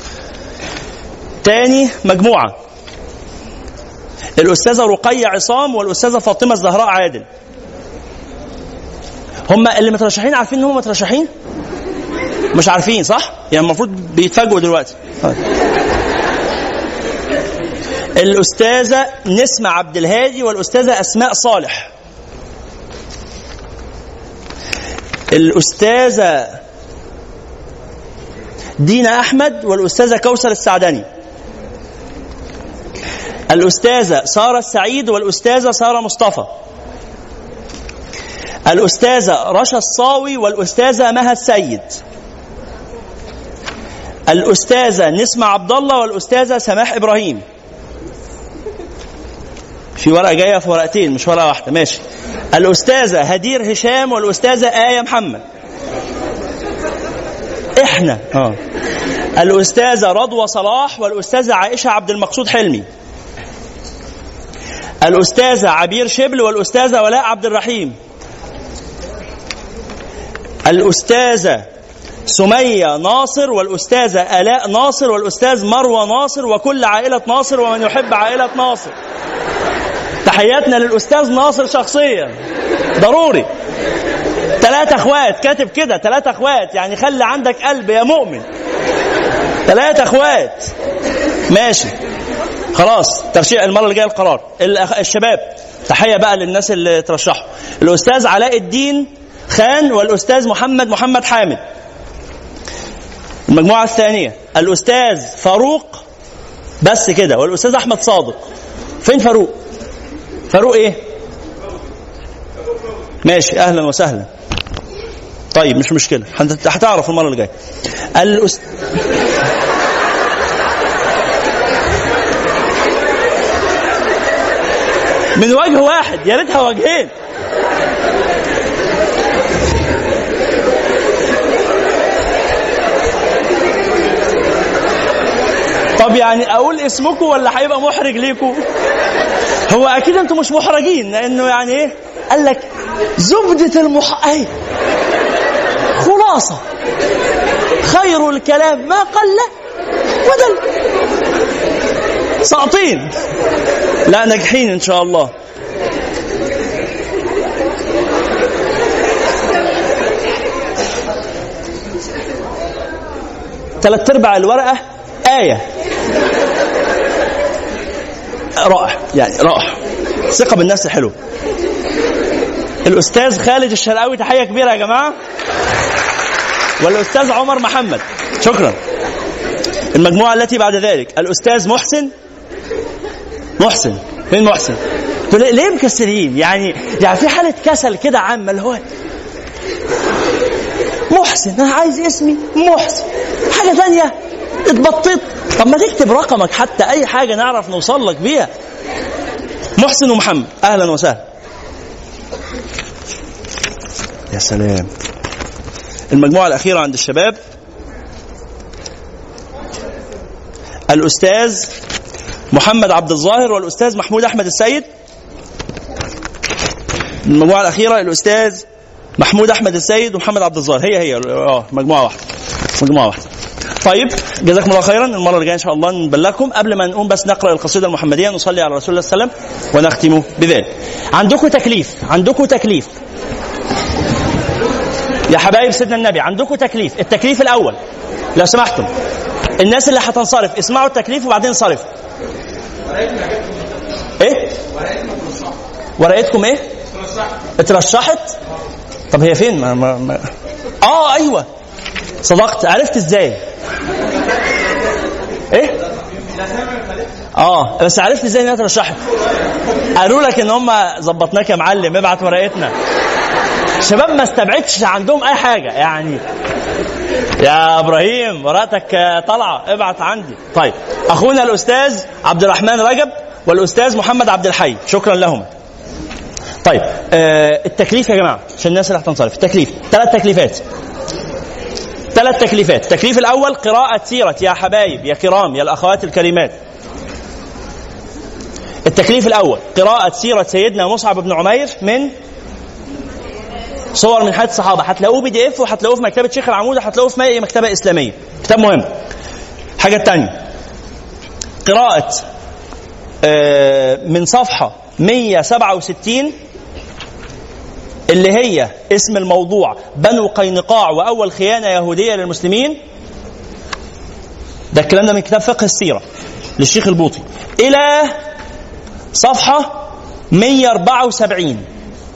تاني مجموعه الاستاذه رقية عصام والاستاذه فاطمه الزهراء عادل. هم اللي مترشحين عارفين ان هم مترشحين؟ مش عارفين صح؟ يعني المفروض بيتفاجئوا دلوقتي. الاستاذه نسمة عبد الهادي والاستاذه اسماء صالح. الاستاذه دينا احمد والاستاذه كوثر السعدني. الاستاذه ساره السعيد والاستاذه ساره مصطفى. الاستاذه رشا الصاوي والاستاذه مها السيد. الاستاذه نسمة عبد الله والاستاذه سماح ابراهيم. في ورقه جايه في ورقتين مش ورقه واحده، ماشي. الاستاذه هدير هشام والاستاذه آية محمد. احنا الاستاذه رضوى صلاح والاستاذه عائشه عبد المقصود حلمي. الاستاذه عبير شبل والاستاذه ولاء عبد الرحيم. الاستاذه سمية ناصر والاستاذه آلاء ناصر والاستاذ مروى ناصر وكل عائله ناصر ومن يحب عائله ناصر. تحياتنا للأستاذ ناصر شخصيا ضروري. 3 اخوات كاتب كده، 3 اخوات، يعني خلي عندك قلب يا مؤمن. 3 اخوات ماشي خلاص. ترشيح المرة اللي جاية القرار. الشباب تحية بقى للناس اللي ترشحوا: الأستاذ علاء الدين خان والأستاذ محمد حامد. المجموعة الثانية: الأستاذ فاروق بس كده والأستاذ أحمد صادق. فين فاروق؟ فاروق إيه؟ ماشي أهلا وسهلا. طيب مش مشكلة، هتعرف المرة اللي جاية. من وجه واحد، يا ريتها وجهين. طب يعني اقول اسمكم ولا هيبقى محرج ليكم؟ هو اكيد انتم مش محرجين، لانه يعني ايه؟ قال لك زبدة اهي خلاصة خير الكلام ما قل ودل. ساقطين لا ناجحين ان شاء الله. ثلاث ارباع الورقة آية. رائع يعني رائع. ثقة بالنفس الحلو. الأستاذ خالد الشرقاوي تحية كبيرة يا جماعة. والأستاذ عمر محمد شكرا. المجموعة التي بعد ذلك: الأستاذ محسن. فين محسن؟ ليه مكسرين؟ يعني في حالة كسل كده عامة، اللي هو محسن، أنا عايز اسمي محسن، حاجة تانية اتبطيت. طب ما تكتب رقمك حتى، أي حاجة نعرف نوصل لك بيها. محسن ومحمد أهلا وسهلا. يا سلام. المجموعة الأخيرة عند الشباب: الأستاذ محمد عبد الظاهر والأستاذ محمود أحمد السيد. المجموعة الأخيرة: الأستاذ محمود أحمد السيد ومحمد عبد الظاهر. هي مجموعة واحدة. طيب جزاكم الله خيرا. المرة اللي جاية إن شاء الله نبلغكم. قبل ما نقوم بس نقرأ القصيدة المحمدية، نصلي على رسول الله صلى الله عليه وسلم ونختم بذلك. عندكم تكليف يا حبايب سيدنا النبي، عندكم تكليف. التكليف الأول لو سمحتم، الناس اللي هتنصرف اسمعوا التكليف وبعدين انصرف. ايه ورقتكم ايه؟ اترشحت. طب هي فين؟ ايوه صدقت. عرفت ازاي؟ ايه؟ بس عرفت ازاي انها اترشحت؟ قالوا لك ان هم ظبطناك يا معلم، ابعت ورقتنا. شباب ما استبعدش عندهم اي حاجه، يعني يا ابراهيم ورقتك طالعه ابعت عندي. طيب اخونا الاستاذ عبد الرحمن رجب والأستاذ محمد عبد الحي، شكرا لهم. طيب التكليف يا جماعة عشان الناس اللي هتنصرف. التكليف 3 تكليفات. التكليف الأول قراءة سيرة يا حبايب يا كرام يا الأخوات الكريمات. التكليف الأول قراءة سيرة سيدنا مصعب بن عمير من صور من حياة الصحابة. هتلاقوه PDF وهتلاقوه في مكتبة شيخ العمودة، هتلاقوه في مكتبة إسلامية، كتاب مهم. حاجة تانية قراءة من صفحة 167 اللي هي اسم الموضوع بنو قينقاع وأول خيانة يهودية للمسلمين. ده الكلام ده من كتاب فقه السيرة للشيخ البوطي، إلى صفحة 174.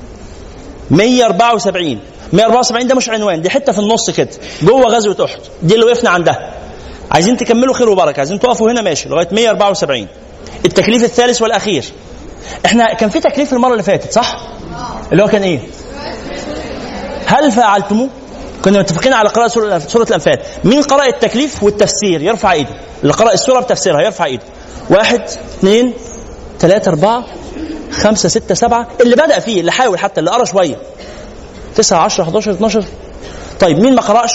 174 ده مش عنوان، دي حتة في النص كده جوه غزوة أحد، دي اللي وقفنا عندها. عايزين تكملوا خير وبركة، عايزين تقفوا هنا ماشي لغاية 174. التكليف الثالث والأخير، احنا كان في تكليف المرة اللي فاتت صح؟ اللي هو كان ايه؟ هل فعلتموه؟ كنا متفقين على قراءة سورة الأنفال. مين قرأ التكليف والتفسير يرفع ايده؟ اللي قرأ السورة بتفسيرها يرفع ايده. 1 2 3 4 5 6 7. اللي بدأ فيه، اللي حاول، حتى اللي قرأ شوية 9 10 11 12. طيب مين ما قرأش؟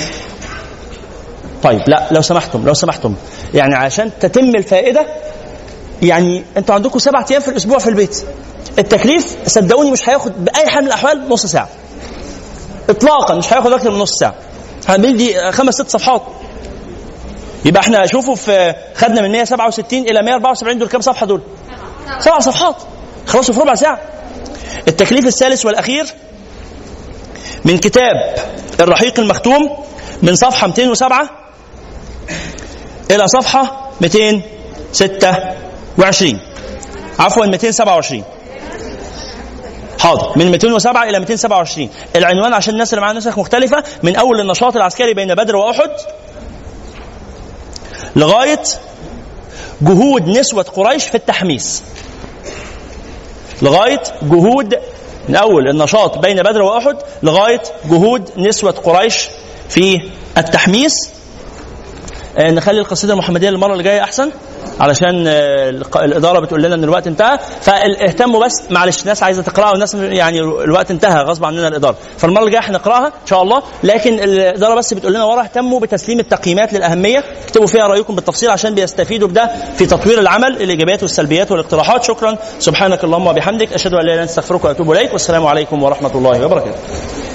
طيب لا لو سمحتم يعني عشان تتم الفائدة، يعني انتوا عندكم 7 أيام في الأسبوع في البيت. التكليف صدقوني مش هياخد بأي حال من الأحوال نص ساعة إطلاقا، مش هياخد أكثر من نص ساعة. هندي 5 6 صفحات. يبقى احنا شوفوا في خدنا من 167 إلى 174 دول كام صفحة؟ دول 7 صفحات. هيخلصوا في ربع ساعة. التكليف الثالث والأخير من كتاب الرحيق المختوم من صفحة 207 إلى صفحة 226 عفوا 227. حاضر، من 207 إلى 227. العنوان عشان الناس اللي معاها نسخ مختلفة: من أول النشاط العسكري بين بدر وأحد لغاية جهود نسوة قريش في التحميس. لغاية جهود من أول النشاط بين بدر وأحد لغاية جهود نسوة قريش في التحميس. نخلي القصيدة المحمدية للمرة اللي جاية أحسن علشان الإدارة بتقول لنا إن الوقت انتهى، فاهتموا بس. معلش ناس عايزة تقرأها والناس يعني الوقت انتهى غصب عننا الإدارة، فالمرة اللي جاية هنقرأها إن شاء الله. لكن الإدارة بس بتقول لنا ورا اهتموا بتسليم التقييمات للأهمية، اكتبوا فيها رأيكم بالتفصيل عشان بيستفيدوا بده في تطوير العمل، الإيجابيات والسلبيات والاقتراحات. شكرا، سبحانك اللهم وبحمدك، أشهد أن لا إله إلا أنت، أستغفرك وأتوب إليك، والسلام عليكم ورحمة الله وبركاته.